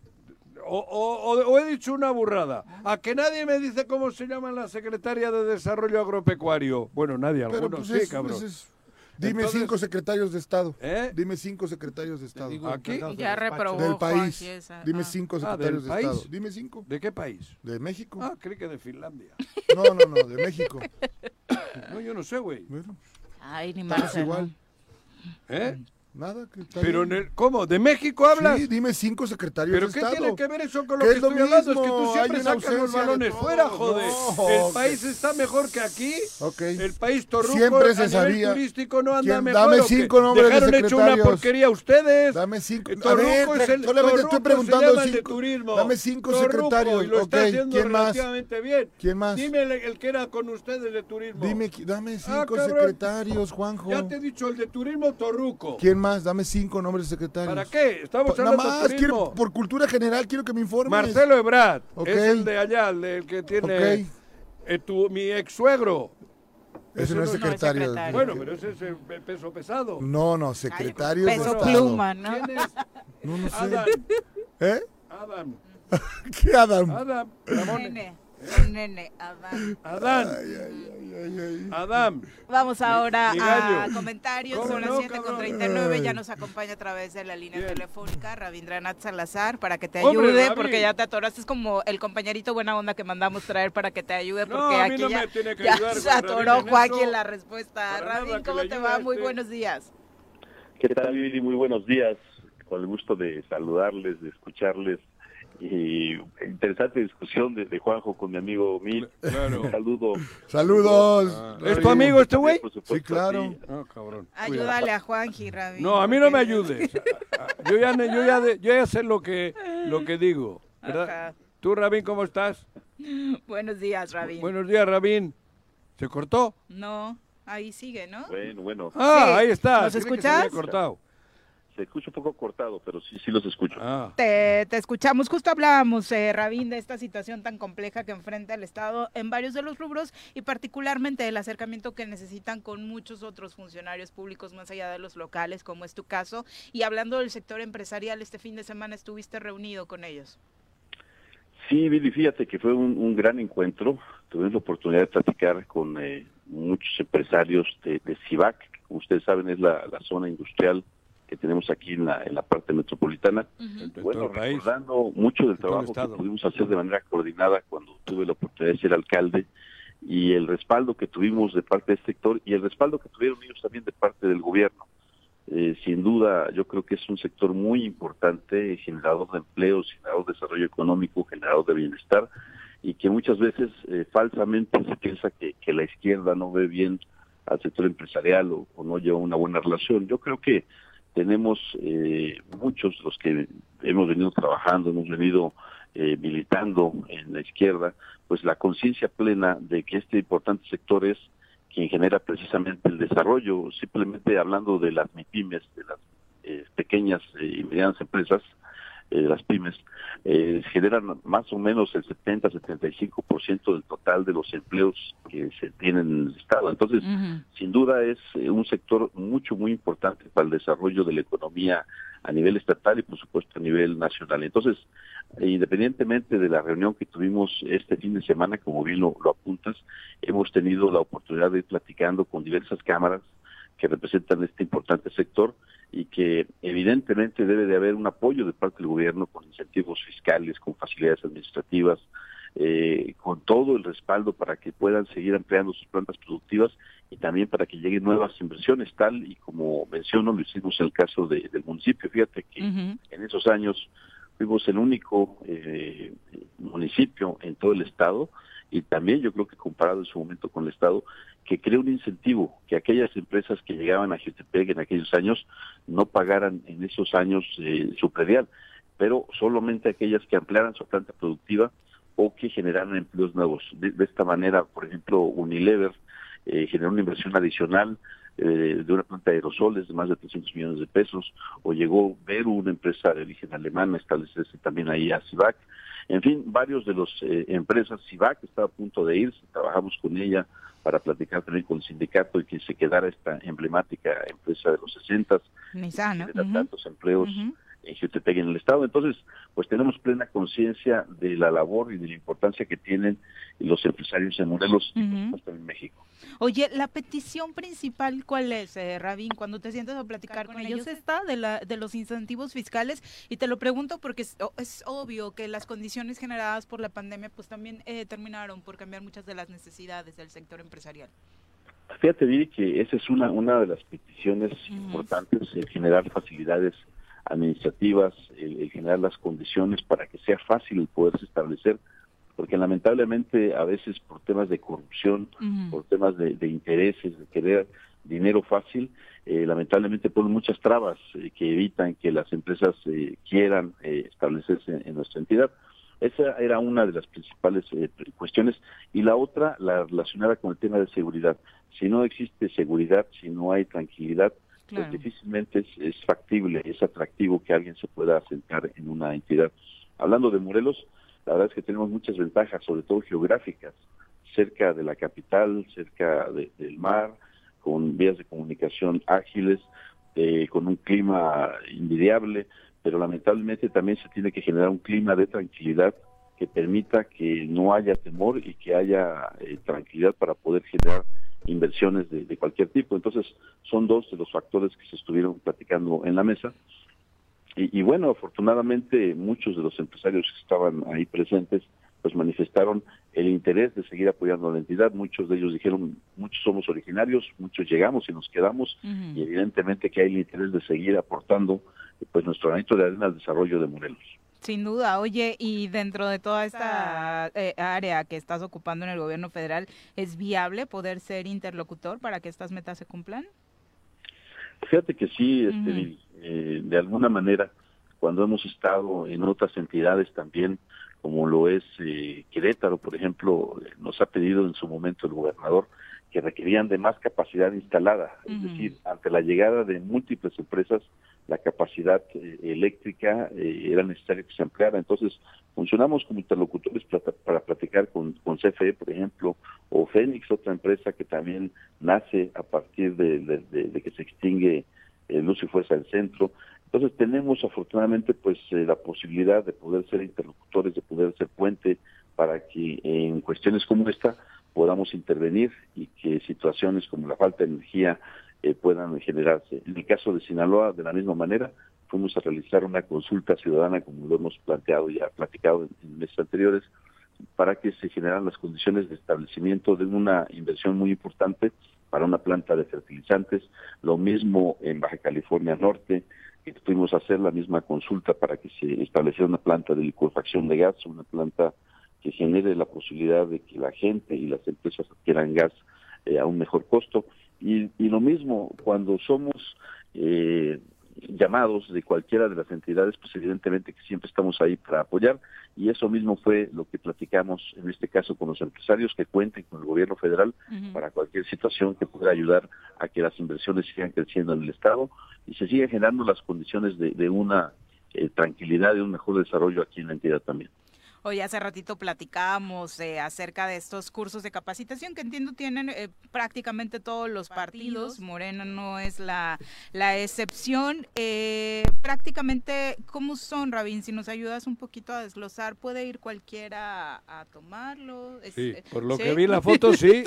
Speaker 5: O he dicho una burrada. A que nadie me dice cómo se llama la secretaria de Desarrollo Agropecuario. Bueno, nadie,
Speaker 8: Pero
Speaker 5: algunos
Speaker 8: pues
Speaker 5: sí, cabrón.
Speaker 8: Dime
Speaker 5: Entonces-
Speaker 8: 5 secretarios de Estado.
Speaker 5: ¿Eh?
Speaker 8: Dime 5 secretarios de Estado.
Speaker 7: digo,
Speaker 5: ¿Aquí?
Speaker 7: encargados de
Speaker 4: Ya
Speaker 7: despacho.
Speaker 4: reprobó.
Speaker 8: Del
Speaker 4: Ojo,
Speaker 8: país.
Speaker 4: así es,
Speaker 8: Dime
Speaker 4: ah.
Speaker 8: 5
Speaker 5: Ah,
Speaker 8: secretarios
Speaker 5: ¿del
Speaker 8: de Estado.
Speaker 5: país?
Speaker 8: Dime 5.
Speaker 5: ¿De qué país?
Speaker 8: De México.
Speaker 5: Ah, creí que de Finlandia.
Speaker 8: No, de México.
Speaker 5: No, yo no sé, güey.
Speaker 8: Bueno,
Speaker 4: Ay, ni
Speaker 8: estamos
Speaker 4: Marcelo.
Speaker 8: igual.
Speaker 5: ¿Eh?
Speaker 8: Nada, que está
Speaker 5: Pero,
Speaker 8: bien.
Speaker 5: ¿cómo? ¿De México hablas?
Speaker 8: Sí, dime 5 secretarios
Speaker 5: ¿Pero
Speaker 8: de
Speaker 5: qué
Speaker 8: Estado.
Speaker 5: tiene que ver eso con lo
Speaker 8: ¿Qué
Speaker 5: que
Speaker 8: es lo
Speaker 5: estoy hablando? Es que
Speaker 8: mismo?
Speaker 5: tú siempre
Speaker 8: Hay una
Speaker 5: sacas los
Speaker 8: ausencia de
Speaker 5: balones
Speaker 8: todo.
Speaker 5: fuera, joder.
Speaker 8: No,
Speaker 5: El
Speaker 8: que-
Speaker 5: país está mejor que aquí.
Speaker 8: Ok.
Speaker 5: El país torruco
Speaker 8: Siempre se
Speaker 5: a nivel
Speaker 8: sabía.
Speaker 5: turístico no anda
Speaker 8: ¿Quién?
Speaker 5: mejor.
Speaker 8: Dame
Speaker 5: ¿o qué?
Speaker 8: 5 nombres de
Speaker 5: Dejaron hecho una
Speaker 8: secretarios.
Speaker 5: porquería ustedes.
Speaker 8: Dame 5.
Speaker 5: Torruco es el
Speaker 8: solamente
Speaker 5: Torruco
Speaker 8: estoy
Speaker 5: se
Speaker 8: preguntando
Speaker 5: llama el de
Speaker 8: 5.
Speaker 5: turismo.
Speaker 8: Dame 5
Speaker 5: Torruco,
Speaker 8: secretarios.
Speaker 5: y lo está
Speaker 8: Ok,
Speaker 5: haciendo
Speaker 8: ¿quién más?
Speaker 5: relativamente bien.
Speaker 8: ¿Quién más?
Speaker 5: Dime el que era con ustedes de turismo.
Speaker 8: Dame 5
Speaker 5: cabrón.
Speaker 8: secretarios, Juanjo.
Speaker 5: Ya te he dicho el de turismo Torruco.
Speaker 8: ¿Quién más? Dame 5 nombres de secretarios.
Speaker 5: ¿Para qué? Estamos
Speaker 8: Nada
Speaker 5: hablando de
Speaker 8: más,
Speaker 5: turismo.
Speaker 8: por cultura general, quiero que me informes.
Speaker 5: Marcelo Ebrard,
Speaker 8: Ok.
Speaker 5: es el de allá, el que tiene mi ex suegro.
Speaker 8: Ese no es secretario.
Speaker 4: secretario.
Speaker 5: Bueno, pero ese es el peso pesado.
Speaker 8: No, secretario de
Speaker 4: Peso
Speaker 8: Estado.
Speaker 4: pluma, ¿no?
Speaker 5: ¿Quién es?
Speaker 8: No sé.
Speaker 5: Adam.
Speaker 8: ¿Eh?
Speaker 5: Adam.
Speaker 8: ¿Qué Adam?
Speaker 5: Adam. Ramón.
Speaker 4: Nene, nene, Adán.
Speaker 5: Adán. Adam.
Speaker 4: Vamos ahora
Speaker 5: mi
Speaker 4: a
Speaker 5: gallo.
Speaker 4: comentarios.
Speaker 5: ¿Cómo
Speaker 4: Son las
Speaker 5: no,
Speaker 4: 7:39. Ya nos acompaña a través de la línea
Speaker 5: Bien.
Speaker 4: telefónica Rabindranath Salazar para que te
Speaker 5: ¡Hombre,
Speaker 4: ayude,
Speaker 5: Rabin!
Speaker 4: porque ya te atoraste. Es como el compañerito buena onda que mandamos traer para que te ayude,
Speaker 5: No,
Speaker 4: porque
Speaker 5: a mí
Speaker 4: aquí
Speaker 5: no
Speaker 4: ya,
Speaker 5: me tiene que
Speaker 4: ya
Speaker 5: ayudar
Speaker 4: se
Speaker 5: con Rabin
Speaker 4: atoró
Speaker 5: en
Speaker 4: Joaquín
Speaker 5: eso.
Speaker 4: en la respuesta.
Speaker 5: Para nada
Speaker 4: Rabin,
Speaker 5: que
Speaker 4: ¿cómo
Speaker 5: le
Speaker 4: te
Speaker 5: ayude
Speaker 4: va?
Speaker 5: a
Speaker 4: Muy
Speaker 5: este.
Speaker 4: buenos días.
Speaker 11: ¿Qué tal, Viri? Muy buenos días. Con el gusto de saludarles, de escucharles. Y interesante discusión de Juanjo con mi amigo Mil.
Speaker 5: Claro.
Speaker 11: Un saludo.
Speaker 8: Saludos.
Speaker 5: ¿Es tu amigo este güey?
Speaker 11: Por supuesto,
Speaker 8: Sí, claro.
Speaker 11: a ti.
Speaker 5: No, cabrón.
Speaker 4: Ayúdale a Juanji, Rabin.
Speaker 5: No, a mí no me
Speaker 4: porque-
Speaker 5: ayudes. Yo ya sé lo que digo, ¿verdad?
Speaker 4: Ajá.
Speaker 5: Tú, Rabín, ¿cómo estás?
Speaker 4: Buenos días, Rabin.
Speaker 5: Buenos días, Rabín. ¿Se cortó?
Speaker 4: No, ahí sigue, ¿no?
Speaker 11: Bueno.
Speaker 5: Ah,
Speaker 4: Sí.
Speaker 5: ahí está.
Speaker 4: ¿Nos
Speaker 5: Tiene que
Speaker 4: escuchas?
Speaker 5: ser cortado.
Speaker 11: Se escucha un poco cortado, pero sí los escucho.
Speaker 5: Ah.
Speaker 4: Te escuchamos, justo hablábamos, Rabín, de esta situación tan compleja que enfrenta el Estado en varios de los rubros y particularmente del acercamiento que necesitan con muchos otros funcionarios públicos más allá de los locales, como es tu caso. Y hablando del sector empresarial, este fin de semana estuviste reunido con ellos.
Speaker 11: Sí, Viri, fíjate que fue un gran encuentro. Tuvimos la oportunidad de platicar con muchos empresarios de CIVAC, que como ustedes saben es la zona industrial que tenemos aquí en la parte metropolitana.
Speaker 5: En todo
Speaker 11: Bueno,
Speaker 5: el país.
Speaker 11: recordando mucho del
Speaker 5: todo el
Speaker 11: trabajo que
Speaker 5: estado.
Speaker 11: pudimos hacer de manera coordinada cuando tuve la oportunidad de ser alcalde y el respaldo que tuvimos de parte del sector y el respaldo que tuvieron ellos también de parte del gobierno. Sin duda, yo creo que es un sector muy importante, generador de empleos, generador de desarrollo económico, generador de bienestar, y que muchas veces falsamente se piensa que la izquierda no ve bien al sector empresarial o no lleva una buena relación. Yo creo que tenemos muchos los que hemos venido trabajando, hemos venido militando en la izquierda, pues la conciencia plena de que este importante sector es quien genera precisamente el desarrollo. Simplemente hablando de las MIPYMES, de las pequeñas y medianas empresas, las pymes, generan más o menos el 70-75% del total de los empleos que se tienen en el Estado. Entonces, sin duda es un sector muy importante para el desarrollo de la economía a nivel estatal y por supuesto a nivel nacional. Entonces, independientemente de la reunión que tuvimos este fin de semana, como bien lo apuntas, hemos tenido la oportunidad de ir platicando con diversas cámaras que representan este importante sector y que evidentemente debe de haber un apoyo de parte del gobierno con incentivos fiscales, con facilidades administrativas, con todo el respaldo para que puedan seguir ampliando sus plantas productivas y también para que lleguen nuevas inversiones, tal y como menciono, lo hicimos en el caso del municipio. Fíjate que en esos años fuimos el único municipio en todo el estado y también yo creo que comparado en su momento con el estado, que creó un incentivo, que aquellas empresas que llegaban a Jutepec en aquellos años no pagaran en esos años su predial, pero solamente aquellas que ampliaran su planta productiva o que generaran empleos nuevos. De esta manera, por ejemplo, Unilever generó una inversión adicional de una planta de aerosoles de más de 300 millones de pesos, o llegó Veru, una empresa de origen alemán, a establecerse también ahí a CIVAC. En fin, varios de los empresas, CIVAC estaba a punto de irse, trabajamos con ella para platicar también con el sindicato y que se quedara esta emblemática empresa de los 60,
Speaker 4: Nissan, ¿no?
Speaker 11: que genera tantos empleos en Jutepec, en el estado. Entonces, pues tenemos plena conciencia de la labor y de la importancia que tienen los empresarios en Morelos y por supuesto en México.
Speaker 4: Oye, la petición principal, ¿cuál es, Rabín? Cuando te sientas a platicar con ellos, está de los incentivos fiscales, y te lo pregunto porque es obvio que las condiciones generadas por la pandemia pues también terminaron por cambiar muchas de las necesidades del sector empresarial.
Speaker 11: Fíjate, Viri, que esa es una de las peticiones importantes, el generar facilidades administrativas, el generar las condiciones para que sea fácil el poderse establecer, porque lamentablemente a veces por temas de corrupción, por temas de intereses, de querer dinero fácil, lamentablemente ponen muchas trabas que evitan que las empresas quieran establecerse en nuestra entidad. Esa era una de las principales cuestiones. Y la otra, la relacionada con el tema de seguridad. Si no existe seguridad, si no hay tranquilidad, pues difícilmente es factible, es atractivo que alguien se pueda asentar en una entidad. Hablando de Morelos, la verdad es que tenemos muchas ventajas, sobre todo geográficas, cerca de la capital, cerca del mar, con vías de comunicación ágiles, con un clima envidiable, pero lamentablemente también se tiene que generar un clima de tranquilidad que permita que no haya temor y que haya tranquilidad para poder generar inversiones de cualquier tipo. Entonces, son dos de los factores que se estuvieron platicando en la mesa. Y bueno, afortunadamente muchos de los empresarios que estaban ahí presentes pues manifestaron el interés de seguir apoyando a la entidad. Muchos de ellos dijeron, muchos somos originarios, muchos llegamos y nos quedamos, y evidentemente que hay el interés de seguir aportando pues nuestro granito de arena al desarrollo de Morelos.
Speaker 4: Sin duda. Oye, y dentro de toda esta área que estás ocupando en el gobierno federal, ¿es viable poder ser interlocutor para que estas metas se cumplan?
Speaker 11: Fíjate que sí, de alguna manera, cuando hemos estado en otras entidades también, como lo es Querétaro, por ejemplo, nos ha pedido en su momento el gobernador que requerían de más capacidad instalada, es decir, ante la llegada de múltiples empresas, la capacidad eléctrica era necesaria que se ampliara. Entonces, funcionamos como interlocutores para platicar con CFE, por ejemplo, o Fénix, otra empresa que también nace a partir de que se extingue Luz y Fuerza del Centro. Entonces, tenemos afortunadamente pues la posibilidad de poder ser interlocutores, de poder ser puente para que en cuestiones como esta podamos intervenir y que situaciones como la falta de energía puedan generarse. En el caso de Sinaloa, de la misma manera, fuimos a realizar una consulta ciudadana, como lo hemos planteado y platicado en meses anteriores, para que se generaran las condiciones de establecimiento de una inversión muy importante para una planta de fertilizantes. Lo mismo en Baja California Norte, que tuvimos a hacer la misma consulta para que se estableciera una planta de licuefacción de gas, una planta que genere la posibilidad de que la gente y las empresas adquieran gas a un mejor costo. Y lo mismo, cuando somos llamados de cualquiera de las entidades, pues evidentemente que siempre estamos ahí para apoyar, y eso mismo fue lo que platicamos en este caso con los empresarios, que cuenten con el gobierno federal para cualquier situación que pueda ayudar a que las inversiones sigan creciendo en el Estado y se sigan generando las condiciones de una tranquilidad y un mejor desarrollo aquí en la entidad también.
Speaker 4: Hoy hace ratito platicábamos acerca de estos cursos de capacitación que entiendo tienen prácticamente todos los partidos. Morena no es la excepción. Prácticamente, ¿cómo son, Rabín? Si nos ayudas un poquito a desglosar, ¿puede ir cualquiera a tomarlo?
Speaker 5: Sí, por lo que vi la foto, sí.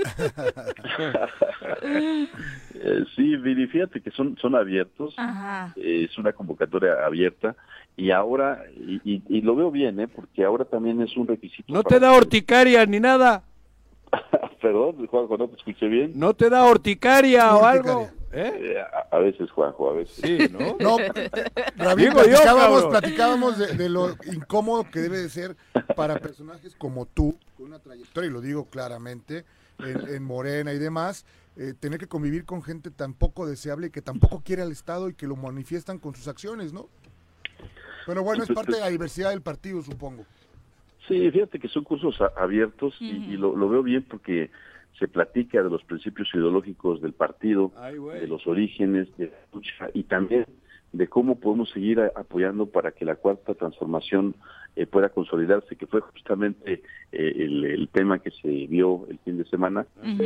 Speaker 11: Sí, Viri, fíjate que son abiertos. Ajá. Es una convocatoria abierta. Y ahora, y lo veo bien, porque ahora también es un requisito.
Speaker 5: ¿No te da urticaria ni nada?
Speaker 11: Perdón, Juanjo, ¿no te escuché bien?
Speaker 5: ¿No te da urticaria o algo?
Speaker 11: A veces, Juanjo, a veces.
Speaker 5: Sí, ¿no?
Speaker 8: No, Rabín, platicábamos de lo incómodo que debe de ser para personajes como tú, con una trayectoria, y lo digo claramente, en Morena y demás, tener que convivir con gente tan poco deseable y que tampoco quiere al Estado y que lo manifiestan con sus acciones, ¿no? Pero bueno, es parte de la diversidad del partido, supongo. Sí,
Speaker 11: fíjate que son cursos abiertos y lo veo bien porque se platica de los principios ideológicos del partido, de los orígenes, de la lucha y también de cómo podemos seguir apoyando para que la cuarta transformación pueda consolidarse, que fue justamente el tema que se vio el fin de semana.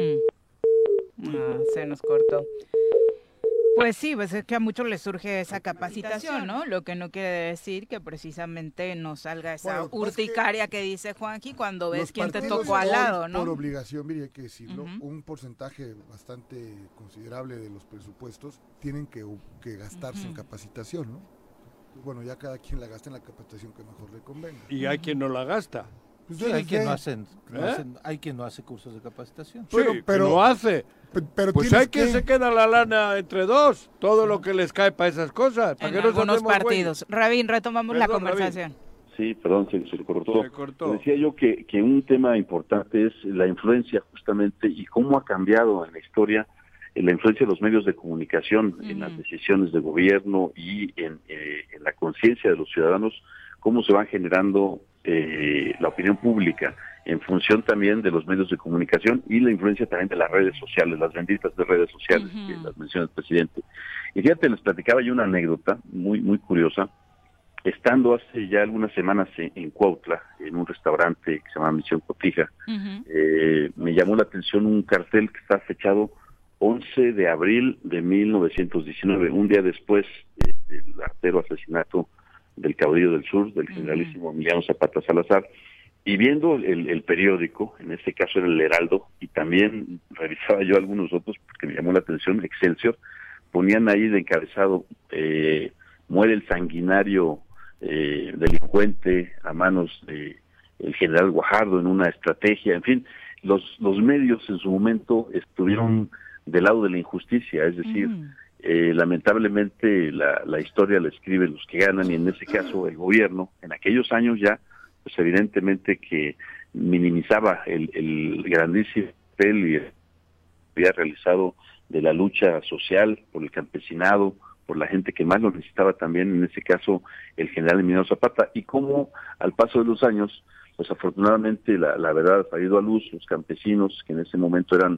Speaker 4: Se nos cortó. Pues sí, pues es que a muchos les surge esa capacitación, ¿no? Lo que no quiere decir que precisamente no salga esa urticaria que dice Juanqui cuando ves quién te tocó al lado, ¿no?
Speaker 8: Por obligación, mire, hay que decirlo, un porcentaje bastante considerable de los presupuestos tienen que gastarse en capacitación, ¿no? Bueno, ya cada quien la gasta en la capacitación que mejor le convenga.
Speaker 5: Y hay quien no la gasta.
Speaker 7: Pues sí, hay quien no hace cursos de capacitación.
Speaker 5: Sí, pero no hace. Pero pues hay quien se queda la lana entre dos, todo lo que les cae para esas cosas. ¿Para
Speaker 4: en algunos partidos. Rabín, retomamos la conversación.
Speaker 11: Rabín. Sí, perdón, se cortó. Decía yo que un tema importante es la influencia justamente y cómo ha cambiado en la historia la influencia de los medios de comunicación en las decisiones de gobierno y en la conciencia de los ciudadanos, cómo se van generando la opinión pública en función también de los medios de comunicación y la influencia también de las redes sociales, las benditas de redes sociales que las menciona el presidente. Y fíjate, les platicaba yo una anécdota muy muy curiosa. Estando hace ya algunas semanas en Cuautla, en un restaurante que se llama Misión Cotija, me llamó la atención un cartel que está fechado 11 de abril de 1919, un día después del artero asesinato del caudillo del sur, del generalísimo Emiliano Zapata Salazar, Y viendo el periódico, en este caso era el Heraldo, y también revisaba yo algunos otros porque me llamó la atención, Excelsior, ponían ahí de encabezado, muere el sanguinario delincuente a manos de el general Guajardo en una estrategia, en fin, los medios en su momento estuvieron del lado de la injusticia, es decir, lamentablemente la historia la escriben los que ganan, y en ese caso el gobierno, en aquellos años ya, pues evidentemente que minimizaba el grandísimo papel y había realizado de la lucha social por el campesinado, por la gente que más lo necesitaba también, en ese caso el general Emiliano Zapata, y cómo al paso de los años, pues afortunadamente la verdad ha salido a luz, los campesinos que en ese momento eran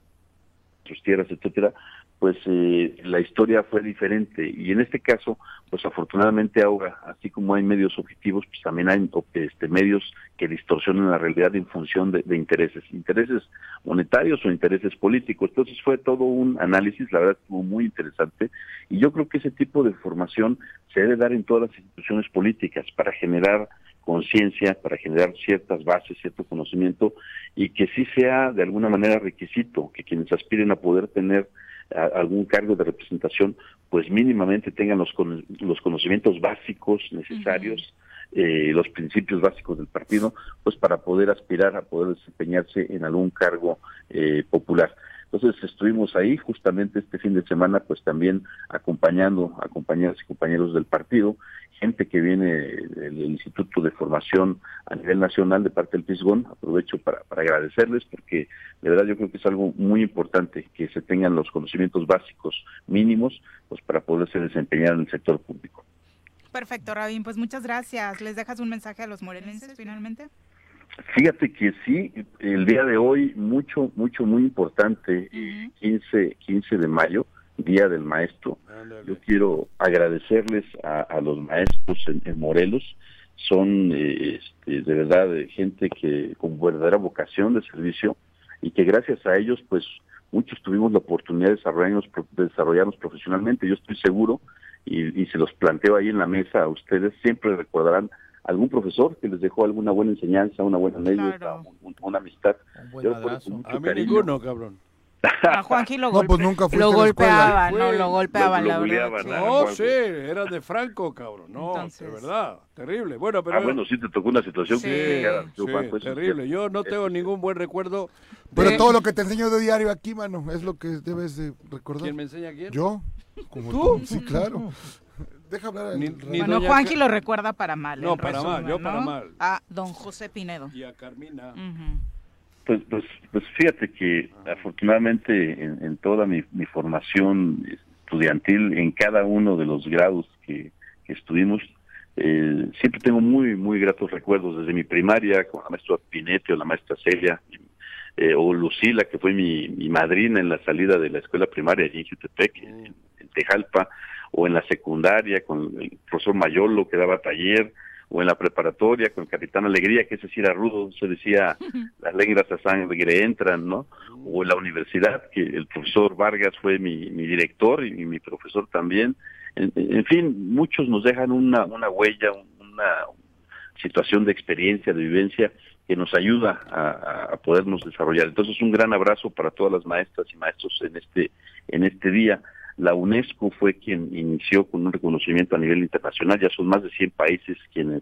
Speaker 11: sus tierras, etcétera, pues la historia fue diferente, y en este caso, pues afortunadamente ahora, así como hay medios objetivos, pues también hay medios que distorsionan la realidad en función de intereses monetarios o intereses políticos. Entonces fue todo un análisis, la verdad estuvo muy interesante, y yo creo que ese tipo de formación se debe dar en todas las instituciones políticas para generar conciencia, para generar ciertas bases, cierto conocimiento, y que sí sea de alguna manera requisito que quienes aspiren a poder tener algún cargo de representación, pues mínimamente tengan los conocimientos básicos necesarios, los principios básicos del partido, pues para poder aspirar a poder desempeñarse en algún cargo popular. Entonces estuvimos ahí justamente este fin de semana, pues también acompañando a compañeras y compañeros del partido, gente que viene del Instituto de Formación a nivel nacional de parte del Pisgón. Aprovecho para agradecerles, porque de verdad yo creo que es algo muy importante que se tengan los conocimientos básicos mínimos, pues para poderse desempeñar en el sector público.
Speaker 4: Perfecto, Rabín, pues muchas gracias. ¿Les dejas un mensaje a los morelenses finalmente?
Speaker 11: Fíjate que sí, el día de hoy muy importante, 15 de mayo, Día del Maestro. Yo quiero agradecerles a los maestros en Morelos. Son de verdad gente que con verdadera vocación de servicio, y que gracias a ellos pues muchos tuvimos la oportunidad de desarrollarnos profesionalmente. Yo estoy seguro, y se los planteo ahí en la mesa a ustedes, siempre recordarán algún profesor que les dejó alguna buena enseñanza, una buena anécdota, claro, una amistad.
Speaker 5: A mí ninguno, cabrón.
Speaker 4: A Juanji lo,
Speaker 8: pues nunca
Speaker 4: lo golpeaban, lo golpeaban, la verdad.
Speaker 5: No, sí, era de Franco, cabrón. No, entonces, de verdad, terrible. Bueno, pero
Speaker 11: bueno, sí te tocó una situación
Speaker 5: complicada. Sí, terrible. Yo no tengo ningún buen recuerdo.
Speaker 8: Pero todo lo que te enseño de diario aquí, mano, es lo que debes de recordar.
Speaker 5: ¿Quién me enseña quién?
Speaker 8: Yo.
Speaker 5: Como ¿Tú?
Speaker 8: Sí, claro. Deja hablar.
Speaker 4: Bueno, Juanji lo recuerda para mal.
Speaker 5: No, para mal, yo para mal.
Speaker 4: A don José Pinedo.
Speaker 5: Y a Carmina.
Speaker 11: Pues fíjate que afortunadamente en toda mi formación estudiantil, en cada uno de los grados que estuvimos, siempre tengo muy gratos recuerdos, desde mi primaria con la maestra Pinete o la maestra Celia, o Lucila, que fue mi madrina en la salida de la escuela primaria allí en Jutepec, en Tejalpa, o en la secundaria con el profesor Mayolo, que daba taller, o en la preparatoria con el capitán Alegría, que ese sí era rudo, se decía las lenguas a sangre entran, ¿no? O en la universidad, que el profesor Vargas fue mi director y mi profesor también. En fin, muchos nos dejan una huella, una situación de experiencia, de vivencia, que nos ayuda a podernos desarrollar. Entonces, un gran abrazo para todas las maestras y maestros en este día. La UNESCO fue quien inició con un reconocimiento a nivel internacional. Ya son más de 100 países quienes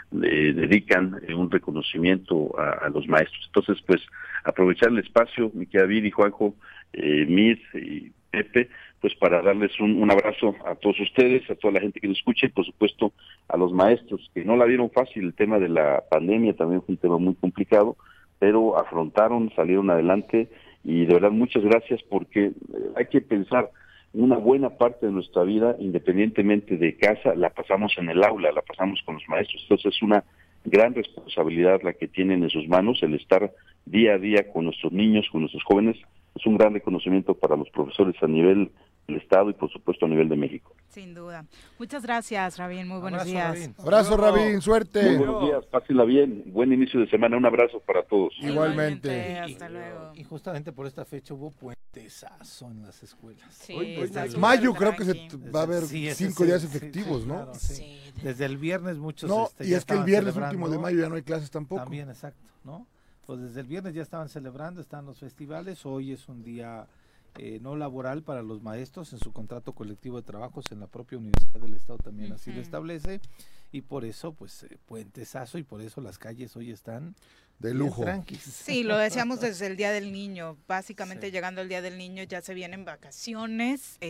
Speaker 11: dedican un reconocimiento a los maestros. Entonces, pues, aprovechar el espacio, mi querida Viri, Juanjo, Mir y Pepe, pues para darles un abrazo a todos ustedes, a toda la gente que nos escucha, y por supuesto a los maestros, que no la vieron fácil. El tema de la pandemia también fue un tema muy complicado, pero afrontaron, salieron adelante, y de verdad muchas gracias, porque hay que pensar, una buena parte de nuestra vida, independientemente de casa, la pasamos en el aula, la pasamos con los maestros. Entonces es una gran responsabilidad la que tienen en sus manos, el estar día a día con nuestros niños, con nuestros jóvenes. Es un gran reconocimiento para los profesores a nivel del Estado y por supuesto a nivel de México.
Speaker 4: Sin duda. Muchas gracias, Rabín. Muy buenos días.
Speaker 8: Rabín. Abrazo, Rabín. Suerte.
Speaker 11: Muy buenos días. Pásenla bien. Buen inicio de semana. Un abrazo para todos.
Speaker 8: Igualmente.
Speaker 4: Hasta luego.
Speaker 7: Y justamente por esta fecha hubo puente. puentesazo en las escuelas.
Speaker 4: Sí,
Speaker 5: Hoy-
Speaker 4: está
Speaker 5: hoy-
Speaker 4: súper
Speaker 8: Mayo creo que
Speaker 4: tranqui.
Speaker 8: va a haber
Speaker 7: Sí, ese
Speaker 8: 5
Speaker 7: sí,
Speaker 8: días
Speaker 7: sí,
Speaker 8: efectivos,
Speaker 7: sí,
Speaker 8: ¿no?
Speaker 7: claro, sí.
Speaker 4: Sí.
Speaker 7: Desde el viernes muchos
Speaker 8: No, y
Speaker 7: ya
Speaker 8: es que el
Speaker 7: estaban
Speaker 8: viernes
Speaker 7: celebrando.
Speaker 8: último de mayo ya no hay clases tampoco.
Speaker 7: También, exacto, ¿no? Pues desde el viernes ya estaban celebrando, están los festivales, hoy es un día no laboral para los maestros en su contrato colectivo de trabajos en la propia Universidad del Estado también así lo
Speaker 4: Ujú.
Speaker 7: establece y por eso pues puentesazo y por eso las calles hoy están
Speaker 8: De
Speaker 7: bien
Speaker 8: lujo.
Speaker 7: tranquis.
Speaker 4: Sí, lo decíamos desde el Día del Niño. Básicamente
Speaker 7: Sí.
Speaker 4: llegando el Día del Niño ya se vienen vacaciones,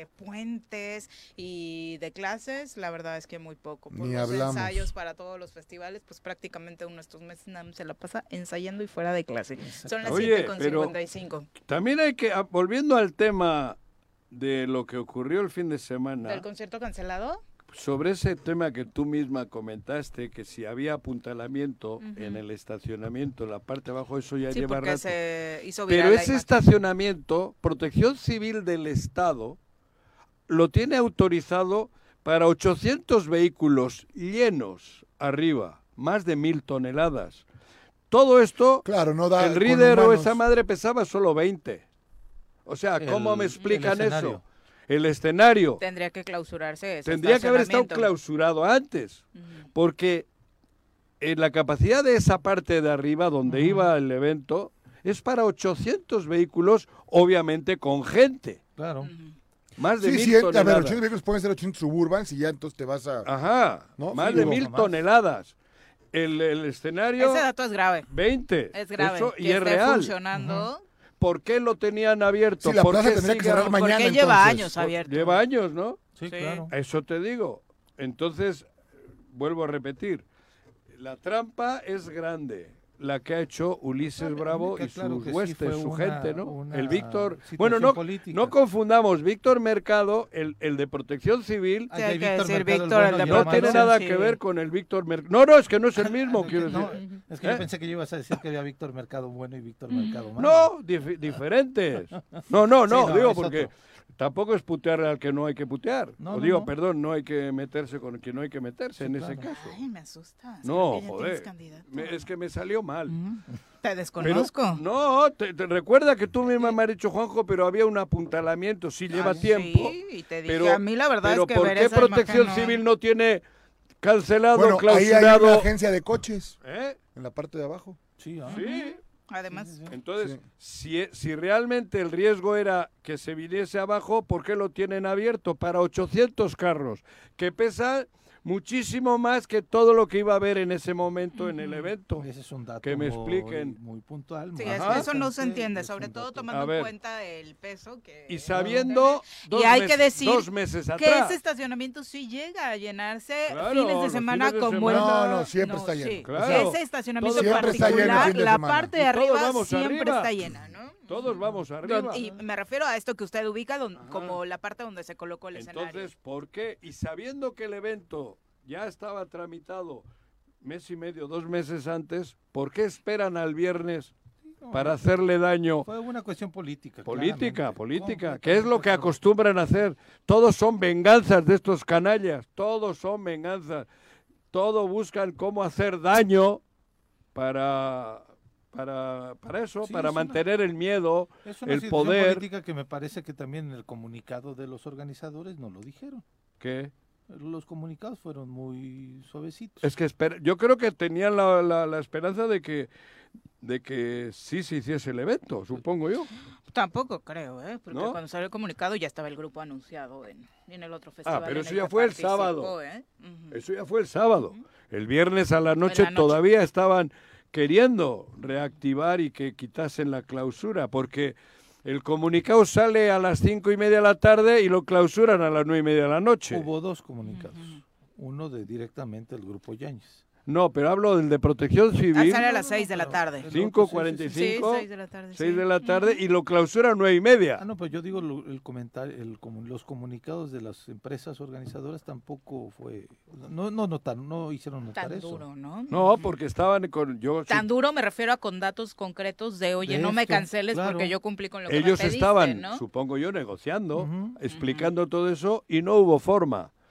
Speaker 4: puentes y de clases. La verdad es que muy poco. Por
Speaker 8: Ni
Speaker 4: los
Speaker 8: hablamos.
Speaker 4: ensayos para todos los festivales, pues prácticamente uno de estos meses nada más se la pasa ensayando y fuera de clase. Son las
Speaker 5: Oye,
Speaker 4: 7:55.
Speaker 5: También hay que, volviendo al tema de lo que ocurrió el fin de semana,
Speaker 4: ¿Del concierto cancelado?
Speaker 5: sobre ese tema que tú misma comentaste, que si había apuntalamiento
Speaker 4: Ujú.
Speaker 5: en el estacionamiento, en la parte de abajo, eso ya
Speaker 4: Sí,
Speaker 5: lleva
Speaker 4: porque
Speaker 5: rato.
Speaker 4: se hizo viral
Speaker 5: Pero
Speaker 4: la
Speaker 5: ese
Speaker 4: imagen.
Speaker 5: estacionamiento, Protección Civil del Estado lo tiene autorizado para 800 vehículos llenos arriba, más de 1000 toneladas. Todo esto,
Speaker 8: Claro, no da
Speaker 5: el
Speaker 8: con
Speaker 5: Reader o
Speaker 8: humanos.
Speaker 5: esa madre pesaba solo 20. O sea, ¿cómo
Speaker 7: El-
Speaker 5: me explican
Speaker 7: el escenario.
Speaker 5: eso? El escenario.
Speaker 4: Tendría que clausurarse ese
Speaker 5: Tendría que haber estado
Speaker 4: estacionamiento.
Speaker 5: clausurado antes,
Speaker 4: Ujú.
Speaker 5: porque en la capacidad de esa parte de arriba donde iba el evento es para 800 vehículos, obviamente con gente.
Speaker 7: Claro.
Speaker 4: Ujú.
Speaker 5: Más de
Speaker 8: Sí,
Speaker 5: 1000
Speaker 8: sí, a ver,
Speaker 5: toneladas.
Speaker 8: 800 vehículos pueden ser 800 Suburbans y ya entonces te vas a...
Speaker 5: Ajá,
Speaker 8: ¿No?
Speaker 5: más
Speaker 8: Sí,
Speaker 5: de
Speaker 8: digo,
Speaker 5: 1000
Speaker 7: más.
Speaker 5: toneladas. El escenario,
Speaker 4: Ese dato es grave.
Speaker 5: 20.
Speaker 4: Es grave.
Speaker 5: Eso,
Speaker 4: que
Speaker 5: y es
Speaker 4: esté
Speaker 5: real.
Speaker 4: funcionando.
Speaker 5: ¿Por qué lo tenían abierto?
Speaker 8: Sí, la
Speaker 5: ¿Por
Speaker 8: plaza
Speaker 5: qué
Speaker 8: tendría que
Speaker 5: sigue-
Speaker 8: cerrar mañana,
Speaker 4: Porque lleva
Speaker 8: entonces.
Speaker 4: años abierto.
Speaker 5: Lleva años, ¿no?
Speaker 7: Sí,
Speaker 4: Sí.
Speaker 7: claro.
Speaker 5: Eso te digo. Entonces, vuelvo a repetir, la trampa es grande, la que ha hecho Ulises Bravo
Speaker 7: que
Speaker 5: y
Speaker 7: claro
Speaker 5: sus
Speaker 7: que sí
Speaker 5: huestes,
Speaker 7: fue
Speaker 5: su
Speaker 7: una-
Speaker 5: gente, ¿no?
Speaker 7: una
Speaker 5: El Víctor...
Speaker 7: situación
Speaker 5: Bueno, no,
Speaker 7: política.
Speaker 5: no confundamos, Víctor Mercado, el de Protección Civil,
Speaker 7: Ah,
Speaker 4: Sí,
Speaker 7: ya
Speaker 4: hay
Speaker 7: hay
Speaker 4: que
Speaker 7: Víctor
Speaker 4: decir
Speaker 7: Mercado, el
Speaker 4: Víctor, el
Speaker 7: bueno
Speaker 4: de
Speaker 7: y el
Speaker 5: no
Speaker 7: malo.
Speaker 5: tiene nada
Speaker 4: sí.
Speaker 5: que ver con el Víctor Mercado. No, es que no es el mismo, quiero
Speaker 7: No,
Speaker 5: decir.
Speaker 7: es que
Speaker 5: ¿Eh?
Speaker 7: yo pensé que ibas a decir que había Víctor Mercado bueno y Víctor Mercado malo.
Speaker 5: No, diferentes. No,
Speaker 7: Sí, no,
Speaker 5: digo
Speaker 7: es
Speaker 5: porque
Speaker 7: otro.
Speaker 5: tampoco es putear al que no hay que putear.
Speaker 7: No,
Speaker 5: o
Speaker 7: no,
Speaker 5: digo,
Speaker 7: no.
Speaker 5: perdón, no hay que meterse con quien no hay que meterse
Speaker 7: Sí,
Speaker 5: en ese
Speaker 7: claro.
Speaker 5: caso.
Speaker 4: Ay, me asusta.
Speaker 5: No,
Speaker 4: Creo que ya tienes
Speaker 5: joder.
Speaker 4: candidato.
Speaker 5: Es que me salió mal.
Speaker 4: Te
Speaker 5: Pero-
Speaker 4: desconozco.
Speaker 5: no, te recuerda que tú misma me has dicho, Juanjo, pero había un apuntalamiento, sí lleva tiempo.
Speaker 4: Sí, y te dije,
Speaker 5: Pero,
Speaker 4: a mí la verdad
Speaker 5: pero
Speaker 4: es que
Speaker 5: ¿por
Speaker 4: ver
Speaker 5: qué
Speaker 4: esa
Speaker 5: Protección
Speaker 4: imagen no-
Speaker 5: Civil no tiene cancelado,
Speaker 8: Bueno, ahí hay
Speaker 5: clausurado?
Speaker 8: una agencia de coches
Speaker 5: ¿Eh?
Speaker 8: en la parte de abajo.
Speaker 7: Sí, ah.
Speaker 5: Sí.
Speaker 4: Además,
Speaker 5: Entonces, si realmente el riesgo era que se viniese abajo, ¿por qué lo tienen abierto? Para 800 carros, que pesan muchísimo más que todo lo que iba a haber en ese momento en el evento.
Speaker 7: Ese es un dato
Speaker 5: Que me
Speaker 7: muy-
Speaker 5: expliquen.
Speaker 7: muy puntual.
Speaker 4: sí,
Speaker 7: muy
Speaker 4: eso no se
Speaker 7: importante,
Speaker 4: entiende,
Speaker 7: es
Speaker 4: sobre
Speaker 7: un
Speaker 4: todo
Speaker 7: dato.
Speaker 4: tomando
Speaker 5: A ver.
Speaker 4: en cuenta el peso que...
Speaker 5: Y sabiendo
Speaker 4: Y hay que decir
Speaker 5: 2 meses
Speaker 4: que
Speaker 5: atrás.
Speaker 4: ese estacionamiento sí llega a llenarse
Speaker 5: Claro,
Speaker 4: fines de
Speaker 5: los
Speaker 4: semana
Speaker 5: fines de
Speaker 4: como
Speaker 5: semana.
Speaker 8: No, siempre está lleno.
Speaker 4: sí.
Speaker 5: Claro.
Speaker 4: Ese estacionamiento
Speaker 8: Todo siempre está lleno el
Speaker 4: particular,
Speaker 8: fin de
Speaker 4: la
Speaker 8: semana.
Speaker 4: parte de
Speaker 5: Y todos
Speaker 4: arriba
Speaker 5: vamos
Speaker 4: siempre
Speaker 5: arriba.
Speaker 4: está llena, ¿no?
Speaker 5: Todos vamos arriba.
Speaker 4: Y me refiero a esto que usted ubica como la parte donde se colocó el escenario.
Speaker 5: Entonces, ¿por qué? Y sabiendo que el evento ya estaba tramitado mes y medio, 2 meses antes, ¿por qué esperan al viernes para hacerle daño?
Speaker 7: Fue una cuestión política.
Speaker 5: Política,
Speaker 7: claramente.
Speaker 5: ¿qué es lo que acostumbran a hacer? Todos son venganzas de estos canallas, todos son venganzas, todos buscan cómo hacer daño para eso,
Speaker 7: Sí,
Speaker 5: para
Speaker 7: es una-
Speaker 5: mantener el miedo,
Speaker 7: Es una
Speaker 5: el
Speaker 7: situación
Speaker 5: poder.
Speaker 7: política que me parece que también en el comunicado de los organizadores no lo dijeron.
Speaker 5: ¿Qué?
Speaker 7: Los comunicados fueron muy suavecitos.
Speaker 5: Es que yo creo que tenían la esperanza de que sí se hiciese el evento, supongo yo.
Speaker 4: Tampoco creo, porque
Speaker 5: ¿No?
Speaker 4: cuando salió el comunicado ya estaba el grupo anunciado en el otro festival.
Speaker 5: pero
Speaker 4: en
Speaker 5: eso
Speaker 4: el
Speaker 5: ya
Speaker 4: que
Speaker 5: fue el
Speaker 4: participó,
Speaker 5: sábado.
Speaker 4: Ujú.
Speaker 5: Eso ya fue el sábado. El viernes a la noche,
Speaker 4: la noche.
Speaker 5: todavía estaban queriendo reactivar y que quitasen la clausura, porque el comunicado sale a las 5:30 de la tarde y lo clausuran a las 9:30 de la noche.
Speaker 7: Hubo 2 comunicados. Uno de directamente el grupo Yáñez.
Speaker 5: No, pero hablo del de Protección Civil.
Speaker 4: Sale a las 6 de la tarde.
Speaker 5: 5:45,
Speaker 4: Sí, 6 de la tarde.
Speaker 5: 6
Speaker 4: sí.
Speaker 5: de la tarde y lo clausuran 9:30.
Speaker 7: Ah, no, pues yo digo el comentario, los comunicados de las empresas organizadoras tampoco fue, no notaron, no hicieron notar
Speaker 4: Tan
Speaker 7: eso.
Speaker 4: duro, ¿no?
Speaker 5: No, porque estaban con
Speaker 4: Tan duro me refiero a con datos concretos de, oye,
Speaker 7: De
Speaker 4: no me
Speaker 7: esto,
Speaker 4: canceles
Speaker 7: claro.
Speaker 4: porque yo cumplí con lo que
Speaker 5: ellos
Speaker 4: me pediste,
Speaker 5: estaban,
Speaker 4: ¿no?
Speaker 5: supongo yo, negociando,
Speaker 7: Ujú.
Speaker 5: explicando todo eso y no hubo forma.
Speaker 7: No,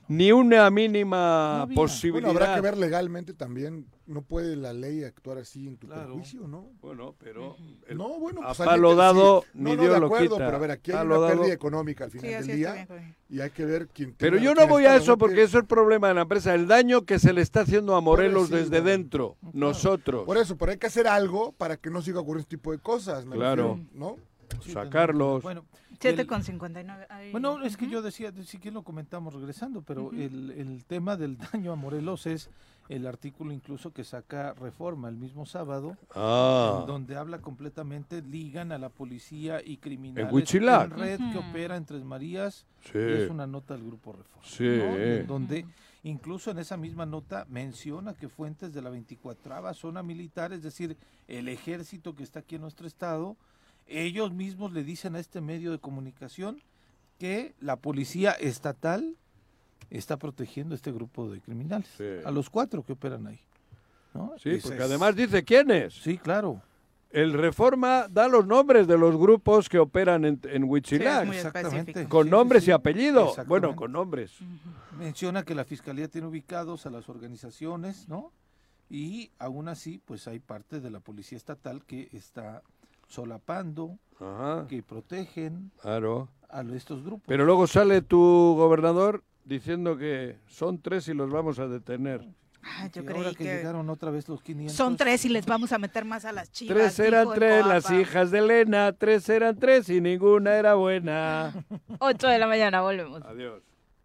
Speaker 5: ni una mínima
Speaker 8: Bueno,
Speaker 5: posibilidad.
Speaker 8: habrá que ver legalmente también. No puede la ley actuar así en tu
Speaker 5: Claro.
Speaker 8: perjuicio, ¿no?
Speaker 5: Bueno, pero
Speaker 8: No, bueno,
Speaker 5: a
Speaker 8: pues
Speaker 5: palo
Speaker 8: alguien-
Speaker 5: dado,
Speaker 8: sí.
Speaker 5: ni
Speaker 8: No,
Speaker 5: Dios
Speaker 8: de
Speaker 5: lo
Speaker 8: acuerdo,
Speaker 5: quita.
Speaker 8: pero a ver, aquí hay
Speaker 5: Palo
Speaker 8: una
Speaker 5: dado.
Speaker 8: pérdida económica al final
Speaker 4: Sí,
Speaker 8: del
Speaker 4: así
Speaker 8: día
Speaker 4: está bien.
Speaker 8: y hay que ver quién
Speaker 5: Pero
Speaker 8: tenga-
Speaker 5: yo no
Speaker 8: quién
Speaker 5: voy
Speaker 8: está
Speaker 5: a eso porque
Speaker 8: realmente-
Speaker 5: eso es el problema de la empresa, el daño que se le está haciendo a Morelos
Speaker 8: Pobrecito.
Speaker 5: desde dentro, nosotros,
Speaker 8: Por eso, pero hay que hacer algo para que no siga ocurriendo este tipo de cosas. me
Speaker 5: Claro.
Speaker 8: refiero, ¿no?
Speaker 7: Sí,
Speaker 5: sacarlos.
Speaker 7: Bueno,
Speaker 4: 7:59. Ay,
Speaker 7: bueno, es que
Speaker 4: ujú.
Speaker 7: yo decía, sí que lo comentamos regresando, pero el tema del daño a Morelos es el artículo incluso que saca Reforma el mismo sábado,
Speaker 5: Ah.
Speaker 7: en donde habla completamente, ligan a la policía y criminales
Speaker 5: Huitzilac.
Speaker 7: en red que
Speaker 4: Ujú.
Speaker 7: opera en Tres Marías,
Speaker 5: Sí.
Speaker 7: y es una nota del Grupo Reforma.
Speaker 5: Sí.
Speaker 7: ¿no? En donde incluso en esa misma nota menciona que fuentes de la 24ª zona militar, es decir, el ejército que está aquí en nuestro estado, ellos mismos le dicen a este medio de comunicación que la policía estatal está protegiendo a este grupo de criminales,
Speaker 5: Sí.
Speaker 7: a los 4 que operan ahí. ¿no?
Speaker 5: Sí,
Speaker 7: Ese
Speaker 5: porque
Speaker 7: es-
Speaker 5: además dice quiénes.
Speaker 7: Sí, claro.
Speaker 5: El Reforma da los nombres de los grupos que operan en Huitzilac,
Speaker 4: Sí, es muy
Speaker 7: Exactamente.
Speaker 4: específico.
Speaker 5: con
Speaker 7: Sí,
Speaker 5: nombres
Speaker 7: sí,
Speaker 5: y
Speaker 7: sí.
Speaker 5: apellidos.
Speaker 7: Exactamente.
Speaker 5: Bueno, con nombres.
Speaker 7: Menciona que la fiscalía tiene ubicados a las organizaciones, ¿no? Y aún así, pues hay parte de la policía estatal que está solapando,
Speaker 5: Ajá,
Speaker 7: que protegen
Speaker 5: claro.
Speaker 7: a estos grupos.
Speaker 5: Pero luego sale tu gobernador diciendo que son 3 y los vamos a detener.
Speaker 4: Ay, yo
Speaker 7: Y
Speaker 4: creí
Speaker 7: ahora que
Speaker 4: que
Speaker 7: llegaron otra vez los 500.
Speaker 4: son 3 y les vamos a meter más a las chivas.
Speaker 5: 3 eran
Speaker 4: dijo el
Speaker 5: 3, las
Speaker 4: Coapa.
Speaker 5: hijas de Elena, 3 eran 3 y ninguna era buena.
Speaker 4: 8 de la mañana, volvemos.
Speaker 5: Adiós.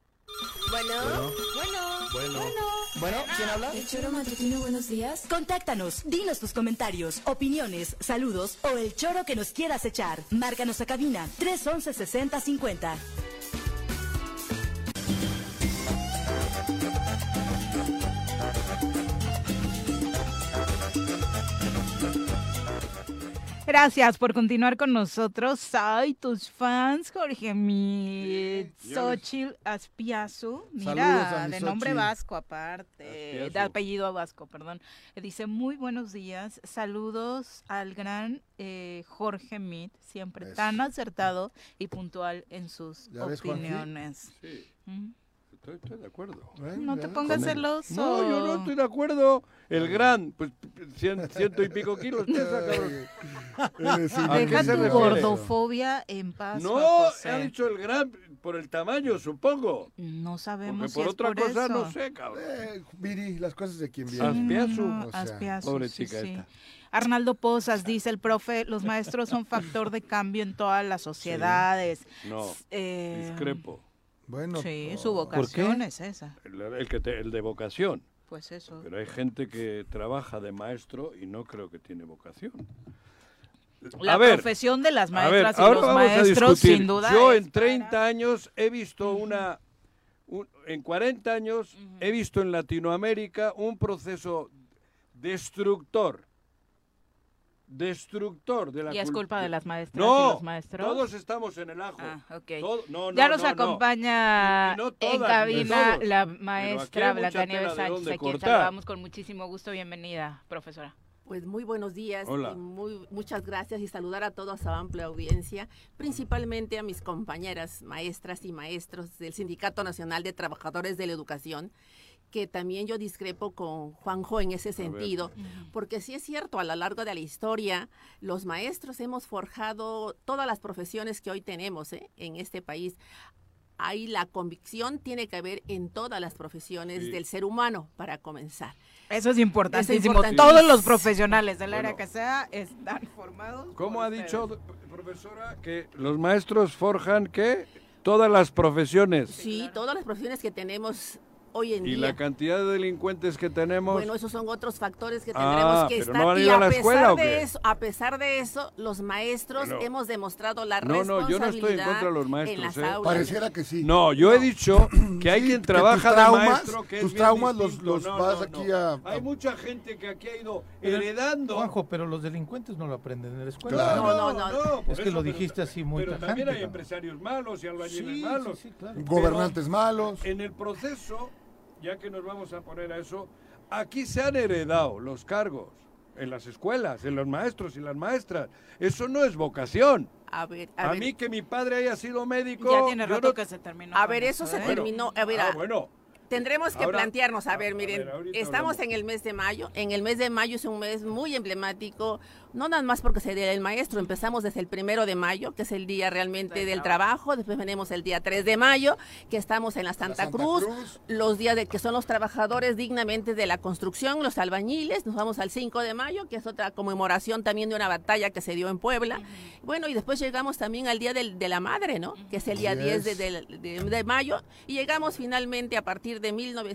Speaker 9: Bueno, ¿quién habla? El Choro Matutino, buenos días. Contáctanos, dinos tus comentarios, opiniones, saludos o el choro que nos quieras echar. Márcanos a cabina 311-6050.
Speaker 4: Gracias por continuar con nosotros. Ay, tus fans, Jorge Mit, Xochitl Aspiazu.
Speaker 8: Saludos
Speaker 4: Mira,
Speaker 8: a mi
Speaker 4: de nombre
Speaker 8: Xochitl.
Speaker 4: vasco aparte, de
Speaker 5: Aspiazu.
Speaker 4: apellido vasco, perdón. Dice, muy buenos días, saludos al gran Jorge Mit, siempre
Speaker 8: Eso.
Speaker 4: tan acertado y puntual en sus
Speaker 8: ¿Ya ves, Juanji?
Speaker 4: opiniones.
Speaker 5: Sí,
Speaker 4: ¿Mm?
Speaker 5: estoy de acuerdo.
Speaker 4: No te
Speaker 8: Ya.
Speaker 4: pongas
Speaker 5: Con él.
Speaker 4: celoso.
Speaker 5: No, yo no estoy de acuerdo. El gran, pues ciento y pico kilos pesa, cabrón.
Speaker 8: Eres un
Speaker 5: ¿A qué
Speaker 4: Deja
Speaker 5: se
Speaker 4: tu
Speaker 5: refiere?
Speaker 4: gordofobia en paz,
Speaker 5: No,
Speaker 4: Juan José.
Speaker 5: ha dicho el gran por el tamaño, supongo.
Speaker 4: No
Speaker 5: Porque
Speaker 4: sabemos
Speaker 5: por
Speaker 4: si
Speaker 5: otra
Speaker 4: es por
Speaker 5: cosa
Speaker 4: eso.
Speaker 5: no sé, cabrón.
Speaker 8: Viri, las cosas de quien
Speaker 4: Sí,
Speaker 8: viene.
Speaker 5: Aspiazu.
Speaker 4: no,
Speaker 8: O sea,
Speaker 4: Aspiazu,
Speaker 5: pobre
Speaker 4: sí,
Speaker 5: chica
Speaker 4: sí.
Speaker 5: esta.
Speaker 4: Arnaldo Pozas dice el profe, los maestros son factor de cambio en todas las sociedades.
Speaker 5: No, discrepo.
Speaker 8: Bueno,
Speaker 4: Sí, su
Speaker 7: ¿Por qué?
Speaker 4: vocación es esa.
Speaker 5: El de vocación.
Speaker 4: Pues eso.
Speaker 5: Pero hay gente que trabaja de maestro y no creo que tiene vocación.
Speaker 4: La
Speaker 5: a ver,
Speaker 4: profesión de las
Speaker 5: a ver,
Speaker 4: maestras y
Speaker 5: ahora
Speaker 4: los
Speaker 5: vamos a
Speaker 4: maestros,
Speaker 5: discutir.
Speaker 4: sin duda.
Speaker 5: Yo
Speaker 4: es
Speaker 5: en 30
Speaker 4: para-
Speaker 5: años he visto en 40 años he visto en Latinoamérica un proceso destructor de la
Speaker 4: Y es culpa de las maestras y
Speaker 5: No,
Speaker 4: los maestros.
Speaker 5: todos estamos en el ajo.
Speaker 4: Ah, ok.
Speaker 5: No,
Speaker 4: Ya
Speaker 5: no,
Speaker 4: nos
Speaker 5: no, no.
Speaker 4: acompaña
Speaker 5: Y no
Speaker 4: en
Speaker 5: todas, ni
Speaker 4: cabina
Speaker 5: todos.
Speaker 4: la
Speaker 5: Pero aquí
Speaker 4: maestra
Speaker 5: hay mucha
Speaker 4: Blanca Nieves
Speaker 5: tela de
Speaker 4: Sánchez,
Speaker 5: dónde
Speaker 4: a quien
Speaker 5: cortar.
Speaker 4: saludamos con muchísimo gusto. Bienvenida, profesora.
Speaker 12: Pues muy buenos días
Speaker 5: Hola.
Speaker 12: y muchas gracias y saludar a toda esa amplia audiencia, principalmente a mis compañeras maestras y maestros del Sindicato Nacional de Trabajadores de la Educación, que también yo discrepo con Juanjo en ese sentido, porque sí es cierto, a lo largo de la historia, los maestros hemos forjado todas las profesiones que hoy tenemos en este país. Ahí la convicción tiene que haber en todas las profesiones del ser humano, para comenzar.
Speaker 4: Eso es importantísimo.
Speaker 12: importantísimo.
Speaker 4: Todos los profesionales del
Speaker 5: Bueno.
Speaker 4: área que sea están formados.
Speaker 5: ¿Cómo
Speaker 4: por
Speaker 5: ha
Speaker 4: ustedes.
Speaker 5: dicho, profesora, que los maestros forjan qué? Todas las profesiones.
Speaker 12: Sí, todas las profesiones que tenemos hoy en
Speaker 5: Y
Speaker 12: día.
Speaker 5: la cantidad de delincuentes que tenemos.
Speaker 12: Bueno, esos son otros factores que
Speaker 5: Ah,
Speaker 12: tendremos que
Speaker 5: pero
Speaker 12: estar.
Speaker 5: ¿no han
Speaker 12: Y
Speaker 5: ido a la
Speaker 12: pesar
Speaker 5: escuela o
Speaker 12: de
Speaker 5: qué?
Speaker 12: eso, a pesar de eso, los maestros
Speaker 5: Bueno.
Speaker 12: hemos demostrado la
Speaker 5: No, no, yo no estoy en
Speaker 12: responsabilidad
Speaker 5: contra de los
Speaker 12: en
Speaker 5: maestros,
Speaker 12: las
Speaker 5: ¿eh?
Speaker 12: aulas.
Speaker 8: pareciera que sí.
Speaker 5: No, yo he dicho que hay
Speaker 8: Sí,
Speaker 5: quien
Speaker 8: que
Speaker 5: trabaja
Speaker 8: tus
Speaker 5: de
Speaker 8: traumas-
Speaker 5: maestro que es
Speaker 8: tus
Speaker 5: bien
Speaker 8: traumas los
Speaker 5: distinto.
Speaker 8: vas aquí a-
Speaker 5: Hay mucha gente que aquí ha ido
Speaker 7: Pero,
Speaker 5: heredando.
Speaker 7: Juanjo, pero los delincuentes no lo aprenden en la escuela.
Speaker 8: Claro.
Speaker 12: No.
Speaker 5: por
Speaker 7: Es que
Speaker 5: eso,
Speaker 7: lo
Speaker 5: pero
Speaker 7: dijiste así muy
Speaker 5: Pero
Speaker 7: tajante,
Speaker 5: también hay
Speaker 7: cabrón.
Speaker 5: empresarios malos y albañiles
Speaker 7: Sí,
Speaker 5: malos.
Speaker 7: sí, claro.
Speaker 8: Gobernantes malos.
Speaker 5: En el proceso, ya que nos vamos a poner a eso, aquí se han heredado los cargos. en las escuelas, en los maestros y las maestras. Eso no es vocación.
Speaker 12: A ver.
Speaker 5: Mí que mi padre haya sido médico...
Speaker 4: Ya tiene rato que se terminó.
Speaker 12: A ver, eso se terminó. A ver,
Speaker 5: bueno.
Speaker 12: Tendremos que plantearnos, miren, estamos
Speaker 5: hablamos.
Speaker 12: en el mes de mayo. En el mes de mayo es un mes muy emblemático, no nada más porque sea el Día del Maestro. Empezamos desde el 1 de mayo, que es el día realmente del trabajo. Después venimos el día 3 de mayo, que estamos en la Santa Cruz. Los días de que son los trabajadores dignamente de la construcción, los albañiles. Nos vamos al 5 de mayo, que es otra conmemoración también de una batalla que se dio en Puebla. Bueno, y después llegamos también al Día de la Madre, ¿no? Que es el día 10 de mayo. Y llegamos finalmente a partir de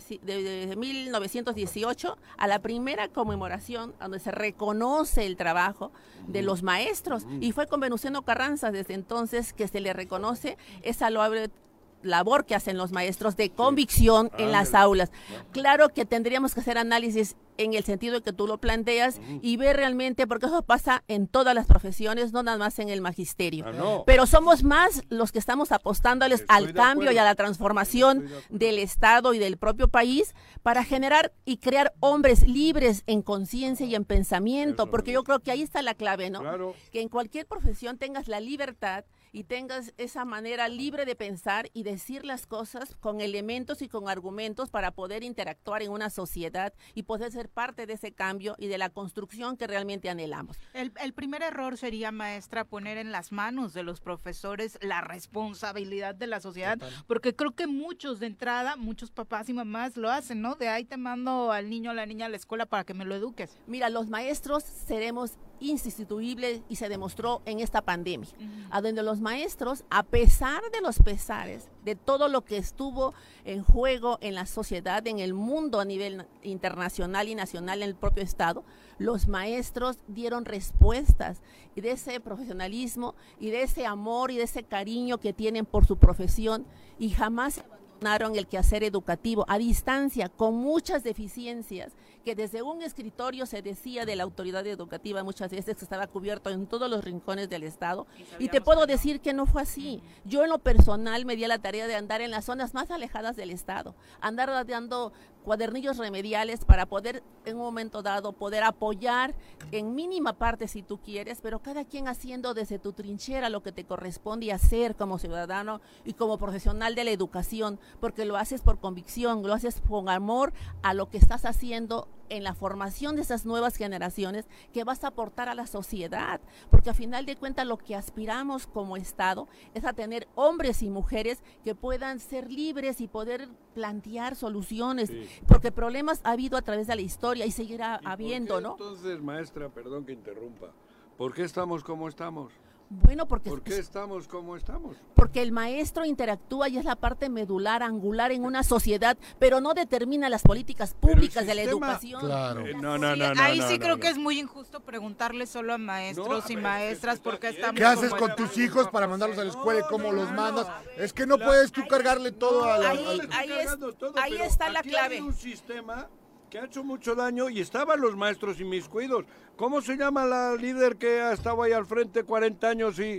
Speaker 12: 1918 a la primera conmemoración donde se reconoce el trabajo de los maestros, y fue con Venustiano Carranza desde entonces que se le reconoce esa loable labor que hacen los maestros de convicción en las aulas. Claro que tendríamos que hacer análisis en el sentido de que tú lo planteas y ver realmente, porque eso pasa en todas las profesiones, no nada más en el magisterio. Pero somos más los que estamos apostándoles al cambio y a la transformación del Estado y del propio país para generar y crear hombres libres en conciencia y en pensamiento, porque yo creo que ahí está la clave, ¿no?
Speaker 5: Claro.
Speaker 12: Que en cualquier profesión tengas la libertad y tengas esa manera libre de pensar y decir las cosas con elementos y con argumentos para poder interactuar en una sociedad y poder ser parte de ese cambio y de la construcción que realmente anhelamos.
Speaker 4: El primer error sería, maestra, poner en las manos de los profesores la responsabilidad de la sociedad, porque creo que muchos de entrada, muchos papás y mamás lo hacen, ¿no? De ahí te mando al niño o la niña a la escuela para que me lo eduques.
Speaker 12: Mira, los maestros seremos insustituibles y se demostró en esta pandemia, a donde los maestros, a pesar de los pesares, de todo lo que estuvo en juego en la sociedad, en el mundo a nivel internacional y nacional, en el propio Estado, los maestros dieron respuestas y de ese profesionalismo y de ese amor y de ese cariño que tienen por su profesión, y jamás abandonaron el quehacer educativo a distancia, con muchas deficiencias, que desde un escritorio se decía de la autoridad educativa muchas veces que estaba cubierto en todos los rincones del Estado, y te puedo decir que no fue así. Yo en lo personal me di a la tarea de andar en las zonas más alejadas del Estado, andar dando cuadernillos remediales para poder en un momento dado poder apoyar en mínima parte si tú quieres, pero cada quien haciendo desde tu trinchera lo que te corresponde hacer como ciudadano y como profesional de la educación, porque lo haces por convicción, lo haces con amor a lo que estás haciendo en la formación de esas nuevas generaciones que vas a aportar a la sociedad, porque a final de cuentas lo que aspiramos como Estado es a tener hombres y mujeres que puedan ser libres y poder plantear soluciones, porque problemas ha habido a través de la historia y seguirá habiendo, ¿no?
Speaker 5: Entonces, maestra, perdón que interrumpa, ¿por qué estamos como estamos?
Speaker 12: Bueno, porque
Speaker 5: ¿por qué estamos como estamos?
Speaker 12: Porque el maestro interactúa y es la parte medular, angular en una sociedad, pero no determina las políticas públicas de la educación.
Speaker 8: Claro.
Speaker 4: Ahí sí creo que es muy injusto preguntarle solo a maestros y maestras porque estamos...
Speaker 8: ¿Qué haces con tus hijos para mandarlos a la escuela y cómo los mandas? Es que no puedes tú cargarle todo a la...
Speaker 12: Ahí está la clave.
Speaker 5: Hay un sistema que ha hecho mucho daño y estaban los maestros inmiscuidos. ¿Cómo se llama la líder que ha estado ahí al frente 40 años y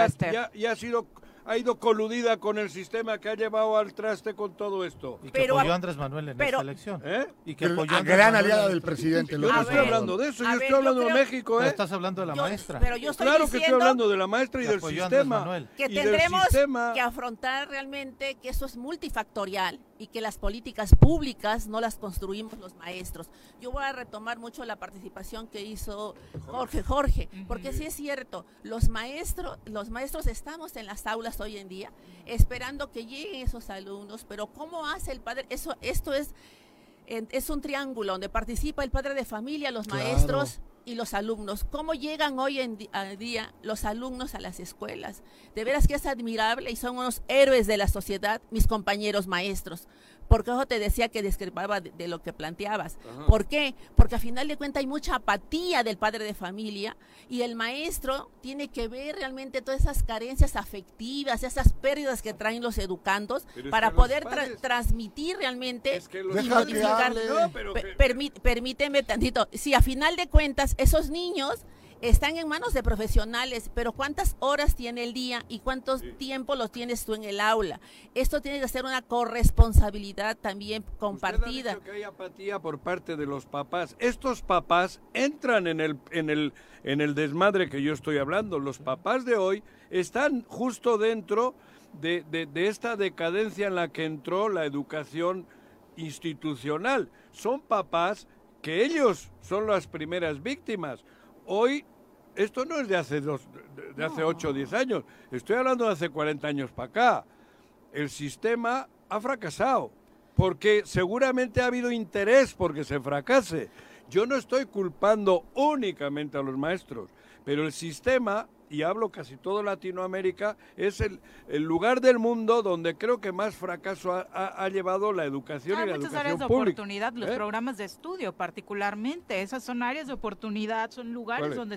Speaker 5: ha ido coludida con el sistema que ha llevado al traste con todo esto?
Speaker 7: Y que apoyó a Andrés Manuel en esta elección.
Speaker 5: Y
Speaker 7: que apoyó a
Speaker 8: gran aliada del presidente.
Speaker 5: Yo no estoy hablando de eso, yo estoy hablando de México.
Speaker 7: Pero estás hablando de la maestra.
Speaker 12: Pero yo estoy
Speaker 5: claro que estoy hablando de la maestra y del sistema.
Speaker 12: Que tendremos que afrontar realmente que eso es multifactorial y que las políticas públicas no las construimos los maestros. Yo voy a retomar mucho la participación que hizo Jorge, porque sí es cierto, los maestros estamos en las aulas hoy en día esperando que lleguen esos alumnos, pero ¿cómo hace el padre? Esto es un triángulo donde participa el padre de familia, los maestros y los alumnos. ¿Cómo llegan hoy en día los alumnos a las escuelas? De veras que es admirable y son unos héroes de la sociedad, mis compañeros maestros. Porque yo te decía que discrepaba de lo que planteabas. Ajá. ¿Por qué? Porque a final de cuentas hay mucha apatía del padre de familia y el maestro tiene que ver realmente todas esas carencias afectivas, esas pérdidas que traen los educandos para poder transmitir realmente y modificar. Permíteme tantito. Si a final de cuentas esos niños están en manos de profesionales, pero ¿cuántas horas tiene el día y cuánto tiempo lo tienes tú en el aula? Esto tiene que ser una corresponsabilidad también compartida.
Speaker 5: Usted ha dicho que hay apatía por parte de los papás. Estos papás entran en el desmadre que yo estoy hablando. Los papás de hoy están justo dentro de esta decadencia en la que entró la educación institucional. Son papás que ellos son las primeras víctimas. Hoy, esto no es de hace 8 o 10 años, estoy hablando de hace 40 años para acá. El sistema ha fracasado, porque seguramente ha habido interés porque se fracase. Yo no estoy culpando únicamente a los maestros, pero el sistema, y hablo casi todo Latinoamérica, es el lugar del mundo donde creo que más fracaso ha llevado la educación y la educación
Speaker 4: muchas áreas de
Speaker 5: pública.
Speaker 4: oportunidad, los programas de estudio particularmente, esas son áreas de oportunidad, son lugares donde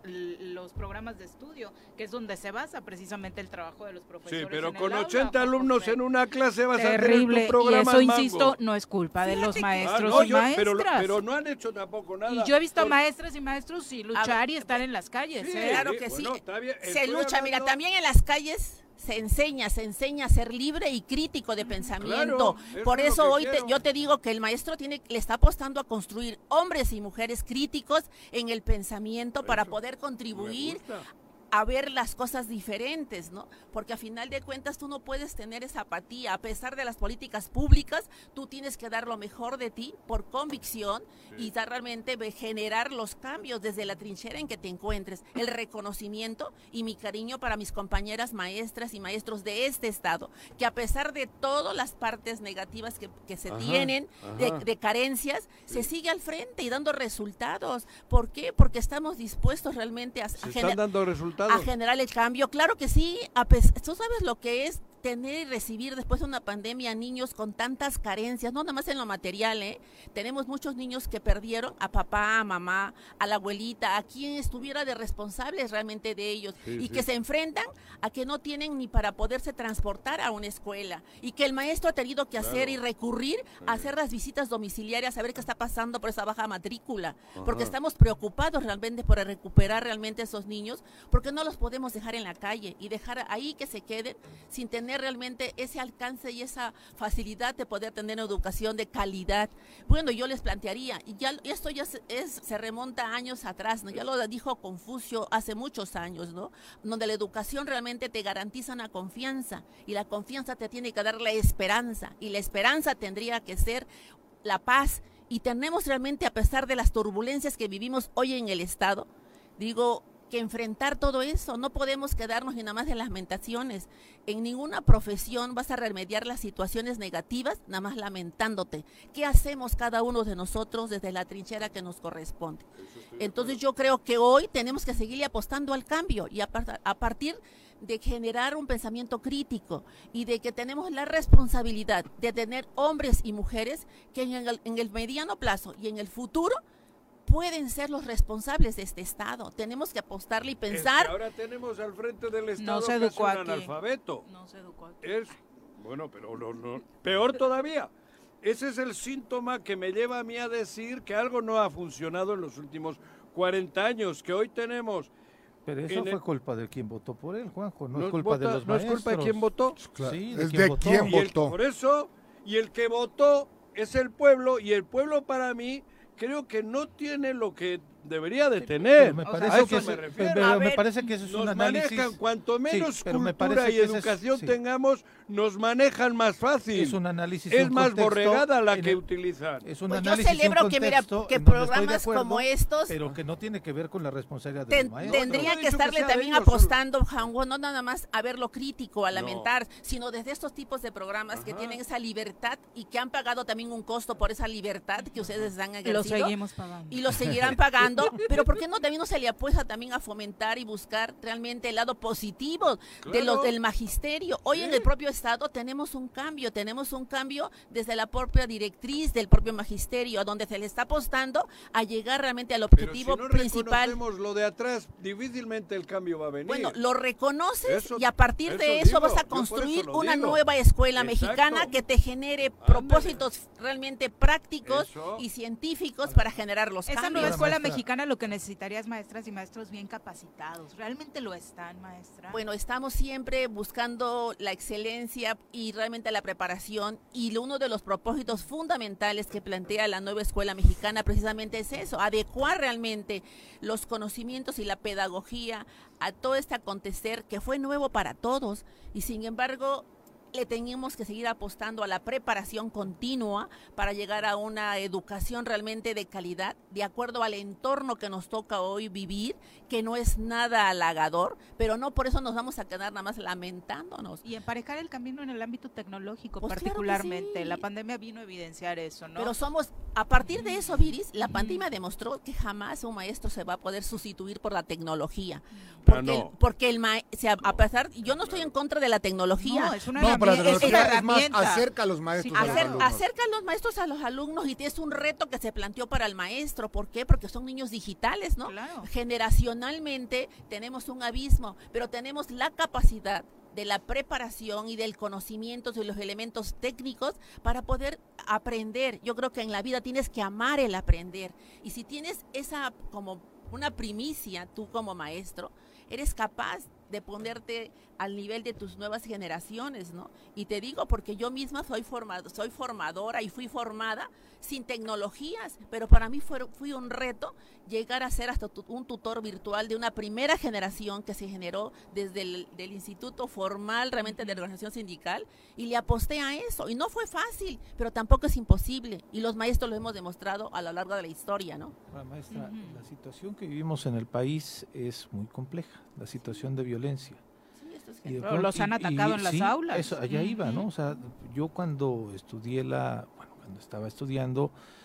Speaker 4: los programas de estudio, que es donde se basa precisamente el trabajo de los profesores.
Speaker 5: Sí, pero
Speaker 4: en
Speaker 5: con
Speaker 4: el
Speaker 5: 80
Speaker 4: aula,
Speaker 5: alumnos en una clase vas
Speaker 4: terrible,
Speaker 5: a tener tu programa
Speaker 4: y eso,
Speaker 5: en mango.
Speaker 4: insisto, no es culpa de los maestros y
Speaker 5: pero
Speaker 4: maestras.
Speaker 5: no han hecho tampoco nada.
Speaker 4: Y yo he visto a maestras y maestros sí luchar y estar en las calles.
Speaker 5: Sí,
Speaker 12: Claro que
Speaker 5: bueno,
Speaker 12: sí.
Speaker 5: está bien,
Speaker 12: Se
Speaker 5: estoy
Speaker 12: lucha, mira,
Speaker 5: hablando-
Speaker 12: también en las calles se enseña a ser libre y crítico de pensamiento.
Speaker 5: Claro,
Speaker 12: Por
Speaker 5: eso es
Speaker 12: eso
Speaker 5: lo que
Speaker 12: hoy
Speaker 5: quiero.
Speaker 12: yo te digo que el maestro le está apostando a construir hombres y mujeres críticos en el pensamiento para poder contribuir a ver las cosas diferentes, ¿no? Porque a final de cuentas tú no puedes tener esa apatía, a pesar de las políticas públicas, tú tienes que dar lo mejor de ti por convicción y realmente generar los cambios desde la trinchera en que te encuentres, el reconocimiento y mi cariño para mis compañeras maestras y maestros de este estado, que a pesar de todas las partes negativas que se tienen, de carencias, se sigue al frente y dando resultados. ¿Por qué? Porque estamos dispuestos realmente a
Speaker 5: están dando resultados.
Speaker 12: a generar el cambio. Claro que sí, tú sabes lo que es tener y recibir después de una pandemia niños con tantas carencias, no nada más en lo material, tenemos muchos niños que perdieron a papá, a mamá, a la abuelita, a quien estuviera de responsables realmente de ellos, que se enfrentan a que no tienen ni para poderse transportar a una escuela, y que el maestro ha tenido que hacer y recurrir a hacer las visitas domiciliarias, a ver qué está pasando por esa baja matrícula, porque estamos preocupados realmente por recuperar realmente a esos niños, porque no los podemos dejar en la calle y dejar ahí que se queden sin tener realmente ese alcance y esa facilidad de poder tener educación de calidad. Bueno, yo les plantearía, y ya esto ya se remonta a años atrás, ¿no? Ya lo dijo Confucio hace muchos años, ¿no? Donde la educación realmente te garantiza una confianza, y la confianza te tiene que dar la esperanza, y la esperanza tendría que ser la paz. Y tenemos realmente, a pesar de las turbulencias que vivimos hoy en el Estado, digo, que enfrentar todo eso. No podemos quedarnos ni nada más en lamentaciones. En ninguna profesión vas a remediar las situaciones negativas nada más lamentándote. ¿Qué hacemos cada uno de nosotros desde la trinchera que nos corresponde? Entonces yo creo que hoy tenemos que seguirle apostando al cambio, y a partir de generar un pensamiento crítico, y de que tenemos la responsabilidad de tener hombres y mujeres que en el mediano plazo y en el futuro pueden ser los responsables de este Estado. Tenemos que apostarle y pensar.
Speaker 5: Ahora tenemos al frente del Estado
Speaker 4: No se educó
Speaker 5: casi un
Speaker 4: aquí.
Speaker 5: analfabeto.
Speaker 4: No se educó aquí.
Speaker 5: Bueno, pero peor todavía. Ese es el síntoma que me lleva a mí a decir que algo no ha funcionado en los últimos 40 años, que hoy tenemos...
Speaker 7: Pero eso fue culpa de quien votó por él, Juanjo, no es culpa
Speaker 5: vota,
Speaker 7: de los
Speaker 5: ¿No
Speaker 7: maestros.
Speaker 5: es culpa de quien votó?
Speaker 7: Sí,
Speaker 8: es de quien votó.
Speaker 5: Por eso, y el que votó es el pueblo, y el pueblo para mí creo que no tiene lo que debería de tener.
Speaker 7: Me
Speaker 5: A
Speaker 7: parece
Speaker 5: eso
Speaker 7: que
Speaker 5: me
Speaker 7: eso-
Speaker 5: refiero.
Speaker 7: pero me parece que eso es
Speaker 5: Nos
Speaker 7: un análisis.
Speaker 5: manejan, cuanto menos
Speaker 7: Sí, pero me
Speaker 5: cultura
Speaker 7: parece
Speaker 5: y
Speaker 7: que ese es-
Speaker 5: educación
Speaker 7: sí.
Speaker 5: tengamos, nos manejan más fácil.
Speaker 7: Es un análisis.
Speaker 5: Es
Speaker 7: un
Speaker 5: más
Speaker 7: contexto
Speaker 5: borregada la
Speaker 7: en
Speaker 5: que
Speaker 7: el-
Speaker 5: utilizan.
Speaker 7: Es un
Speaker 12: Pues yo
Speaker 7: análisis y un
Speaker 12: celebro que, mira,
Speaker 7: contexto
Speaker 12: que
Speaker 7: en donde estoy de
Speaker 12: programas
Speaker 7: acuerdo,
Speaker 12: como estos
Speaker 7: pero que no tiene que ver con la responsabilidad de los maestros.
Speaker 12: tendría
Speaker 5: No he
Speaker 12: que
Speaker 5: dicho que
Speaker 12: estarle
Speaker 5: sea de
Speaker 12: también
Speaker 5: ellos,
Speaker 12: apostando, Juanjo, no nada más a ver lo crítico, a lamentar, sino desde estos tipos de programas que tienen esa libertad y que han pagado también un costo por esa libertad que ustedes han ejercido.
Speaker 4: Lo seguimos pagando.
Speaker 12: Y lo seguirán pagando, pero ¿por qué no también no se le apuesta también a fomentar y buscar realmente el lado positivo del magisterio? Hoy en el propio Estado tenemos un cambio desde la propia directriz del propio magisterio, a donde se le está apostando a llegar realmente al objetivo
Speaker 5: Pero si no
Speaker 12: principal.
Speaker 5: reconocemos lo de atrás, difícilmente el cambio va a venir.
Speaker 12: Bueno, lo reconoces
Speaker 5: Eso-
Speaker 12: y a partir de
Speaker 5: eso
Speaker 12: eso vas
Speaker 5: digo,
Speaker 12: a
Speaker 5: yo por
Speaker 12: construir
Speaker 5: eso lo
Speaker 12: una
Speaker 5: digo.
Speaker 12: nueva escuela
Speaker 5: Exacto.
Speaker 12: mexicana que te genere propósitos realmente prácticos
Speaker 5: Eso.
Speaker 12: y científicos para generar los
Speaker 4: Esa
Speaker 12: cambios.
Speaker 4: nueva escuela
Speaker 7: Maestra.
Speaker 4: Mexicana lo que necesitaría es maestras y maestros bien capacitados. ¿Realmente lo están, maestra?
Speaker 12: Bueno, estamos siempre buscando la excelencia y realmente la preparación, y uno de los propósitos fundamentales que plantea la nueva escuela mexicana precisamente es eso, adecuar realmente los conocimientos y la pedagogía a todo este acontecer que fue nuevo para todos, y sin embargo le tenemos que seguir apostando a la preparación continua para llegar a una educación realmente de calidad, de acuerdo al entorno que nos toca hoy vivir, que no es nada halagador, pero no por eso nos vamos a quedar nada más lamentándonos.
Speaker 4: Y emparejar el camino en el ámbito tecnológico,
Speaker 12: Pues
Speaker 4: particularmente.
Speaker 12: claro que sí.
Speaker 4: La pandemia vino a evidenciar eso, ¿no?
Speaker 12: Pero a partir de eso, Viris, la pandemia demostró que jamás un maestro se va a poder sustituir por la tecnología. Porque a pesar, yo no estoy en contra de la tecnología.
Speaker 4: No, es una
Speaker 8: pero la tecnología es más,
Speaker 4: herramienta.
Speaker 8: acerca a los maestros.
Speaker 4: Sí,
Speaker 8: a los alumnos.
Speaker 12: Acerca a los maestros a los alumnos, y es un reto que se planteó para el maestro. ¿Por qué? Porque son niños digitales, ¿no?
Speaker 4: Claro.
Speaker 12: Generacionalmente tenemos un abismo, pero tenemos la capacidad de la preparación y del conocimiento de los elementos técnicos para poder aprender. Yo creo que en la vida tienes que amar el aprender, y si tienes esa como una primicia, tú como maestro, eres capaz de ponerte al nivel de tus nuevas generaciones, ¿no? Y te digo porque yo misma soy formadora y fui formada sin tecnologías, pero para mí fue un reto llegar a ser hasta un tutor virtual de una primera generación que se generó desde del instituto formal, realmente de la organización sindical, y le aposté a eso, y no fue fácil, pero tampoco es imposible, y los maestros lo hemos demostrado a lo largo de la historia, ¿no?
Speaker 7: Bueno, maestra, la situación que vivimos en el país es muy compleja, la situación de violencia.
Speaker 4: Pero los han atacado en las aulas.
Speaker 7: Eso, allá iba, ¿no? O sea, yo cuando cuando estaba estudiando,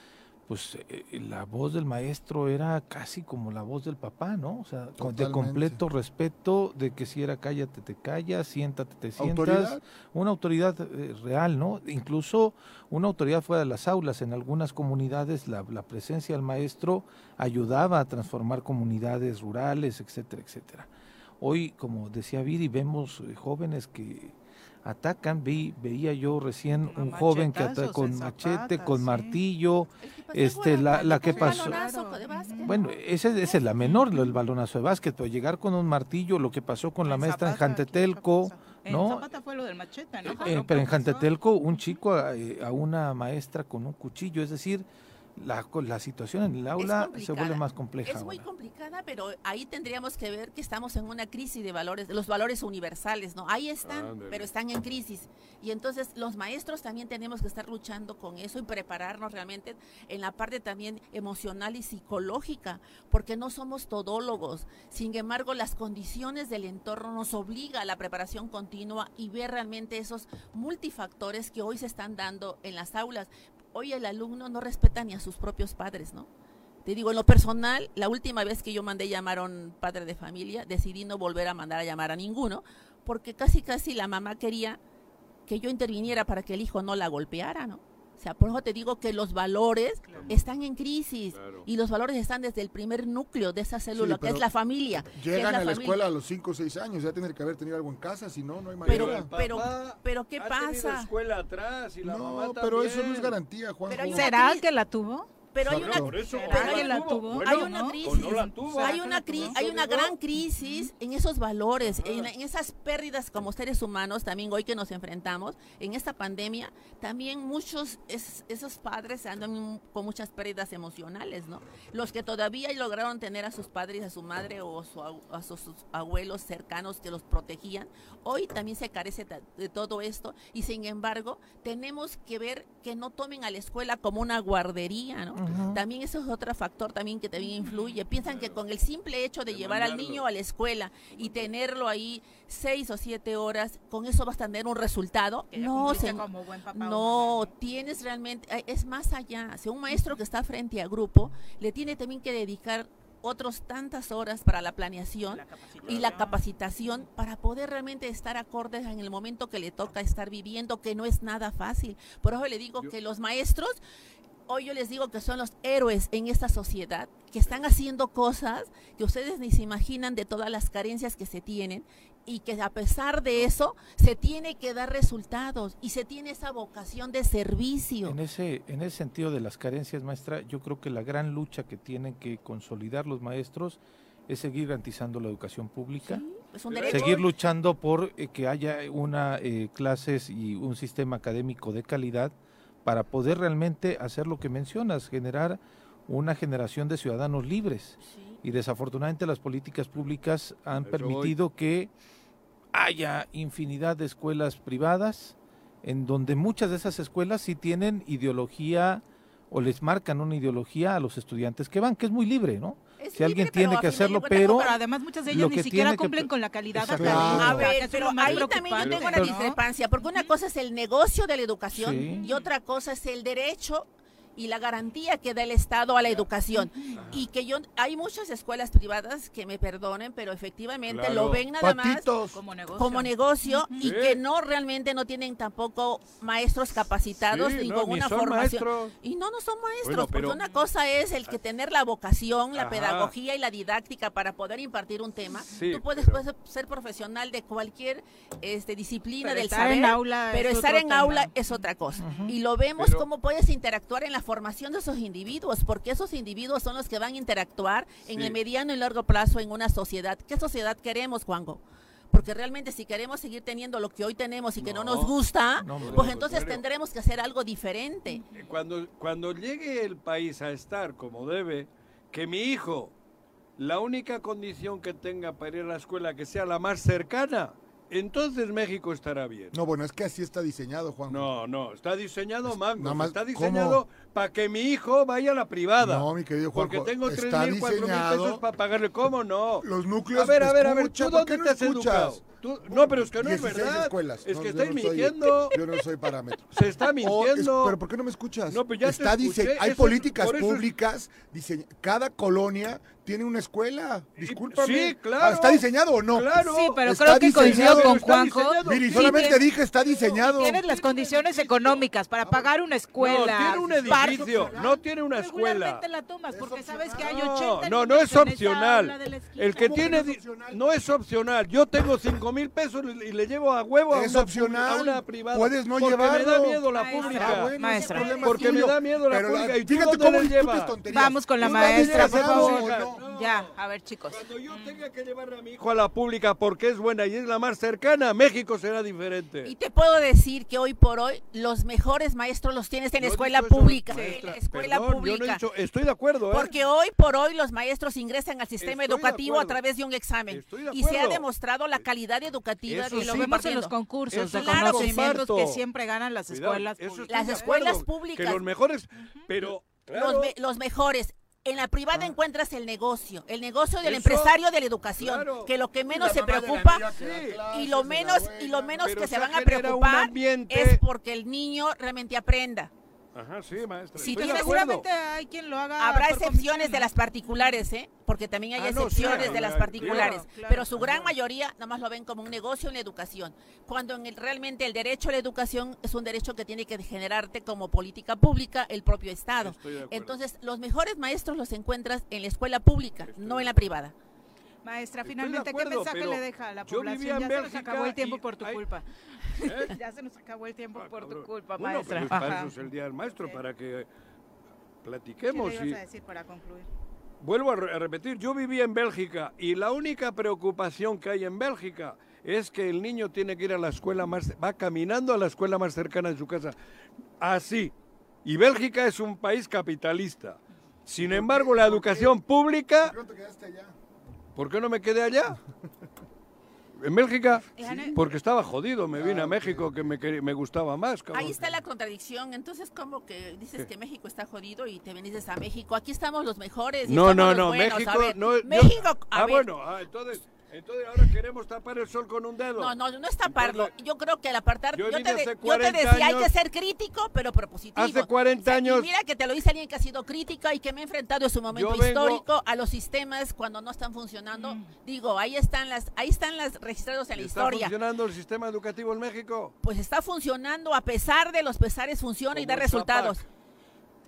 Speaker 7: pues la voz del maestro era casi como la voz del papá, ¿no? O sea, de completo respeto, de que si era cállate, te callas, siéntate, te sientas. ¿Autoridad? Una autoridad real, ¿no? Incluso una autoridad fuera de las aulas. En algunas comunidades la presencia del maestro ayudaba a transformar comunidades rurales, etcétera, etcétera. Hoy, como decía Viri, vemos jóvenes que atacan. Veía yo recién un joven que ataca con machete, con martillo. La que pasó. Bueno, esa es la menor, el balonazo de básquet, pero llegar con un martillo, lo que pasó con la maestra en Jantetelco, ¿no?
Speaker 4: En Zapata fue lo del machete, ¿no?
Speaker 7: Pero en Jantetelco, un chico a una maestra con un cuchillo, es decir, la situación en el aula se vuelve más compleja.
Speaker 12: Es muy complicada, pero ahí tendríamos que ver que estamos en una crisis de valores, de los valores universales, ¿no? Ahí están, pero están en crisis. Y entonces los maestros también tenemos que estar luchando con eso y prepararnos realmente en la parte también emocional y psicológica, porque no somos todólogos. Sin embargo, las condiciones del entorno nos obliga a la preparación continua y ver realmente esos multifactores que hoy se están dando en las aulas. Hoy el alumno no respeta ni a sus propios padres, ¿no? Te digo, en lo personal, la última vez que yo mandé llamar a un padre de familia, decidí no volver a mandar a llamar a ninguno, porque casi la mamá quería que yo interviniera para que el hijo no la golpeara, ¿no? O sea, por eso te digo que los valores están en crisis, y los valores están desde el primer núcleo de esa célula, que es la familia.
Speaker 8: Llegan a la escuela a los 5 o 6 años, ya tienen que haber tenido algo en casa, si no, no hay manera.
Speaker 12: Pero ¿qué pasa?
Speaker 5: Escuela atrás y la mamá
Speaker 8: pero
Speaker 5: también.
Speaker 8: eso no es garantía, Juan.
Speaker 4: ¿Será que la tuvo?
Speaker 12: Pero hay una gran crisis en esos valores, en esas pérdidas como seres humanos, también hoy que nos enfrentamos en esta pandemia. También muchos esos padres andan con muchas pérdidas emocionales, ¿no? Los que todavía lograron tener a sus padres, a su madre o a sus abuelos cercanos que los protegían, hoy también se carece de todo esto, y sin embargo tenemos que ver que no tomen a la escuela como una guardería, ¿no? También eso es otro factor también que también influye. Piensan que con el simple hecho de llevar al niño a la escuela y tenerlo ahí 6 o 7 horas, con eso vas a tener un resultado. No, tienes realmente, es más allá. Si un maestro que está frente a grupo le tiene también que dedicar otras tantas horas para la planeación y la capacitación para poder realmente estar acordes en el momento que le toca estar viviendo, que no es nada fácil. Por eso le digo que los maestros hoy yo les digo que son los héroes en esta sociedad, que están haciendo cosas que ustedes ni se imaginan de todas las carencias que se tienen y que a pesar de eso se tiene que dar resultados y se tiene esa vocación de servicio.
Speaker 7: En ese sentido de las carencias, maestra, yo creo que la gran lucha que tienen que consolidar los maestros es seguir garantizando la educación pública,
Speaker 12: Sí, es un derecho.
Speaker 7: seguir luchando por que haya clases y un sistema académico de calidad para poder realmente hacer lo que mencionas, generar una generación de ciudadanos libres.
Speaker 12: Sí.
Speaker 7: Y desafortunadamente las políticas públicas han permitido que haya infinidad de escuelas privadas, en donde muchas de esas escuelas sí tienen ideología o les marcan una ideología a los estudiantes que van, que es muy libre, ¿no?
Speaker 12: Es
Speaker 7: Si alguien
Speaker 12: libre,
Speaker 7: tiene
Speaker 12: pero
Speaker 7: que
Speaker 12: a fin de
Speaker 7: hacerlo,
Speaker 12: cuentas,
Speaker 7: pero
Speaker 4: Pero además muchas de
Speaker 7: lo
Speaker 4: ellas
Speaker 7: que
Speaker 4: ni siquiera
Speaker 7: tiene que
Speaker 4: cumplen con la calidad
Speaker 8: Exacto.
Speaker 4: académica.
Speaker 12: A ver,
Speaker 4: que eso es
Speaker 12: pero
Speaker 4: lo más
Speaker 12: ahí también yo
Speaker 4: preocupante,
Speaker 12: tengo una
Speaker 4: ¿no?
Speaker 12: discrepancia, porque una cosa es el negocio de la educación
Speaker 7: Sí.
Speaker 12: y otra cosa es el derecho y la garantía que da el Estado a la educación. Y que hay muchas escuelas privadas que me perdonen, pero efectivamente
Speaker 5: Claro.
Speaker 12: lo ven nada
Speaker 8: Patitos.
Speaker 4: Como negocio.
Speaker 12: más como negocio y
Speaker 5: Sí.
Speaker 12: que no realmente no tienen tampoco maestros capacitados
Speaker 5: Sí,
Speaker 12: ni
Speaker 5: no,
Speaker 12: con
Speaker 5: ni
Speaker 12: una
Speaker 5: son
Speaker 12: formación.
Speaker 5: maestros.
Speaker 12: Y no son maestros,
Speaker 5: Bueno, pero-
Speaker 12: porque una cosa es el que tener la vocación, la
Speaker 5: Ajá.
Speaker 12: pedagogía y la didáctica para poder impartir un tema.
Speaker 5: Sí,
Speaker 12: Tú puedes ser profesional de cualquier disciplina
Speaker 4: Pero
Speaker 12: del
Speaker 4: estar
Speaker 12: saber,
Speaker 4: en aula
Speaker 12: pero
Speaker 4: es
Speaker 12: estar
Speaker 4: otro
Speaker 12: en
Speaker 4: tema.
Speaker 12: aula es otra cosa. Y lo vemos
Speaker 5: Pero-
Speaker 12: cómo puedes interactuar en la formación de esos individuos, porque esos individuos son los que van a interactuar en
Speaker 5: Sí.
Speaker 12: el mediano y largo plazo en una sociedad. ¿Qué sociedad queremos, Juanjo? Porque realmente si queremos seguir teniendo lo que hoy tenemos y que no nos gusta,
Speaker 7: no, hombre,
Speaker 12: pues
Speaker 5: al
Speaker 12: entonces
Speaker 5: contrario.
Speaker 12: tendremos que hacer algo diferente.
Speaker 5: Cuando llegue el país a estar como debe, que mi hijo, la única condición que tenga para ir a la escuela que sea la más cercana, entonces México estará bien.
Speaker 8: No, bueno, es que así está diseñado, Juan.
Speaker 5: No, está diseñado, Magno,
Speaker 8: nada más,
Speaker 5: está diseñado para que mi hijo vaya a la privada.
Speaker 8: No, mi querido Juanjo,
Speaker 5: Porque tengo
Speaker 8: está
Speaker 5: 3,000, 4,000
Speaker 8: diseñado-
Speaker 5: pesos para pagarle. ¿Cómo no?
Speaker 8: Los núcleos,
Speaker 5: A ver,
Speaker 8: escucha,
Speaker 5: ¿tú
Speaker 8: ¿por
Speaker 5: dónde
Speaker 8: qué no
Speaker 5: te has
Speaker 8: escuchas?
Speaker 5: educado? No, pero es que no es
Speaker 8: 16
Speaker 5: verdad.
Speaker 8: escuelas.
Speaker 5: Es
Speaker 8: No,
Speaker 5: que
Speaker 8: yo
Speaker 5: estáis
Speaker 8: no soy-
Speaker 5: mintiendo.
Speaker 8: Yo no soy parámetro.
Speaker 5: Se está mintiendo.
Speaker 8: Pero ¿por qué no me escuchas?
Speaker 5: No, pero ya te
Speaker 8: Está
Speaker 5: escuché,
Speaker 8: hay
Speaker 5: eso-
Speaker 8: políticas
Speaker 5: por eso-
Speaker 8: públicas, cada colonia tiene una escuela. Discúlpame.
Speaker 5: Sí, claro.
Speaker 8: ¿Está diseñado o no?
Speaker 5: Claro.
Speaker 4: Sí, pero
Speaker 8: Está
Speaker 4: creo que coincido
Speaker 8: diseñado,
Speaker 4: con
Speaker 5: está
Speaker 4: Juanjo.
Speaker 5: diseñado.
Speaker 8: Miri,
Speaker 4: Sí,
Speaker 8: solamente
Speaker 4: tienes-
Speaker 8: dije está diseñado.
Speaker 4: Tienes las condiciones económicas para pagar una escuela.
Speaker 5: No, tiene un edificio, no tiene una escuela.
Speaker 4: Regularmente la tomas porque sabes que hay
Speaker 5: No,
Speaker 4: 80
Speaker 5: no
Speaker 4: niños
Speaker 5: es
Speaker 4: en esa
Speaker 5: opcional.
Speaker 4: aula de la esquina.
Speaker 5: El que
Speaker 8: ¿Cómo que
Speaker 5: tiene
Speaker 8: no es opcional?
Speaker 5: no es opcional. Yo tengo 5,000 pesos y le llevo a huevo a
Speaker 8: Es
Speaker 5: una,
Speaker 8: opcional.
Speaker 5: a una privada.
Speaker 8: Puedes no
Speaker 5: porque
Speaker 8: llevarlo.
Speaker 5: me da miedo la
Speaker 4: Maestra,
Speaker 5: pública.
Speaker 8: Ah, bueno,
Speaker 4: Maestra.
Speaker 8: ese problema
Speaker 5: Porque
Speaker 8: es
Speaker 5: me
Speaker 8: tuyo.
Speaker 5: da miedo la
Speaker 8: Pero
Speaker 5: pública. ¿Y tú
Speaker 8: fíjate
Speaker 5: dónde
Speaker 8: cómo
Speaker 5: le
Speaker 8: discutes
Speaker 5: llevas?
Speaker 8: tonterías.
Speaker 4: Vamos con la
Speaker 5: ¿Tú dónde
Speaker 4: maestra,
Speaker 5: llevas
Speaker 4: por
Speaker 5: a tu
Speaker 4: favor.
Speaker 5: hija?
Speaker 8: No.
Speaker 4: Ya, a ver, chicos.
Speaker 5: Cuando yo tenga que llevar a mi hijo a la pública porque es buena y es la más cercana, México será diferente.
Speaker 12: Y te puedo decir que hoy por hoy los mejores maestros los tienes en la
Speaker 5: No he
Speaker 12: escuela
Speaker 5: dicho eso,
Speaker 12: pública.
Speaker 5: maestra.
Speaker 12: En la escuela
Speaker 5: Perdón, yo no he
Speaker 12: pública.
Speaker 5: dicho- estoy de acuerdo, ¿eh?
Speaker 12: Porque hoy por hoy los maestros ingresan al sistema
Speaker 5: Estoy de
Speaker 12: educativo a
Speaker 5: acuerdo.
Speaker 12: través de un examen.
Speaker 5: Estoy de
Speaker 12: Y se ha
Speaker 5: acuerdo.
Speaker 12: demostrado la calidad educativa
Speaker 5: Eso
Speaker 12: que
Speaker 4: Y lo
Speaker 12: están
Speaker 4: vemos en los
Speaker 12: impartiendo.
Speaker 4: concursos
Speaker 5: Eso
Speaker 4: de
Speaker 5: sí,
Speaker 4: conocimientos
Speaker 5: comparto.
Speaker 4: que siempre ganan las
Speaker 5: Cuidado,
Speaker 4: escuelas
Speaker 5: eso
Speaker 4: públicas.
Speaker 5: estoy
Speaker 12: Las
Speaker 5: de
Speaker 12: escuelas
Speaker 5: acuerdo,
Speaker 12: públicas.
Speaker 5: Que los mejores, pero claro,
Speaker 12: Los mejores. En la privada encuentras el negocio del
Speaker 5: Eso,
Speaker 12: empresario de la educación,
Speaker 5: claro.
Speaker 12: que lo que menos
Speaker 8: La
Speaker 12: se
Speaker 8: mamá de la
Speaker 12: preocupa
Speaker 8: niña que da clases,
Speaker 12: y lo
Speaker 8: de
Speaker 12: menos
Speaker 8: la
Speaker 12: y lo
Speaker 8: abuela.
Speaker 12: menos
Speaker 5: Pero
Speaker 12: que se
Speaker 5: se
Speaker 12: van a
Speaker 5: genera un
Speaker 12: preocupar
Speaker 5: ambiente-
Speaker 12: es porque el niño realmente aprenda.
Speaker 5: ajá, sí, maestra.
Speaker 12: Si
Speaker 5: estoy de
Speaker 12: tienes
Speaker 5: acuerdo.
Speaker 4: Seguramente hay quien lo haga.
Speaker 12: Habrá
Speaker 4: por
Speaker 12: excepciones
Speaker 4: convicción,
Speaker 12: de
Speaker 4: ¿no?
Speaker 12: las particulares, porque también hay
Speaker 5: no,
Speaker 12: excepciones
Speaker 5: sí,
Speaker 12: de las
Speaker 5: claro,
Speaker 12: particulares,
Speaker 4: claro,
Speaker 12: pero su gran mayoría nada más lo ven como un negocio en la educación, cuando realmente el derecho a la educación es un derecho que tiene que generarte como política pública el propio Estado.
Speaker 5: Estoy de acuerdo.
Speaker 12: Entonces, los mejores maestros los encuentras en la escuela pública, no en la privada.
Speaker 4: Maestra,
Speaker 5: Estoy
Speaker 4: finalmente,
Speaker 5: de acuerdo,
Speaker 4: ¿qué mensaje
Speaker 5: pero
Speaker 4: le deja a la
Speaker 5: yo
Speaker 4: población?
Speaker 5: vivía en
Speaker 4: Ya se nos
Speaker 5: Bélgica
Speaker 4: acabó el tiempo
Speaker 5: y
Speaker 4: por tu
Speaker 5: hay-
Speaker 4: culpa.
Speaker 5: ¿Eh?
Speaker 4: Ya se nos acabó el tiempo por tu
Speaker 5: Cabrón.
Speaker 4: culpa,
Speaker 5: Bueno,
Speaker 4: maestra.
Speaker 5: pero es para
Speaker 4: Ajá.
Speaker 5: eso es el día del maestro,
Speaker 4: Sí.
Speaker 5: para que
Speaker 4: ¿Qué
Speaker 5: platiquemos.
Speaker 4: le
Speaker 5: y-
Speaker 4: ibas a decir para concluir?
Speaker 5: Vuelvo a repetir, yo vivía en Bélgica y la única preocupación que hay en Bélgica es que el niño tiene que ir a la escuela va caminando a la escuela más cercana de su casa. Así. Y Bélgica es un país capitalista. Sin embargo, la educación pública...
Speaker 8: ¿Por qué no te quedaste allá?
Speaker 5: ¿Por qué no me quedé allá? En Bélgica,
Speaker 4: Sí.
Speaker 5: porque estaba jodido, me vine a México que me gustaba más. Cabrón.
Speaker 12: Ahí está la contradicción, entonces como que dices que México está jodido y te venís a México, aquí estamos los mejores y
Speaker 5: No,
Speaker 12: estamos
Speaker 5: no,
Speaker 12: los
Speaker 5: no,
Speaker 12: buenos. A
Speaker 5: México...
Speaker 12: ver,
Speaker 5: no,
Speaker 12: México, a ver.
Speaker 5: bueno, entonces ahora queremos tapar el sol con un dedo.
Speaker 12: No es taparlo.
Speaker 5: Entonces,
Speaker 12: Yo creo que al apartar,
Speaker 5: yo
Speaker 12: yo
Speaker 5: vine hace
Speaker 12: te
Speaker 5: 40
Speaker 12: decía, hay
Speaker 5: años-
Speaker 12: que ser crítico, pero propositivo.
Speaker 5: Hace 40
Speaker 12: y
Speaker 5: años-
Speaker 12: mira que te lo dice alguien que ha sido crítica y que me ha enfrentado en su momento
Speaker 5: Yo vengo-
Speaker 12: histórico a los sistemas cuando no están funcionando. Digo, ahí están las registrados en la
Speaker 5: ¿Está
Speaker 12: historia.
Speaker 5: funcionando el sistema educativo en México?
Speaker 12: Pues está funcionando, a pesar de los pesares funciona y
Speaker 5: Como
Speaker 12: da
Speaker 5: el
Speaker 12: resultados.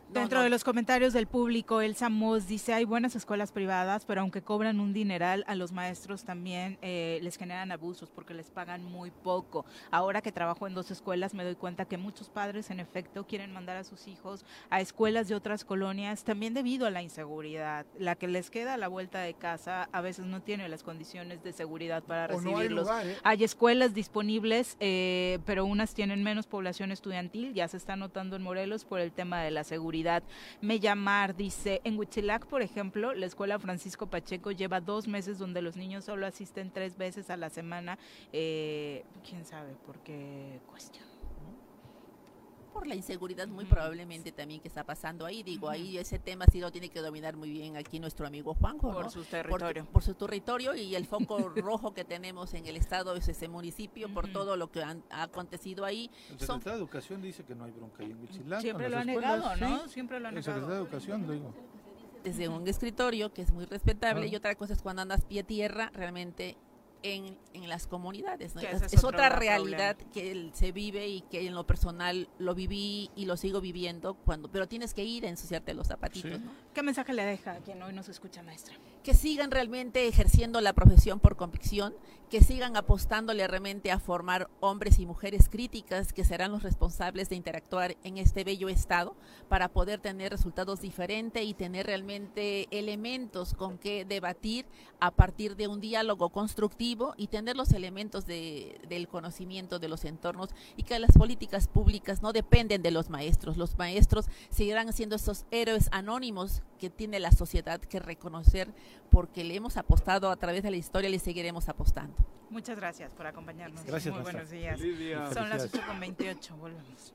Speaker 4: Dentro de los comentarios del público, Elsa Moss dice, hay buenas escuelas privadas, pero aunque cobran un dineral, a los maestros también les generan abusos porque les pagan muy poco. Ahora que trabajo en 2 escuelas me doy cuenta que muchos padres en efecto quieren mandar a sus hijos a escuelas de otras colonias, también debido a la inseguridad. La que les queda a la vuelta de casa a veces no tiene las condiciones de seguridad para recibirlos.
Speaker 8: No hay lugar,
Speaker 4: Hay escuelas disponibles, pero unas tienen menos población estudiantil, ya se está notando en Morelos por el tema de la seguridad. Mellamar dice, en Huitzilac, por ejemplo, la escuela Francisco Pacheco lleva 2 meses donde los niños solo asisten 3 veces a la semana. ¿Quién sabe por qué cuestión?
Speaker 12: Por la inseguridad muy probablemente también que está pasando ahí. Digo, ahí ese tema sí lo tiene que dominar muy bien aquí nuestro amigo Juanjo,
Speaker 4: por
Speaker 12: ¿no?
Speaker 4: su territorio.
Speaker 12: Por su territorio, y el foco rojo que tenemos en el estado es ese municipio por todo lo que ha acontecido ahí.
Speaker 7: El secretario de Educación dice que no hay bronca ahí en Huitzilac.
Speaker 4: Siempre lo ha negado, ¿no? Siempre lo ha negado.
Speaker 7: El secretario de Educación, lo digo.
Speaker 12: Desde un escritorio que es muy respetable, y otra cosa es cuando andas pie tierra realmente en las comunidades, ¿no? Es otra realidad que se vive y que en lo personal lo viví y lo sigo viviendo pero tienes que ir a ensuciarte los zapatitos,
Speaker 4: ¿no? ¿Qué mensaje le deja a quien hoy nos escucha, maestra?
Speaker 12: Que sigan realmente ejerciendo la profesión por convicción, que sigan apostándole realmente a formar hombres y mujeres críticas que serán los responsables de interactuar en este bello estado para poder tener resultados diferentes y tener realmente elementos con que debatir a partir de un diálogo constructivo y tener los elementos del conocimiento de los entornos, y que las políticas públicas no dependen de los maestros seguirán siendo esos héroes anónimos que tiene la sociedad que reconocer, porque le hemos apostado a través de la historia y le seguiremos apostando.
Speaker 4: Muchas gracias por acompañarnos.
Speaker 7: Gracias,
Speaker 4: muy buenos días. Son las 8:28, volvemos.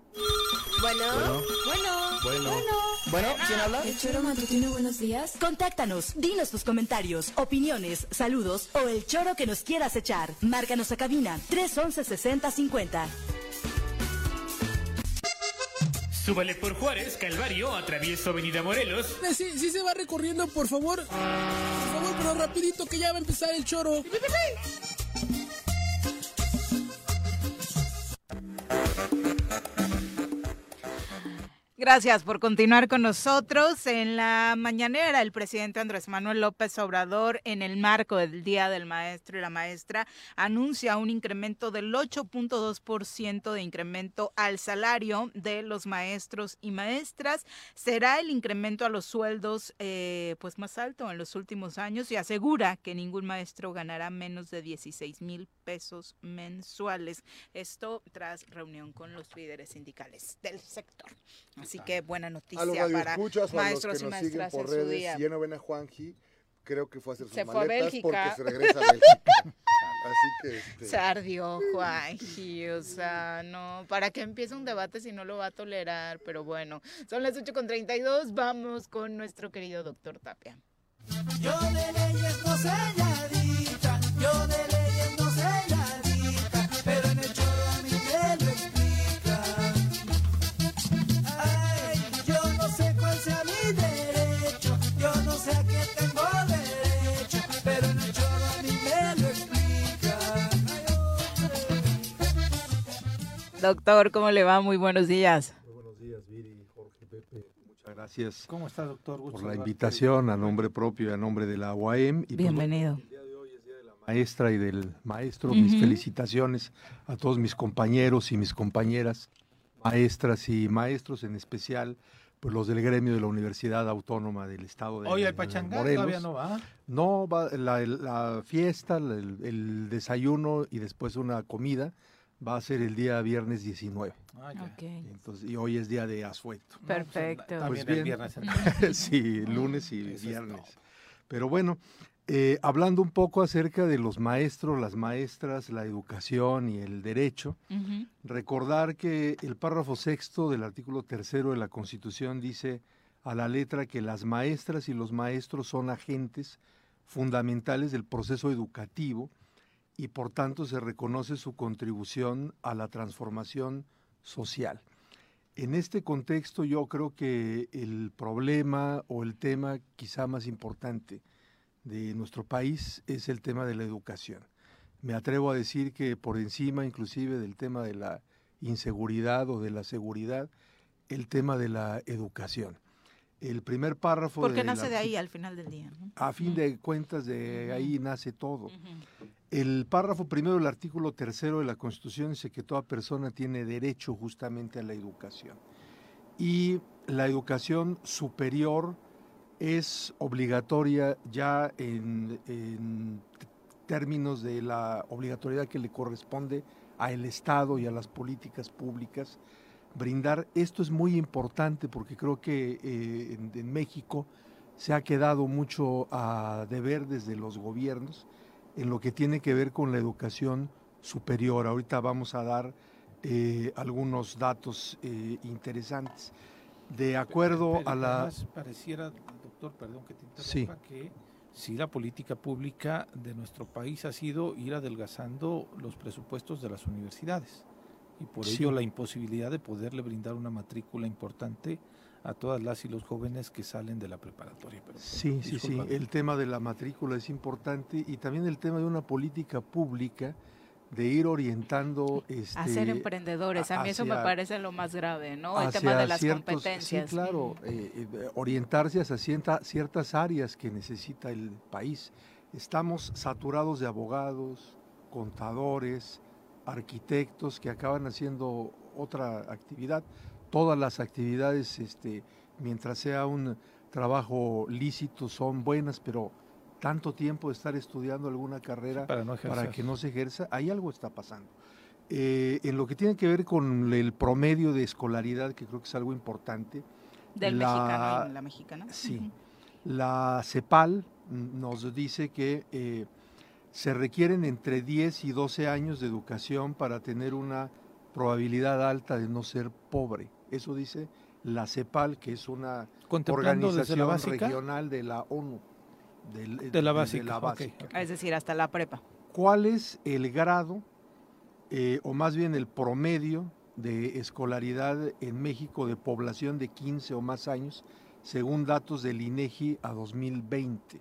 Speaker 9: Bueno, ¿quién habla? El Choro Matutino, buenos días. Contáctanos, dinos tus comentarios, opiniones, saludos o el choro que nos quieras echar. Márcanos a cabina 311-6050.
Speaker 10: Súbale por Juárez, Calvario, atravieso Avenida Morelos.
Speaker 6: Sí se va recorriendo, por favor. Por favor, pero rapidito que ya va a empezar el choro.
Speaker 4: Gracias por continuar con nosotros. En la mañanera, el presidente Andrés Manuel López Obrador, en el marco del Día del Maestro y la Maestra, anuncia un incremento del 8.2% de incremento al salario de los maestros y maestras. Será el incremento a los sueldos pues más alto en los últimos años, y asegura que ningún maestro ganará menos de 16,000 pesos mensuales. Esto tras reunión con los líderes sindicales del sector. Así que buena noticia para maestros y maestras en su día.
Speaker 8: Si ya no ven a Juanji, creo que fue a hacer sus
Speaker 4: maletas
Speaker 8: fue a Bélgica porque se regresa a Bélgica. Así que
Speaker 4: se ardió Juanji, o sea, no, ¿para qué empieza un debate si no lo va a tolerar? Pero bueno, son las 8:32, vamos con nuestro querido doctor Tapia.
Speaker 3: Yo de leyes no sé la dicha, yo de leyes no sé la dicha, pero en el choro a mí me lo explica. Ay, yo no sé cuál sea mi derecho, yo no sé a qué tengo derecho, pero en el choro a mí me lo explica.
Speaker 4: Doctor, ¿cómo le va? Muy buenos días.
Speaker 13: Muy buenos días, Viri, Jorge, Pepe. Muchas gracias.
Speaker 7: ¿Cómo está, doctor?
Speaker 13: Por la invitación a nombre propio y a nombre de la UAM. Y
Speaker 4: bienvenido.
Speaker 13: El día de hoy es Día de la Maestra y del Maestro. Mis felicitaciones a todos mis compañeros y mis compañeras, maestras y maestros, en especial pues los del gremio de la Universidad Autónoma del Estado de
Speaker 7: Oye, el Pachangán todavía no va.
Speaker 13: No, va la fiesta, el desayuno y después una comida. Va a ser el día viernes 19.
Speaker 4: Okay.
Speaker 13: Entonces, y hoy es día de asueto.
Speaker 4: Perfecto.
Speaker 7: También
Speaker 13: Pues
Speaker 7: el viernes.
Speaker 13: Sí, lunes y viernes. Pero bueno, hablando un poco acerca de los maestros, las maestras, la educación y el derecho, recordar que el párrafo 6º del artículo 3º de la Constitución dice a la letra que las maestras y los maestros son agentes fundamentales del proceso educativo, y por tanto se reconoce su contribución a la transformación social. En este contexto yo creo que el problema o el tema quizá más importante de nuestro país es el tema de la educación. Me atrevo a decir que por encima inclusive del tema de la inseguridad o de la seguridad, el tema de la educación. El primer párrafo
Speaker 4: Porque nace de ahí al final del día, ¿no?
Speaker 13: A fin de cuentas, de ahí nace todo. El párrafo primero del artículo 3 de la Constitución dice que toda persona tiene derecho justamente a la educación. Y la educación superior es obligatoria ya en términos de la obligatoriedad que le corresponde al Estado y a las políticas públicas brindar. Esto es muy importante porque creo que en México se ha quedado mucho a deber desde los gobiernos en lo que tiene que ver con la educación superior. Ahorita vamos a dar algunos datos interesantes. De acuerdo
Speaker 7: Pero
Speaker 13: a la...
Speaker 7: además pareciera, doctor, perdón que te interrumpa,
Speaker 13: Sí.
Speaker 7: que sí la política pública de nuestro país ha sido ir adelgazando los presupuestos de las universidades y por
Speaker 13: Sí.
Speaker 7: ello la imposibilidad de poderle brindar una matrícula importante a todas las y los jóvenes que salen de la preparatoria. Pero,
Speaker 13: Sí,
Speaker 7: discúlpame.
Speaker 13: el tema de la matrícula es importante y también el tema de una política pública de ir orientando
Speaker 4: A ser emprendedores, a mí eso me
Speaker 13: hacia-
Speaker 4: parece lo más grave, ¿no? El
Speaker 13: hacia
Speaker 4: tema de las
Speaker 13: ciertos-
Speaker 4: competencias.
Speaker 13: Sí, claro, orientarse hacia ciertas áreas que necesita el país. Estamos saturados de abogados, contadores, arquitectos que acaban haciendo otra actividad. Todas las actividades, mientras sea un trabajo lícito, son buenas, pero tanto tiempo de estar estudiando alguna carrera
Speaker 7: para no ejercer.
Speaker 13: para que no se ejerza, ahí algo está pasando. En lo que tiene que ver con el promedio de escolaridad, que creo que es algo importante.
Speaker 4: Del mexicano y la mexicana.
Speaker 13: Sí. La CEPAL nos dice que se requieren entre 10 y 12 años de educación para tener una probabilidad alta de no ser pobre. Eso dice la CEPAL, que es una
Speaker 7: Contemplando desde la
Speaker 13: organización
Speaker 7: básica.
Speaker 13: regional de la ONU.
Speaker 7: De la básica,
Speaker 13: la
Speaker 7: ok.
Speaker 13: básica.
Speaker 4: Es decir, hasta la prepa.
Speaker 13: ¿Cuál es el grado, o más bien el promedio de escolaridad en México de población de 15 o más años, según datos del INEGI a 2020?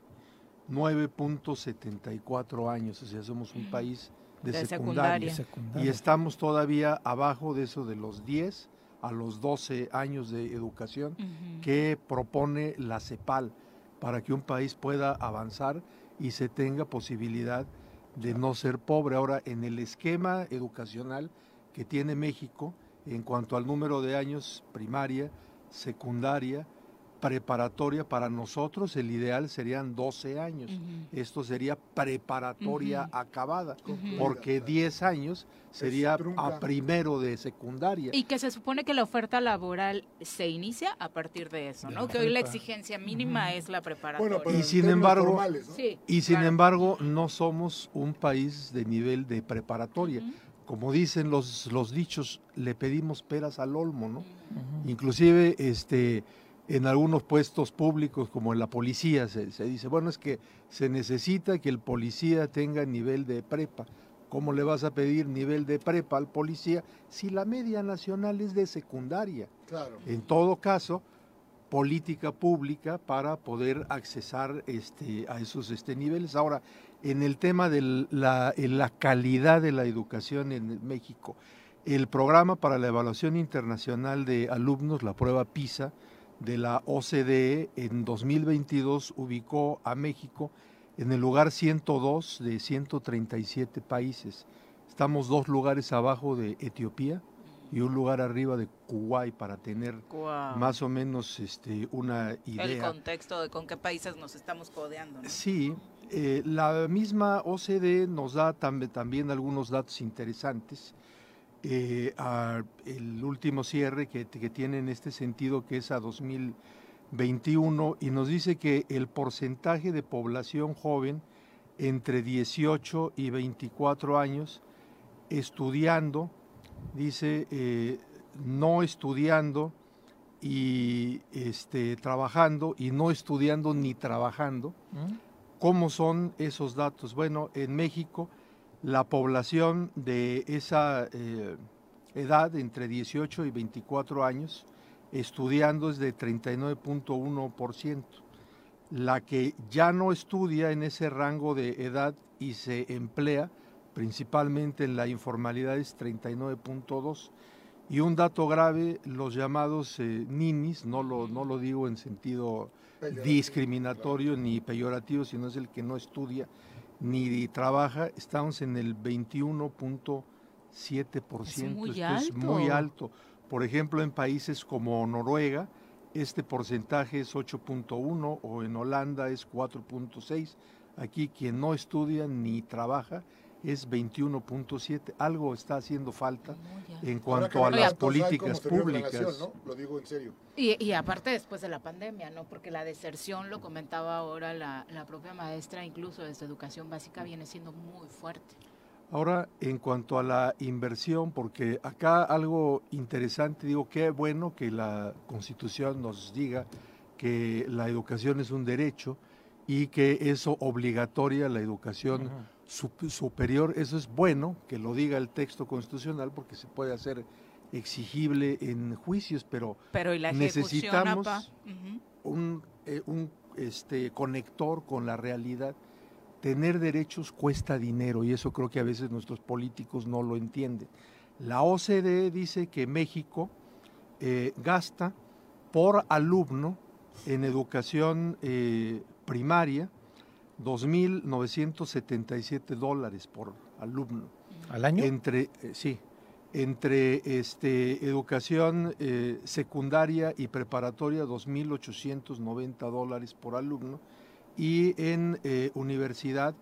Speaker 13: 9.74 años, o sea, somos un país de secundaria. Y estamos todavía abajo de eso de los 10 a los 12 años de educación que propone la CEPAL para que un país pueda avanzar y se tenga posibilidad de no ser pobre. Ahora, en el esquema educacional que tiene México, en cuanto al número de años primaria, secundaria, preparatoria, para nosotros el ideal serían 12 años. Esto sería preparatoria acabada, porque 10 años sería a primero de secundaria.
Speaker 4: Y que se supone que la oferta laboral se inicia a partir de eso, ¿no? Que hoy la exigencia mínima es la preparatoria.
Speaker 8: Bueno, pero
Speaker 13: Y sin embargo,
Speaker 8: formales, ¿no?
Speaker 4: Sí,
Speaker 13: y sin
Speaker 4: claro.
Speaker 13: embargo no somos un país de nivel de preparatoria. Como dicen los dichos, le pedimos peras al olmo, ¿no? Inclusive en algunos puestos públicos como en la policía se dice, bueno, es que se necesita que el policía tenga nivel de prepa. ¿Cómo le vas a pedir nivel de prepa al policía si la media nacional es de secundaria?
Speaker 8: Claro.
Speaker 13: En todo caso, política pública para poder accesar a esos niveles. Ahora, en el tema de la calidad de la educación en México, el programa para la evaluación internacional de alumnos, la prueba PISA de la OCDE, en 2022 ubicó a México en el lugar 102 de 137 países. Estamos 2 lugares abajo de Etiopía y un lugar arriba de Kuwait, para tener más o menos una idea.
Speaker 4: El contexto de con qué países nos estamos codeando, ¿no?
Speaker 13: Sí, la misma OCDE nos da también algunos datos interesantes. El último cierre que tiene en este sentido, que es a 2021, y nos dice que el porcentaje de población joven entre 18 y 24 años estudiando, dice, no estudiando y trabajando, y no estudiando ni trabajando. ¿Cómo son esos datos? Bueno, en México la población de esa edad, entre 18 y 24 años, estudiando es de 39.1%. La que ya no estudia en ese rango de edad y se emplea principalmente en la informalidad es 39.2%. Y un dato grave, los llamados ninis, no lo digo en sentido discriminatorio ni peyorativo, sino es el que no estudia ni trabaja, estamos en el 21.7%.
Speaker 4: Es muy
Speaker 13: Esto
Speaker 4: alto.
Speaker 13: es muy alto. Por ejemplo, en países como Noruega, este porcentaje es 8.1 o en Holanda es 4.6. Aquí quien no estudia ni trabaja es 21.7. Algo está haciendo falta en cuanto a las políticas públicas.
Speaker 8: ¿No? Lo digo en serio.
Speaker 4: Y aparte después de la pandemia, ¿no? Porque la deserción, lo comentaba ahora la propia maestra, incluso desde educación básica, viene siendo muy fuerte.
Speaker 13: Ahora, en cuanto a la inversión, porque acá algo interesante, digo, qué bueno que la Constitución nos diga que la educación es un derecho y que es obligatoria la educación superior. Eso es bueno que lo diga el texto constitucional porque se puede hacer exigible en juicios, pero
Speaker 4: ¿y la
Speaker 13: necesitamos un conector con la realidad. Tener derechos cuesta dinero y eso creo que a veces nuestros políticos no lo entienden. La OCDE dice que México gasta por alumno en educación primaria $2,977 por alumno.
Speaker 7: ¿Al año?
Speaker 13: Entre educación secundaria y preparatoria, $2,890 por alumno, y en universidad,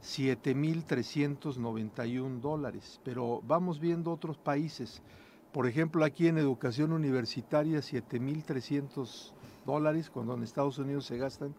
Speaker 13: $7,391. Pero vamos viendo otros países. Por ejemplo, aquí en educación universitaria, $7,300, cuando en Estados Unidos se gastan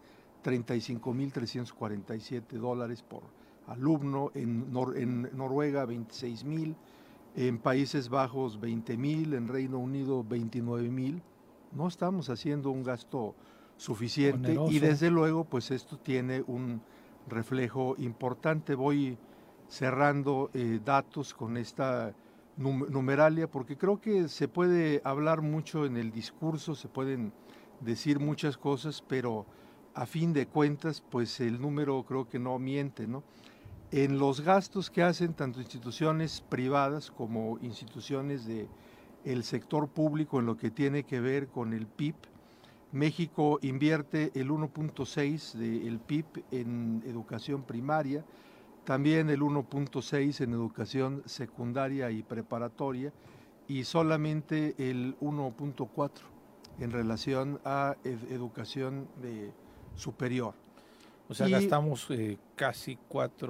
Speaker 13: $35,347 por alumno, en Noruega 26,000, en Países Bajos 20,000, en Reino Unido 29,000. No estamos haciendo un gasto suficiente
Speaker 7: oneroso.
Speaker 13: Y desde luego pues esto tiene un reflejo importante. Voy cerrando datos con esta numeralia porque creo que se puede hablar mucho en el discurso, se pueden decir muchas cosas, pero a fin de cuentas, pues el número creo que no miente, ¿no? En los gastos que hacen tanto instituciones privadas como instituciones del sector público en lo que tiene que ver con el PIB, México invierte el 1.6 del PIB en educación primaria, también el 1.6 en educación secundaria y preparatoria y solamente el 1.4 en relación a educación superior.
Speaker 7: O sea, gastamos casi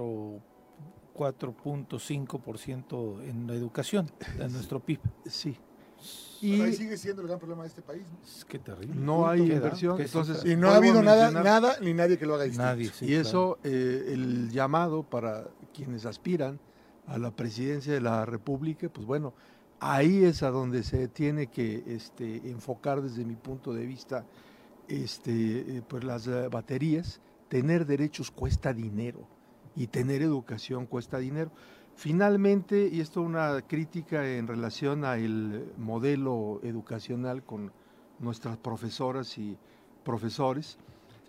Speaker 7: 4.5% en la educación de nuestro PIB.
Speaker 13: Sí.
Speaker 8: Pero ahí sigue siendo el gran problema de este país, ¿no?
Speaker 7: Es que terrible.
Speaker 13: No hay inversión, entonces
Speaker 8: y no ha habido nada ni nadie que lo haga distinto.
Speaker 7: Nadie, sí,
Speaker 13: y eso, el llamado para quienes aspiran a la presidencia de la República, pues bueno, ahí es a donde se tiene que enfocar desde mi punto de vista pues las baterías. Tener derechos cuesta dinero y tener educación cuesta dinero. Finalmente, y esto es una crítica en relación al modelo educacional con nuestras profesoras y profesores,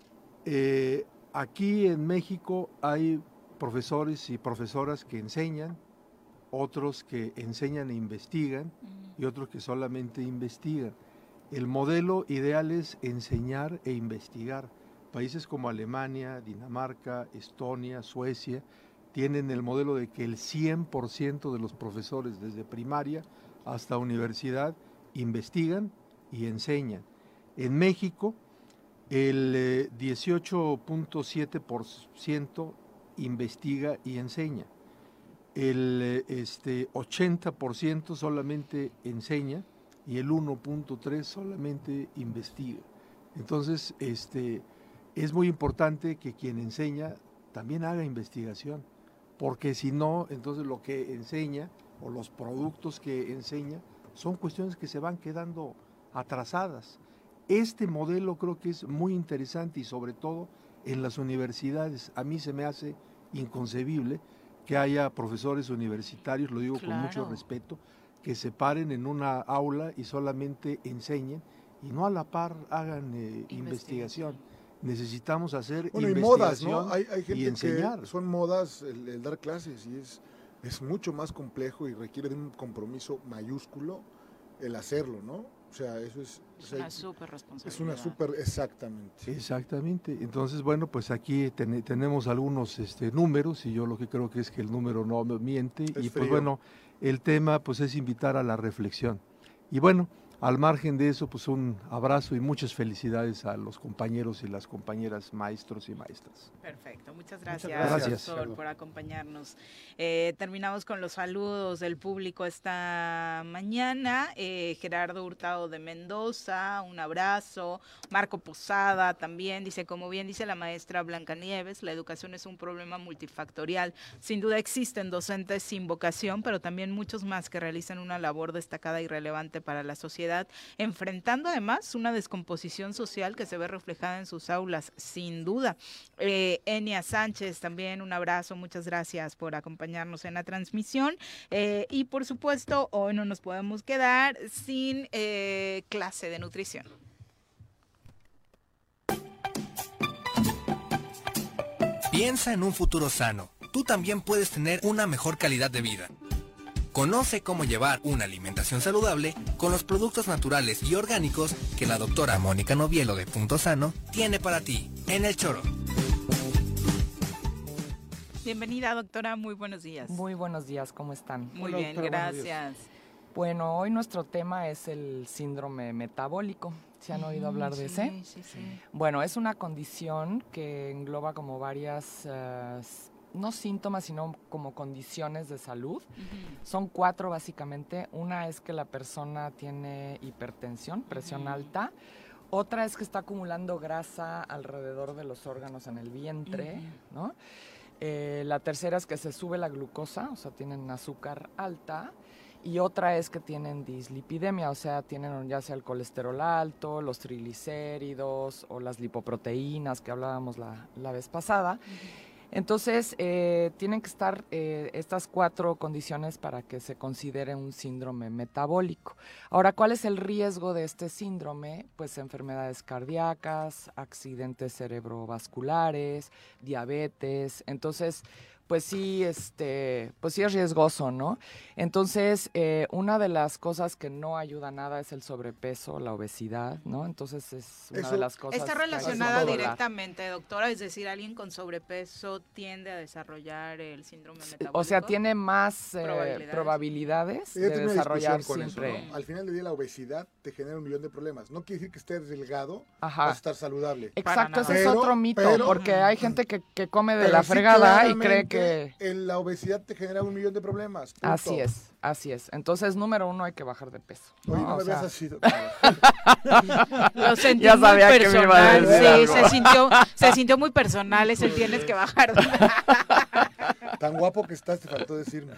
Speaker 13: aquí en México hay profesores y profesoras que enseñan, otros que enseñan e investigan y otros que solamente investigan. El modelo ideal es enseñar e investigar. Países como Alemania, Dinamarca, Estonia, Suecia, tienen el modelo de que el 100% de los profesores desde primaria hasta universidad investigan y enseñan. En México, el 18.7% investiga y enseña. El 80% solamente enseña y el 1.3% solamente investiga. Entonces, es muy importante que quien enseña también haga investigación, porque si no, entonces lo que enseña o los productos que enseña son cuestiones que se van quedando atrasadas. Este modelo creo que es muy interesante y sobre todo en las universidades. A mí se me hace inconcebible que haya profesores universitarios, lo digo con mucho respeto, que se paren en una aula y solamente enseñen y no a la par hagan investigación. Necesitamos hacer investigación
Speaker 8: y modas, ¿no? Hay gente
Speaker 13: y enseñar.
Speaker 8: Que son modas el dar clases y es mucho más complejo y requiere de un compromiso mayúsculo el hacerlo, ¿no? O sea, eso es...
Speaker 4: Es una súper responsabilidad.
Speaker 8: Es una súper, exactamente.
Speaker 13: Exactamente. Entonces, bueno, pues aquí tenemos algunos números y yo lo que creo que es que el número no miente y pues
Speaker 8: frío.
Speaker 13: bueno, el tema pues es invitar a la reflexión. Y bueno, al margen de eso, pues un abrazo y muchas felicidades a los compañeros y las compañeras maestros y maestras.
Speaker 4: Perfecto, muchas gracias,
Speaker 13: gracias.
Speaker 4: doctor, por acompañarnos. Terminamos con los saludos del público esta mañana. Gerardo Hurtado de Mendoza, un abrazo. Marco Posada también dice, como bien dice la maestra Blancanieves, la educación es un problema multifactorial. Sin duda existen docentes sin vocación, pero también muchos más que realizan una labor destacada y relevante para la sociedad, enfrentando además una descomposición social que se ve reflejada en sus aulas, sin duda. Enia Sánchez también, un abrazo, muchas gracias por acompañarnos en la transmisión. Y por supuesto, hoy no nos podemos quedar sin clase de nutrición.
Speaker 1: Piensa en un futuro sano. Tú también puedes tener una mejor calidad de vida. Conoce cómo llevar una alimentación saludable con los productos naturales y orgánicos que la doctora Mónica Novielo de Punto Sano tiene para ti en El Choro.
Speaker 4: Bienvenida, doctora, muy buenos días.
Speaker 14: Muy buenos días, ¿cómo están?
Speaker 4: Muy bien, gracias.
Speaker 14: Bueno, hoy nuestro tema es el síndrome metabólico. ¿Se han oído hablar de ese?
Speaker 4: Sí.
Speaker 14: Bueno, es una condición que engloba como varias... no síntomas, sino como condiciones de salud. Son 4 básicamente. Una es que la persona tiene hipertensión, presión alta. Otra es que está acumulando grasa alrededor de los órganos en el vientre, ¿no? La tercera es que se sube la glucosa, o sea, tienen azúcar alta. Y otra es que tienen dislipidemia, o sea, tienen ya sea el colesterol alto, los triglicéridos o las lipoproteínas que hablábamos la vez pasada. Entonces, tienen que estar estas 4 condiciones para que se considere un síndrome metabólico. Ahora, ¿cuál es el riesgo de este síndrome? Pues enfermedades cardíacas, accidentes cerebrovasculares, diabetes. Entonces, pues sí es riesgoso, ¿no? Entonces, una de las cosas que no ayuda nada es el sobrepeso, la obesidad, ¿no? Entonces, es una de las cosas...
Speaker 4: Está relacionada directamente, doctora, es decir, alguien con sobrepeso tiende a desarrollar el síndrome metabólico.
Speaker 14: O sea, tiene más probabilidades de desarrollar siempre.
Speaker 8: Eso, ¿no? Al final del día, la obesidad te genera 1 millón de problemas. No quiere decir que estés delgado, vas a estar saludable.
Speaker 14: Exacto, ese es otro mito, porque hay gente que come de la fregada y cree que...
Speaker 8: La obesidad te genera 1 millón de problemas. Punto.
Speaker 14: Así es. Entonces, número 1, hay que bajar de peso.
Speaker 8: ¿No? Oye, no me veas así.
Speaker 4: Lo sentí
Speaker 14: ya sabía
Speaker 4: muy
Speaker 14: que me iba a
Speaker 4: personal.
Speaker 14: decir
Speaker 4: Sí,
Speaker 14: algo.
Speaker 4: se sintió muy personal ese tienes que bajar.
Speaker 8: Tan guapo que estás, te faltó decirme.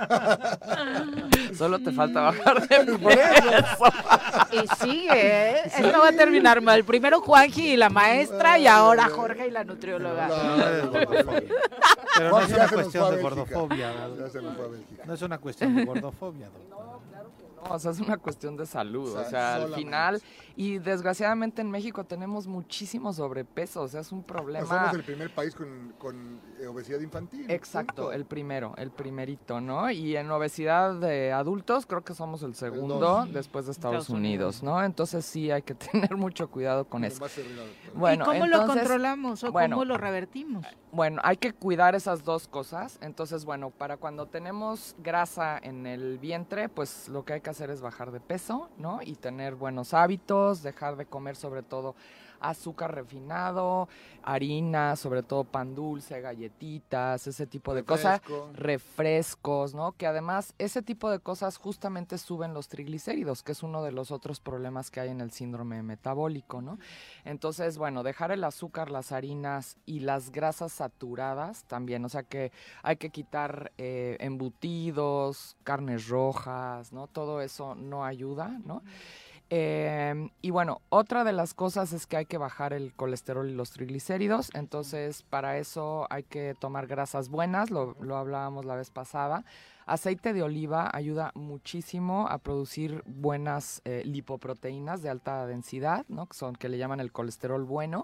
Speaker 14: Solo te falta bajar de peso.
Speaker 4: Y sigue, ¿eh? Esto va a terminar mal. Primero Juanji y la maestra y ahora Jorge y la nutrióloga.
Speaker 7: Pero no es una cuestión de gordofobia. No es una cuestión de gordofobia, doctora.
Speaker 14: No, claro que no, o sea, es una cuestión de salud, o sea, al final, y desgraciadamente en México tenemos muchísimo sobrepeso, o sea, es un problema.
Speaker 8: Somos el primer país con obesidad infantil.
Speaker 14: Exacto, el primerito, ¿no? Y en obesidad de adultos creo que somos el segundo después de Estados Unidos, ¿no? Entonces sí hay que tener mucho cuidado con eso.
Speaker 4: Bueno, ¿y cómo lo controlamos o cómo lo revertimos?
Speaker 14: Bueno, hay que cuidar esas 2 cosas. Entonces, bueno, para cuando tenemos grasa en el vientre, pues lo que hay que hacer es bajar de peso, ¿no? Y tener buenos hábitos, dejar de comer sobre todo azúcar refinado, harina, sobre todo pan dulce, galletitas, ese tipo de cosas, refrescos, ¿no? Que además ese tipo de cosas justamente suben los triglicéridos, que es uno de los otros problemas que hay en el síndrome metabólico, ¿no? Entonces, bueno, dejar el azúcar, las harinas y las grasas saturadas también, o sea que hay que quitar embutidos, carnes rojas, ¿no? Todo eso no ayuda, ¿no? Y bueno, otra de las cosas es que hay que bajar el colesterol y los triglicéridos, entonces para eso hay que tomar grasas buenas, lo hablábamos la vez pasada. Aceite de oliva ayuda muchísimo a producir buenas lipoproteínas de alta densidad, ¿no? Que le llaman el colesterol bueno.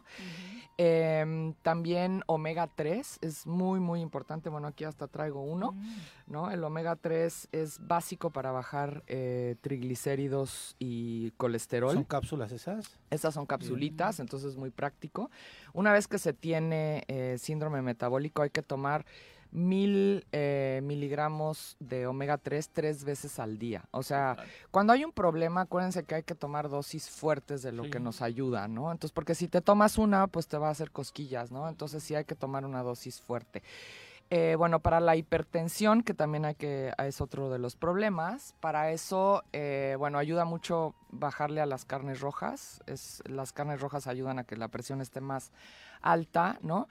Speaker 14: También omega 3 es muy, muy importante. Bueno, aquí hasta traigo uno, ¿no? El omega 3 es básico para bajar triglicéridos y colesterol.
Speaker 7: ¿Son cápsulas esas?
Speaker 14: Esas son capsulitas, entonces es muy práctico. Una vez que se tiene síndrome metabólico, hay que tomar 1000 miligramos de omega 3 3 veces al día. O sea, cuando hay un problema, acuérdense que hay que tomar dosis fuertes de lo que nos ayuda, ¿no? Entonces, porque si te tomas una, pues te va a hacer cosquillas, ¿no? Entonces sí hay que tomar una dosis fuerte. Bueno, para la hipertensión, que también es otro de los problemas, para eso, bueno, ayuda mucho bajarle a las carnes rojas. Las carnes rojas ayudan a que la presión esté más alta, ¿no?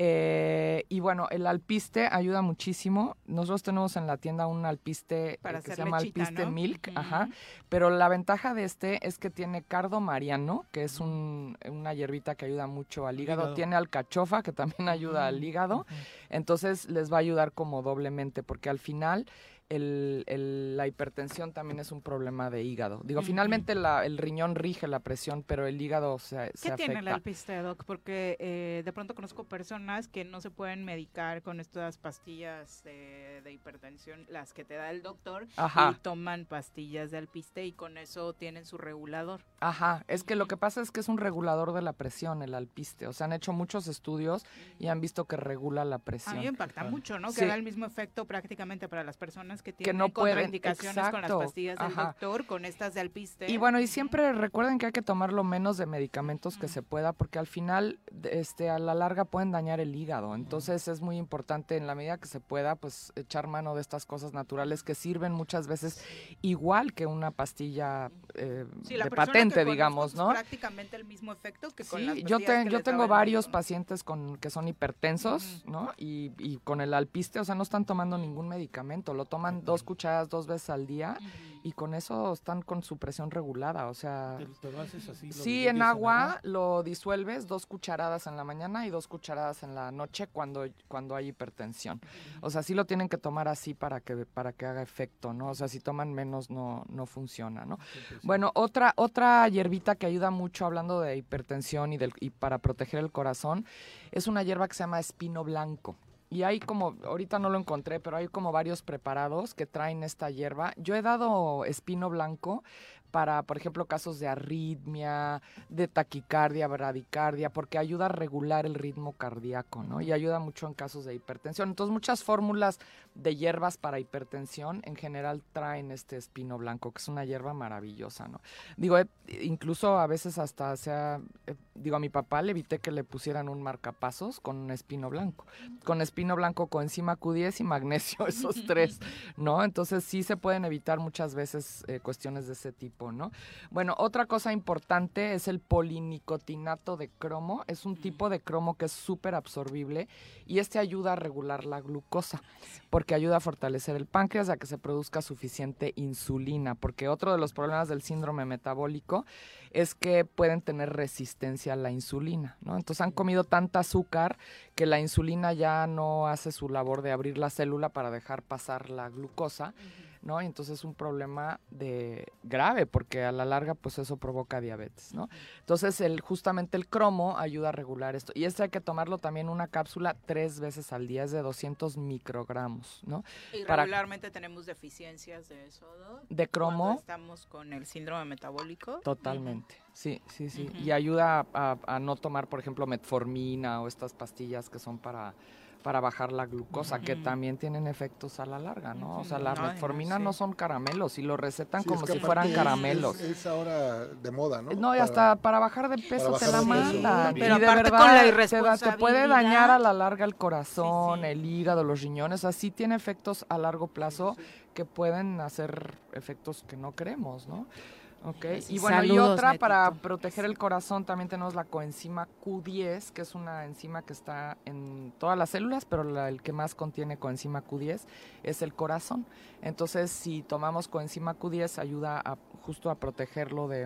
Speaker 14: Y bueno, el alpiste ayuda muchísimo. Nosotros tenemos en la tienda un alpiste
Speaker 4: Para
Speaker 14: que se
Speaker 4: hacer
Speaker 14: llama
Speaker 4: lechita,
Speaker 14: alpiste
Speaker 4: ¿no?
Speaker 14: milk, ajá. Pero la ventaja de es que tiene cardo mariano, que es una hierbita que ayuda mucho al hígado. Tiene alcachofa, que también ayuda al hígado. Entonces les va a ayudar como doblemente, porque al final la hipertensión también es un problema de hígado. Digo, finalmente el riñón rige la presión, pero el hígado se afecta.
Speaker 4: ¿Qué tiene el alpiste, Doc? Porque de pronto conozco personas que no se pueden medicar con estas pastillas de hipertensión, las que te da el doctor,
Speaker 14: Ajá.
Speaker 4: y toman pastillas de alpiste y con eso tienen su regulador.
Speaker 14: Ajá, es que lo que pasa es que es un regulador de la presión, el alpiste. O sea, han hecho muchos estudios y han visto que regula la presión.
Speaker 4: A mí me impacta mucho, ¿no?
Speaker 14: Sí.
Speaker 4: Que da el mismo efecto prácticamente para las personas que
Speaker 14: Que
Speaker 4: tienen
Speaker 14: no pueden,
Speaker 4: contraindicaciones con las
Speaker 14: exacto,
Speaker 4: pastillas del
Speaker 14: ajá.
Speaker 4: doctor, con estas de alpiste.
Speaker 14: Y bueno, y siempre recuerden que hay que tomar lo menos de medicamentos que se pueda, porque al final, a la larga pueden dañar el hígado. Entonces es muy importante, en la medida que se pueda, pues echar mano de estas cosas naturales que sirven muchas veces igual que una pastilla
Speaker 4: Sí, la
Speaker 14: de
Speaker 4: persona
Speaker 14: patente,
Speaker 4: que conozco,
Speaker 14: digamos,
Speaker 4: pues,
Speaker 14: ¿no?
Speaker 4: prácticamente el mismo efecto que con las
Speaker 14: Sí,
Speaker 4: pastillas que
Speaker 14: yo
Speaker 4: les
Speaker 14: tengo
Speaker 4: daba el
Speaker 14: varios
Speaker 4: médico.
Speaker 14: pacientes que son hipertensos, ¿no? Y con el alpiste, o sea, no están tomando ningún medicamento, lo toman 2 cucharadas 2 veces al día y con eso están con su presión regulada, o sea...
Speaker 7: Te lo haces así, lo
Speaker 14: Sí,
Speaker 7: diluyes
Speaker 14: en agua lo disuelves 2 cucharadas en la mañana y 2 cucharadas en la noche cuando hay hipertensión. O sea, sí lo tienen que tomar así para que haga efecto, ¿no? O sea, si toman menos no funciona, ¿no? Bueno, otra hierbita que ayuda mucho hablando de hipertensión y para proteger el corazón es una hierba que se llama espino blanco. Y hay como, ahorita no lo encontré, pero hay como varios preparados que traen esta hierba. Yo he dado espino blanco para, por ejemplo, casos de arritmia, de taquicardia, bradicardia, porque ayuda a regular el ritmo cardíaco, ¿no? Y ayuda mucho en casos de hipertensión. Entonces, muchas fórmulas de hierbas para hipertensión en general traen este espino blanco, que es una hierba maravillosa, ¿no? Digo, incluso a veces hasta a mi papá le evité que le pusieran un marcapasos con un espino blanco. Con espino blanco, coenzima Q10 y magnesio, esos 3, ¿no? Entonces, sí se pueden evitar muchas veces cuestiones de ese tipo, ¿no? Bueno, otra cosa importante es el polinicotinato de cromo. Es un tipo de cromo que es súper absorbible y ayuda a regular la glucosa porque ayuda a fortalecer el páncreas, a que se produzca suficiente insulina, porque otro de los problemas del síndrome metabólico es que pueden tener resistencia a la insulina, ¿no? Entonces han comido tanta azúcar que la insulina ya no hace su labor de abrir la célula para dejar pasar la glucosa, ¿no? Y entonces es un problema grave porque a la larga pues eso provoca diabetes, ¿no? Entonces justamente el cromo ayuda a regular esto y hay que tomarlo también una cápsula 3 veces al día, es de 200 microgramos, ¿no?
Speaker 4: Y regularmente tenemos deficiencias de eso, ¿no?
Speaker 14: De cromo.
Speaker 4: Cuando estamos con el síndrome metabólico.
Speaker 14: Totalmente, sí. Y ayuda a no tomar, por ejemplo, metformina o estas pastillas que son para bajar la glucosa, que también tienen efectos a la larga, ¿no? O sea, la metformina no son caramelos y lo recetan como si fueran caramelos.
Speaker 8: Es ahora de moda, ¿no?
Speaker 14: No, y hasta para bajar de peso te la mandan.
Speaker 4: Pero
Speaker 14: y de
Speaker 4: aparte
Speaker 14: verdad
Speaker 4: con la irresponsabilidad,
Speaker 14: te puede dañar a la larga el corazón, el hígado, los riñones. Así tiene efectos a largo plazo que pueden hacer efectos que no queremos, ¿no? Ok,
Speaker 4: Sí,
Speaker 14: y bueno, y
Speaker 4: saludos,
Speaker 14: otra
Speaker 4: Netito.
Speaker 14: para proteger el corazón también tenemos la coenzima Q10, que es una enzima que está en todas las células, pero el que más contiene coenzima Q10 es el corazón. Entonces, si tomamos coenzima Q10 ayuda justo a protegerlo de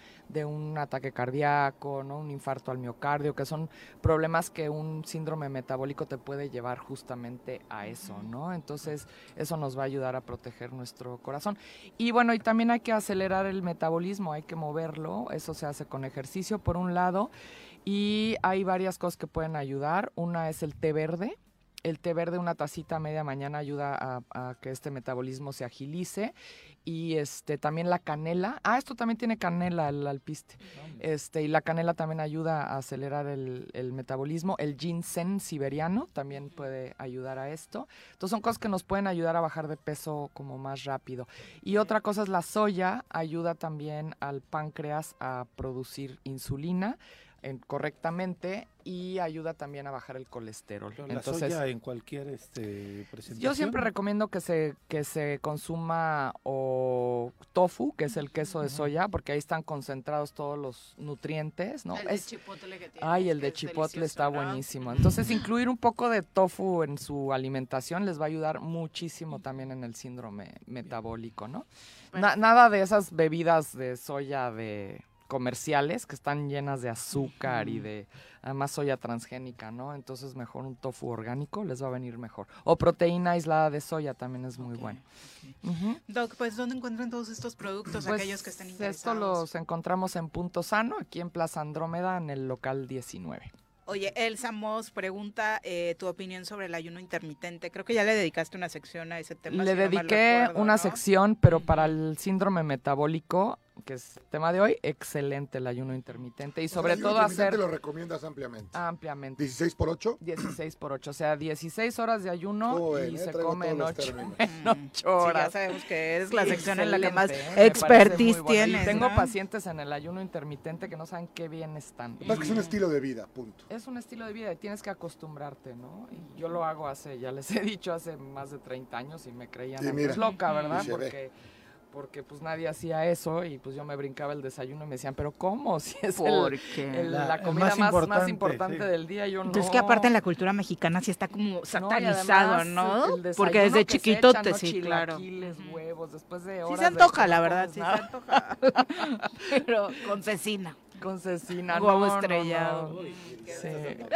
Speaker 14: un ataque cardíaco, ¿no? Un infarto al miocardio, que son problemas que un síndrome metabólico te puede llevar justamente a eso, ¿no? Entonces, eso nos va a ayudar a proteger nuestro corazón. Y bueno, y también hay que acelerar el metabolismo, hay que moverlo, eso se hace con ejercicio por un lado, y hay varias cosas que pueden ayudar. Una es el té verde. El té verde, una tacita a media mañana, ayuda a que este metabolismo se agilice. Y también la canela. Esto también tiene canela, el alpiste. Y la canela también ayuda a acelerar el metabolismo. El ginseng siberiano también puede ayudar a esto. Entonces son cosas que nos pueden ayudar a bajar de peso como más rápido. Y otra cosa es la soya, ayuda también al páncreas a producir insulina correctamente y ayuda también a bajar el colesterol.
Speaker 7: La
Speaker 14: Entonces,
Speaker 7: soya en cualquier presentación.
Speaker 14: yo siempre recomiendo que se consuma o tofu, que es el queso de soya, porque ahí están concentrados todos los nutrientes, ¿no?
Speaker 4: El de chipotle que tiene.
Speaker 14: El de chipotle está buenísimo. Entonces, incluir un poco de tofu en su alimentación les va a ayudar muchísimo también en el síndrome metabólico, ¿no? Nada de esas bebidas de soya comerciales que están llenas de azúcar y de además soya transgénica, ¿no? Entonces mejor un tofu orgánico les va a venir mejor. O proteína aislada de soya también es muy bueno.
Speaker 4: Doc, pues ¿dónde encuentran todos estos productos,
Speaker 14: Pues,
Speaker 4: aquellos que estén interesados?
Speaker 14: Esto los encontramos en Punto Sano, aquí en Plaza Andrómeda, en el local 19.
Speaker 4: Oye, Elsa Moss pregunta tu opinión sobre el ayuno intermitente. Creo que ya le dedicaste una sección a ese tema.
Speaker 14: Le
Speaker 4: si no mal
Speaker 14: dediqué
Speaker 4: recuerdo,
Speaker 14: una
Speaker 4: ¿no?
Speaker 14: sección, pero para el síndrome metabólico, que es el tema de hoy, excelente el ayuno intermitente. Y sobre todo hacer...
Speaker 8: lo recomiendas ampliamente.
Speaker 14: Ampliamente.
Speaker 8: ¿16 por 8?
Speaker 14: 16 por 8, o sea, 16 horas de ayuno y se
Speaker 8: traigo
Speaker 14: come en
Speaker 8: todos los
Speaker 14: 8
Speaker 8: términos.
Speaker 14: horas.
Speaker 4: Sí, ya sabemos que es la sección en la que más
Speaker 14: Excelente, me parece
Speaker 4: expertise
Speaker 14: muy buena.
Speaker 4: tienes,
Speaker 14: Y tengo
Speaker 4: ¿no?
Speaker 14: pacientes en el ayuno intermitente que no saben qué bien están.
Speaker 8: Es que es un estilo de vida, punto.
Speaker 14: Es un estilo de vida y tienes que acostumbrarte, ¿no? Y yo lo hago ya les he dicho, hace más de 30 años y me creían
Speaker 8: Y mira,
Speaker 14: loca, ¿verdad?
Speaker 8: y se ve.
Speaker 14: Porque pues nadie hacía eso y pues yo me brincaba el desayuno y me decían, pero ¿cómo? Si es la comida más importante del día, yo no.
Speaker 4: Es que aparte en la cultura mexicana sí está como satanizado,
Speaker 14: además,
Speaker 4: ¿no?
Speaker 14: el desayuno
Speaker 4: Porque desde
Speaker 14: que se
Speaker 4: chiquito
Speaker 14: echan,
Speaker 4: te
Speaker 14: ¿no?
Speaker 4: sí, claro.
Speaker 14: Chilaquiles, huevos, después de horas
Speaker 4: Sí se
Speaker 14: de
Speaker 4: antoja,
Speaker 14: que
Speaker 4: la
Speaker 14: no
Speaker 4: verdad,
Speaker 14: comes
Speaker 4: sí
Speaker 14: nada.
Speaker 4: se antoja. Pero con cecina.
Speaker 14: Con cecina,
Speaker 4: Huevo
Speaker 14: no,
Speaker 4: estrellado.
Speaker 14: no. Sí.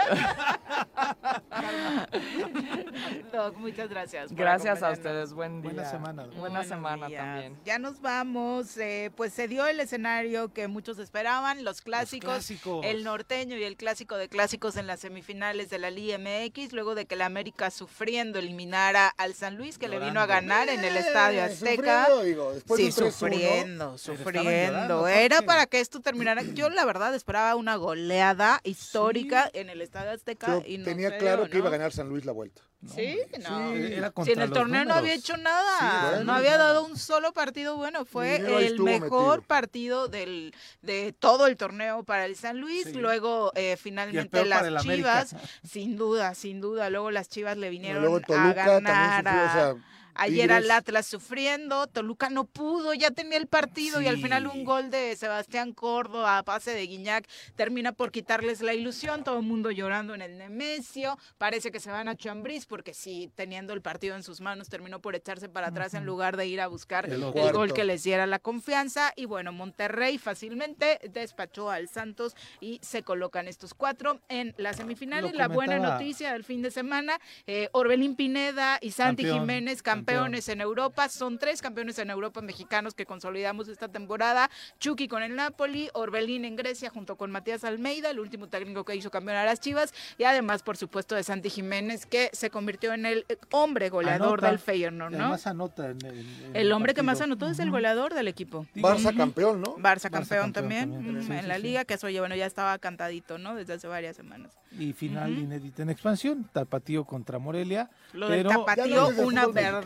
Speaker 4: Doc, muchas gracias. por
Speaker 14: Gracias a
Speaker 4: acompañarnos.
Speaker 14: ustedes, buen día.
Speaker 7: Buena semana.
Speaker 14: Buena semana también.
Speaker 4: Ya nos vamos, pues se dio el escenario que muchos esperaban, los clásicos, el norteño y el clásico de clásicos en las semifinales de la Liga MX, luego de que la América sufriendo eliminara al San Luis, que le vino a ganar en el Estadio Azteca.
Speaker 8: Sufriendo, digo, después
Speaker 4: Sí,
Speaker 8: de un 3-1,
Speaker 4: sufriendo,
Speaker 7: Pero
Speaker 4: sufriendo.
Speaker 7: estaban llorando,
Speaker 4: Era
Speaker 7: Jorge.
Speaker 4: para que esto terminara. Yo la verdad esperaba una goleada histórica en el Estadio Azteca
Speaker 8: Yo
Speaker 4: y no
Speaker 8: tenía
Speaker 4: se
Speaker 8: claro
Speaker 4: dio,
Speaker 8: que iba a
Speaker 4: ¿no?
Speaker 8: ganar San Luis la vuelta.
Speaker 4: Sí, no.
Speaker 7: Era
Speaker 4: Si
Speaker 7: contra
Speaker 4: en el
Speaker 7: los
Speaker 4: torneo no
Speaker 7: números.
Speaker 4: había hecho nada,
Speaker 8: Sí, bueno,
Speaker 4: no había
Speaker 8: nada.
Speaker 4: dado un solo partido bueno, fue
Speaker 8: Ni ahí
Speaker 4: el
Speaker 8: estuvo
Speaker 4: mejor
Speaker 8: metido.
Speaker 4: partido de todo el torneo para el San Luis,
Speaker 7: Sí.
Speaker 4: luego
Speaker 7: Y el
Speaker 4: finalmente
Speaker 7: peor para
Speaker 4: las
Speaker 7: el América.
Speaker 4: Sin duda, luego las Chivas le vinieron
Speaker 8: Luego
Speaker 4: a
Speaker 8: Toluca
Speaker 4: ganar
Speaker 8: también sufrió, o sea,
Speaker 4: ayer
Speaker 8: Tigres.
Speaker 4: al Atlas sufriendo, Toluca no pudo, ya tenía el partido y al
Speaker 7: Sí.
Speaker 4: final un gol de Sebastián Córdoba a pase de Guiñac termina por quitarles la ilusión, todo el mundo llorando en el Nemesio, parece que se van a Chambriz porque sí, teniendo el partido en sus manos terminó por echarse para atrás en lugar de ir a buscar
Speaker 7: El
Speaker 4: el
Speaker 7: cuarto.
Speaker 4: gol que les diera la confianza y bueno, Monterrey fácilmente despachó al Santos y se colocan estos 4 en las semifinales.
Speaker 7: Lo
Speaker 4: La buena
Speaker 7: comentaba.
Speaker 4: noticia del fin de semana, Orbelín Pineda y Santi
Speaker 7: Campeón,
Speaker 4: Jiménez, campeones en Europa, son 3 campeones en Europa mexicanos que consolidamos esta temporada, Chucky con el Napoli, Orbelín en Grecia junto con Matías Almeida, el último técnico que hizo campeón a las Chivas, y además por supuesto de Santi Jiménez que se convirtió en el hombre goleador
Speaker 7: Anota,
Speaker 4: del Feyenoord, ¿no?
Speaker 7: Además anota en
Speaker 4: El hombre que más
Speaker 7: partido.
Speaker 4: anotó es el goleador del equipo.
Speaker 8: Barça campeón, ¿no?
Speaker 4: Barça campeón también,
Speaker 7: Sí,
Speaker 4: en
Speaker 7: sí,
Speaker 4: la
Speaker 7: sí.
Speaker 4: liga, que eso ya, bueno, ya estaba cantadito, ¿no? Desde hace varias semanas.
Speaker 7: Y final inédita en expansión, Tapatío contra Morelia.
Speaker 4: Lo del
Speaker 7: pero
Speaker 4: Tapatío,
Speaker 8: Ya no es de
Speaker 4: una
Speaker 8: fútbol mexicano,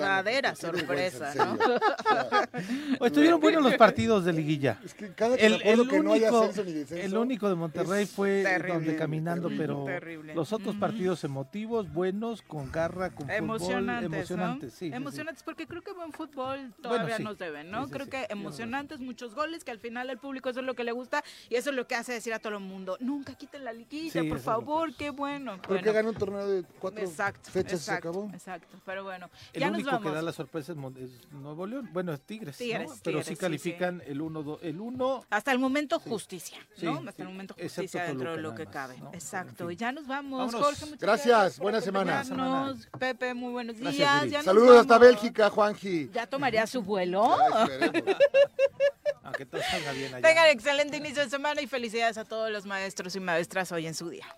Speaker 4: verdadera sorpresa, ¿no?
Speaker 7: Estuvieron buenos los partidos de liguilla.
Speaker 8: Es que cada que me acuerdo que no hay ascenso ni descenso.
Speaker 7: El único de Monterrey fue
Speaker 4: terrible,
Speaker 7: donde caminando, pero
Speaker 4: terrible.
Speaker 7: los otros partidos emotivos, buenos, con garra, con fútbol, emocionantes.
Speaker 4: ¿no?
Speaker 7: Sí,
Speaker 4: emocionantes, porque creo que buen fútbol todavía
Speaker 7: sí.
Speaker 4: nos deben, ¿no?
Speaker 7: Sí,
Speaker 4: creo
Speaker 7: sí,
Speaker 4: que emocionantes, muchos goles, que al final al público eso es lo que le gusta y eso es lo que hace decir a todo el mundo, nunca quiten la liguilla, por favor, qué bueno.
Speaker 8: Creo que gana un torneo de 4 fechas y se acabó.
Speaker 4: Exacto, pero bueno,
Speaker 7: el
Speaker 4: ya
Speaker 7: único
Speaker 4: nos vamos.
Speaker 7: que da la sorpresa es Nuevo León, bueno, es Tigres, ¿no? Pero
Speaker 4: Tigres,
Speaker 7: sí califican el 1.
Speaker 4: Hasta el momento justicia, ¿no?
Speaker 7: Sí,
Speaker 4: Hasta el momento
Speaker 7: excepto
Speaker 4: justicia dentro de
Speaker 7: Toluca,
Speaker 4: lo que
Speaker 7: nada
Speaker 4: cabe.
Speaker 7: más, ¿no?
Speaker 4: Exacto,
Speaker 7: En fin.
Speaker 4: y ya nos vamos.
Speaker 7: Vámonos.
Speaker 4: Jorge, muchas
Speaker 8: Gracias,
Speaker 4: por
Speaker 8: buena semana.
Speaker 4: acompañarnos. Pepe, muy buenos días.
Speaker 7: Gracias,
Speaker 4: ya nos
Speaker 8: Saludos hasta
Speaker 4: vamos.
Speaker 8: Bélgica, Juanji.
Speaker 4: ¿Ya tomaría su vuelo?
Speaker 7: Aunque todo salga bien allá.
Speaker 4: Tengan excelente inicio de semana y felicidades a todos los maestros y maestras hoy en su día.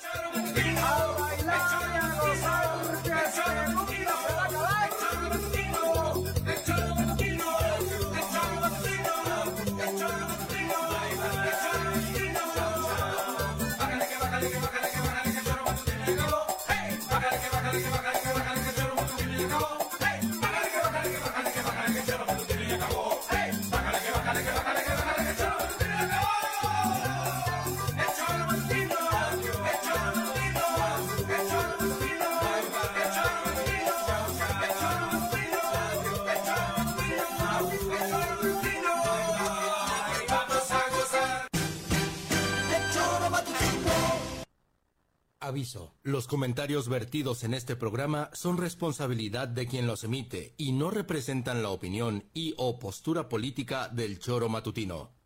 Speaker 1: Aviso, los comentarios vertidos en este programa son responsabilidad de quien los emite y no representan la opinión y o postura política del Choro Matutino.